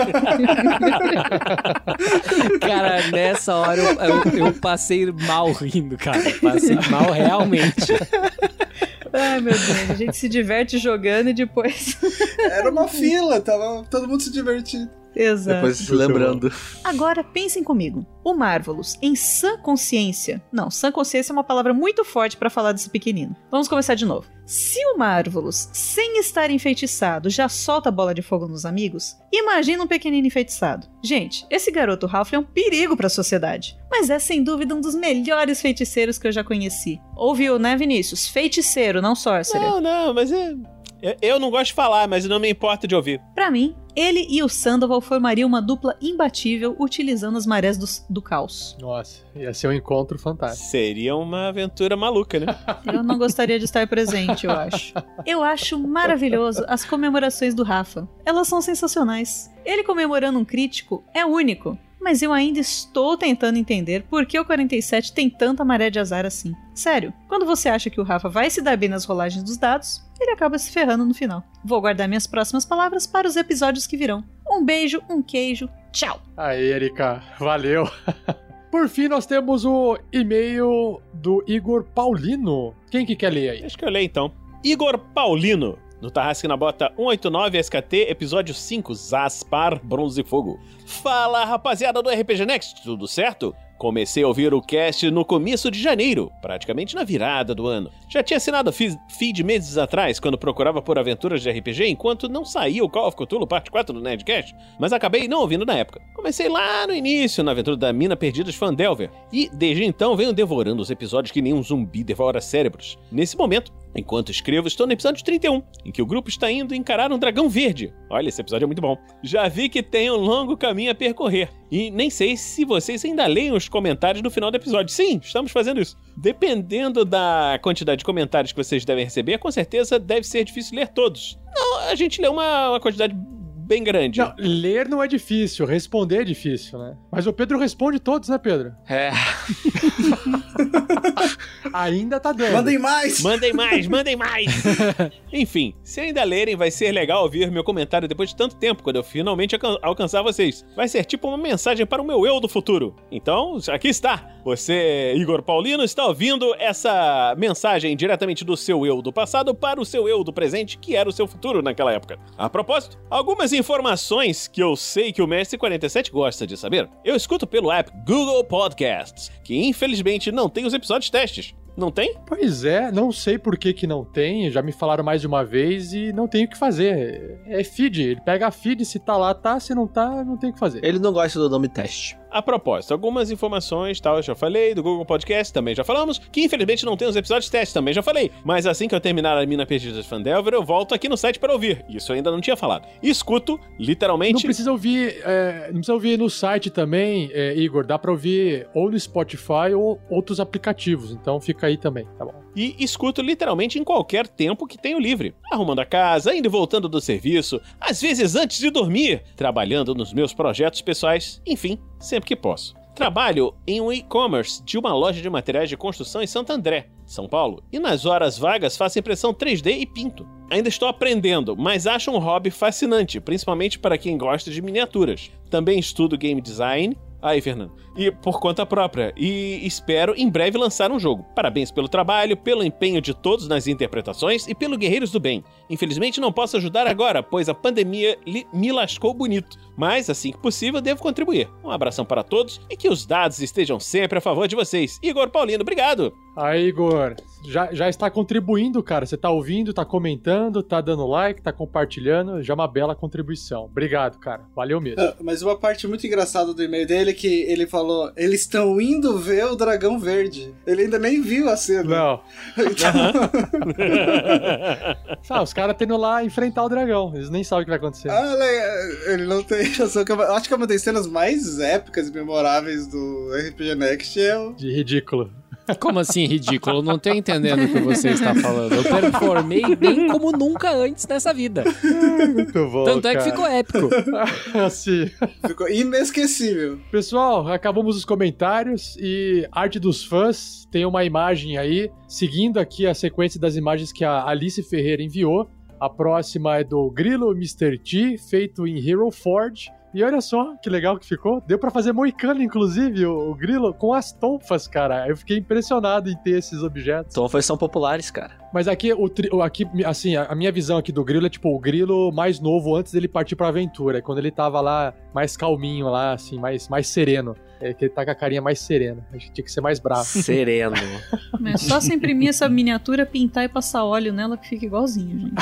Cara, nessa hora eu, eu, eu passei mal rindo, cara. Passei mal realmente. Ai, meu Deus, a gente se diverte jogando e depois... Era uma fila, tava todo mundo se divertindo. Exato. Depois se lembrando. Agora pensem comigo. O Marvelous, em sã consciência... Não, sã consciência é uma palavra muito forte pra falar desse pequenino. Vamos começar de novo. Se o Marvelous, sem estar enfeitiçado, já solta a bola de fogo nos amigos, imagina um pequenino enfeitiçado. Gente, esse garoto Ralph é um perigo pra sociedade. Mas é sem dúvida um dos melhores feiticeiros que eu já conheci. Ouviu, né, Vinícius? Feiticeiro, não sorcerer. Não, não, mas é... Eu não gosto de falar, mas não me importa de ouvir. Pra mim, ele e o Sandoval formariam uma dupla imbatível utilizando as marés do, do caos. Nossa, ia ser um encontro fantástico. Seria uma aventura maluca, né? Eu não gostaria de estar presente, eu acho. Eu acho maravilhoso as comemorações do Rafa. Elas são sensacionais. Ele comemorando um crítico é único. Mas eu ainda estou tentando entender por que o quarenta e sete tem tanta maré de azar assim. Sério, quando você acha que o Rafa vai se dar bem nas rolagens dos dados, ele acaba se ferrando no final. Vou guardar minhas próximas palavras para os episódios que virão. Um beijo, um queijo, tchau! Aí, Erika, valeu! Por fim, nós temos o e-mail do Igor Paulino. Quem que quer ler aí? Acho que eu leio então. Igor Paulino. No Tarrasque na Bota cento e oitenta e nove S K T, episódio cinco, Zaspar, Bronze e Fogo. Fala, rapaziada do R P G Next, tudo certo? Comecei a ouvir o cast no começo de janeiro, praticamente na virada do ano. Já tinha assinado feed meses atrás, quando procurava por aventuras de R P G, enquanto não saía o Call of Cthulhu parte quatro do Nerdcast, mas acabei não ouvindo na época. Comecei lá no início, na aventura da Mina Perdida de Phandelver, e desde então venho devorando os episódios que nem um zumbi devora cérebros. Nesse momento, Enquanto escrevo, estou no episódio trinta e um, em que o grupo está indo encarar um dragão verde. Olha, esse episódio é muito bom. Já vi que tem um longo caminho a percorrer. E nem sei se vocês ainda leem os comentários no final do episódio. Sim, estamos fazendo isso. Dependendo da quantidade de comentários que vocês devem receber, com certeza deve ser difícil ler todos. Não, a gente lê uma, uma quantidade bem grande. Não, ler não é difícil, responder é difícil, né? Mas o Pedro responde todos, né, Pedro? É. Ainda tá dando. Mandem mais! Mandem mais, mandem mais! Enfim, se ainda lerem, vai ser legal ouvir meu comentário depois de tanto tempo, quando eu finalmente alcan- alcançar vocês. Vai ser tipo uma mensagem para o meu eu do futuro. Então, aqui está. Você, Igor Paulino, está ouvindo essa mensagem diretamente do seu eu do passado para o seu eu do presente, que era o seu futuro naquela época. A propósito, algumas informações que eu sei que o Mestre quarenta e sete gosta de saber. Eu escuto pelo app Google Podcasts, que infelizmente não tem os episódios testes. Não tem? Pois é, não sei por que que não tem, já me falaram mais de uma vez e não tem o que fazer. É feed, ele pega a feed, se tá lá, tá, se não tá, não tem o que fazer. Ele não gosta do nome teste. A propósito, algumas informações, tal, eu já falei, do Google Podcast, também já falamos, que infelizmente não tem os episódios teste, também já falei. Mas assim que eu terminar a Mina Perdida de Fandelver, eu volto aqui no site para ouvir. Isso eu ainda não tinha falado. E escuto, literalmente... Não precisa ouvir, é, não precisa ouvir no site também, é, Igor, dá pra ouvir ou no Spotify ou outros aplicativos, então fica aí também, tá bom? E escuto literalmente em qualquer tempo que tenho livre. Arrumando a casa, indo e voltando do serviço, às vezes antes de dormir, trabalhando nos meus projetos pessoais, enfim, sempre que posso. Trabalho em um e-commerce de uma loja de materiais de construção em Santo André, São Paulo, e nas horas vagas faço impressão três D e pinto. Ainda estou aprendendo, mas acho um hobby fascinante, principalmente para quem gosta de miniaturas. Também estudo game design. Aí, Fernando. E por conta própria. E espero em breve lançar um jogo. Parabéns pelo trabalho, pelo empenho de todos nas interpretações e pelo Guerreiros do Bem. Infelizmente não posso ajudar agora, pois a pandemia li- me lascou bonito. Mas, assim que possível, devo contribuir. Um abração para todos e que os dados estejam sempre a favor de vocês. Igor Paulino, obrigado! Aí, Igor, já, já está contribuindo, cara. Você tá ouvindo, tá comentando, tá dando like, tá compartilhando. Já é uma bela contribuição. Obrigado, cara. Valeu mesmo. Ah, mas uma parte muito engraçada do e-mail dele é que ele falou, eles estão indo ver o dragão verde. Ele ainda nem viu a cena. Não. Ah, os caras tendo lá enfrentar o dragão. Eles nem sabem o que vai acontecer. Ah, ele não tem noção. Que acho que é uma das cenas mais épicas e memoráveis do R P G Next é o... De ridículo. Como assim ridículo? Eu não tô entendendo o que você está falando. Eu performei bem como nunca antes nessa vida. Muito bom, Tanto é cara. que ficou épico. Assim. Ficou inesquecível. Pessoal, acabamos os comentários e arte dos fãs. Tem uma imagem aí, seguindo aqui a sequência das imagens que a Alice Ferreira enviou. A próxima é do Grilo mister T, feito em Hero Forge. E olha só que legal que ficou. Deu pra fazer moicano, inclusive, o, o Grilo com as tonfas, cara. Eu fiquei impressionado em ter esses objetos. Tonfas são populares, cara. Mas aqui, o tri, aqui assim, a, a minha visão aqui do Grilo é tipo o Grilo mais novo antes dele partir pra aventura. Quando ele tava lá mais calminho, lá, assim, mais, mais sereno. É que ele tá com a carinha mais serena. Acho que tinha que ser mais bravo. Sereno. É só se imprimir essa miniatura, pintar e passar óleo nela que fica igualzinho, gente.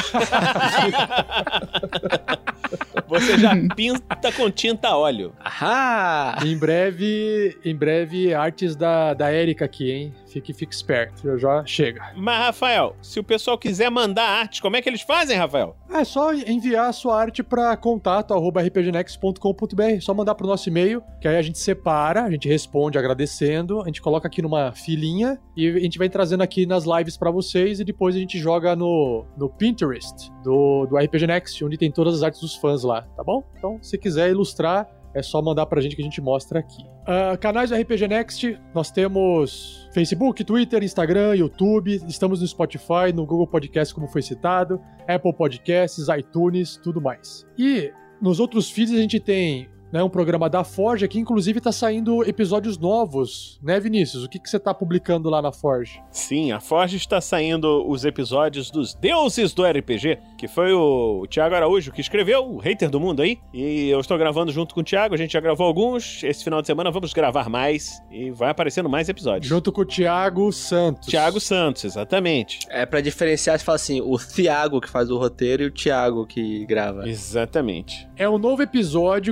Você já pinta com tinta a óleo. Ahá! Em breve, em breve, artes da, da Erika aqui, hein? Fique, fique esperto. Eu já chega. Mas, Rafael, se o pessoal quiser mandar arte, como é que eles fazem, Rafael? É só enviar a sua arte para contato arroba r p g next ponto com ponto b r. Só mandar pro nosso e-mail, que aí a gente separa, a gente responde agradecendo, a gente coloca aqui numa filinha e a gente vai trazendo aqui nas lives para vocês e depois a gente joga no, no Pinterest do, do R P G Next, onde tem todas as artes dos fãs lá, tá bom? Então, se quiser ilustrar, é só mandar pra gente que a gente mostra aqui. Uh, canais do R P G Next, nós temos Facebook, Twitter, Instagram, YouTube, estamos no Spotify, no Google Podcast, como foi citado, Apple Podcasts, iTunes, tudo mais. E nos outros feeds a gente tem, né, um programa da Forge, que inclusive tá saindo episódios novos, né, Vinícius? O que, que você tá publicando lá na Forge? Sim, a Forge está saindo os episódios dos Deuses do R P G, que foi o Thiago Araújo que escreveu, o hater do mundo aí, e eu estou gravando junto com o Thiago, a gente já gravou alguns, esse final de semana vamos gravar mais, e vai aparecendo mais episódios. Junto com o Thiago Santos. Thiago Santos, exatamente. É pra diferenciar, você fala assim, o Thiago que faz o roteiro e o Thiago que grava. Exatamente. É um novo episódio que tá, né,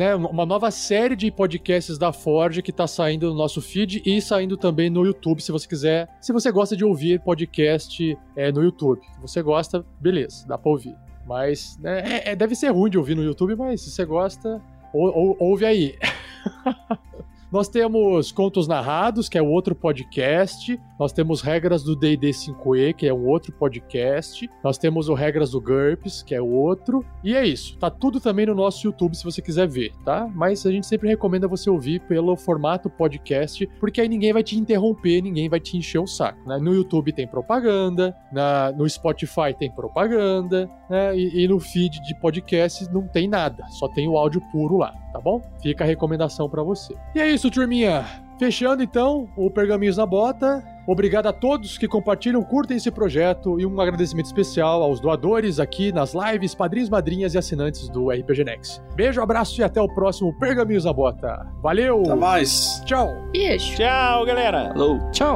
né, uma nova série de podcasts da Forge que tá saindo no nosso feed e saindo também no YouTube, se você quiser. Se você gosta de ouvir podcast é, no YouTube. Se você gosta, beleza, dá pra ouvir. Mas, né, é, é, deve ser ruim de ouvir no YouTube, mas se você gosta, ou, ou, ouve aí. Nós temos Contos Narrados, que é outro podcast. Nós temos Regras do D e D cinco E, que é um outro podcast. Nós temos o Regras do GURPS, que é outro. E é isso. Tá tudo também no nosso YouTube, se você quiser ver, tá? Mas a gente sempre recomenda você ouvir pelo formato podcast, porque aí ninguém vai te interromper, ninguém vai te encher o saco, né? No YouTube tem propaganda, na, no Spotify tem propaganda, né? E, e no feed de podcast não tem nada. Só tem o áudio puro lá, tá bom? Fica a recomendação pra você. E é isso, turminha. Fechando então o Pergaminhos na Bota. Obrigado a todos que compartilham, curtem esse projeto e um agradecimento especial aos doadores aqui nas lives, padrinhos, madrinhas e assinantes do R P G Next. Beijo, abraço e até o próximo Pergaminhos na Bota. Valeu! Até mais! Tchau! Beijo! Tchau, galera! Alô! Tchau!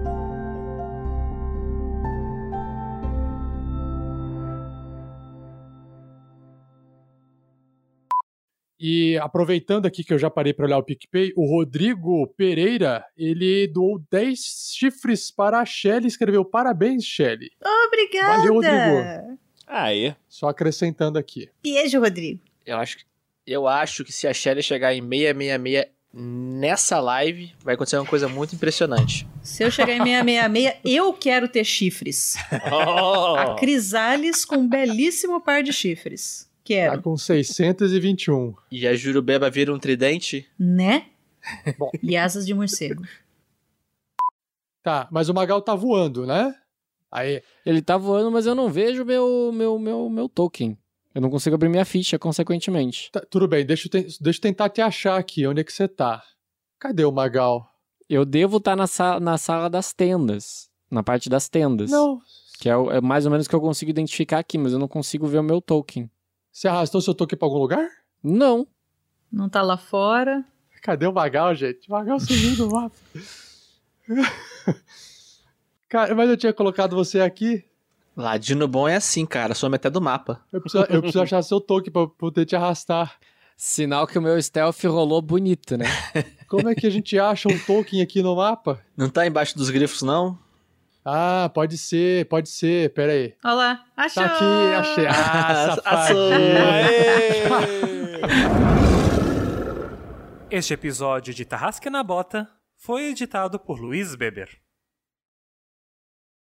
E aproveitando aqui que eu já parei para olhar o PicPay, o Rodrigo Pereira, ele doou dez chifres para a Shelly e escreveu parabéns, Shelly. Obrigada! Valeu, Rodrigo. Aí. Só acrescentando aqui. Beijo, Rodrigo. Eu acho, eu acho que se a Shelly chegar em seiscentos e sessenta e seis nessa live, vai acontecer uma coisa muito impressionante. Se eu chegar em seiscentos e sessenta e seis, eu quero ter chifres. Oh. A Crisales com um belíssimo par de chifres. Quero. Tá com seiscentos e vinte e um. E a Jurubeba vira um tridente? Né? Bom. E asas de morcego. Tá, mas o Magal tá voando, né? Aí. Ele tá voando, mas eu não vejo meu, meu, meu, meu token. Eu não consigo abrir minha ficha, consequentemente. Tá, tudo bem, deixa eu, te... deixa eu tentar te achar aqui. Onde é que você tá? Cadê o Magal? Eu devo estar na, sa- na sala das tendas. Na parte das tendas. Não. Que é, o- é mais ou menos o que eu consigo identificar aqui, mas eu não consigo ver o meu token. Você arrastou seu token pra algum lugar? Não. Não tá lá fora. Cadê o Magal, gente? O Magal sumiu do mapa. Cara, mas eu tinha colocado você aqui. Ladino bom é assim, cara. Some até do mapa. Eu preciso, eu preciso achar seu token pra poder te arrastar. Sinal que o meu stealth rolou bonito, né? Como é que a gente acha um token aqui no mapa? Não tá embaixo dos grifos, não? Ah, pode ser, pode ser. Pera aí. Olha lá. Achou! Tá aqui, achei. Ah, safadinho. Este episódio de Tarrasque na Bota foi editado por Luiz Beber.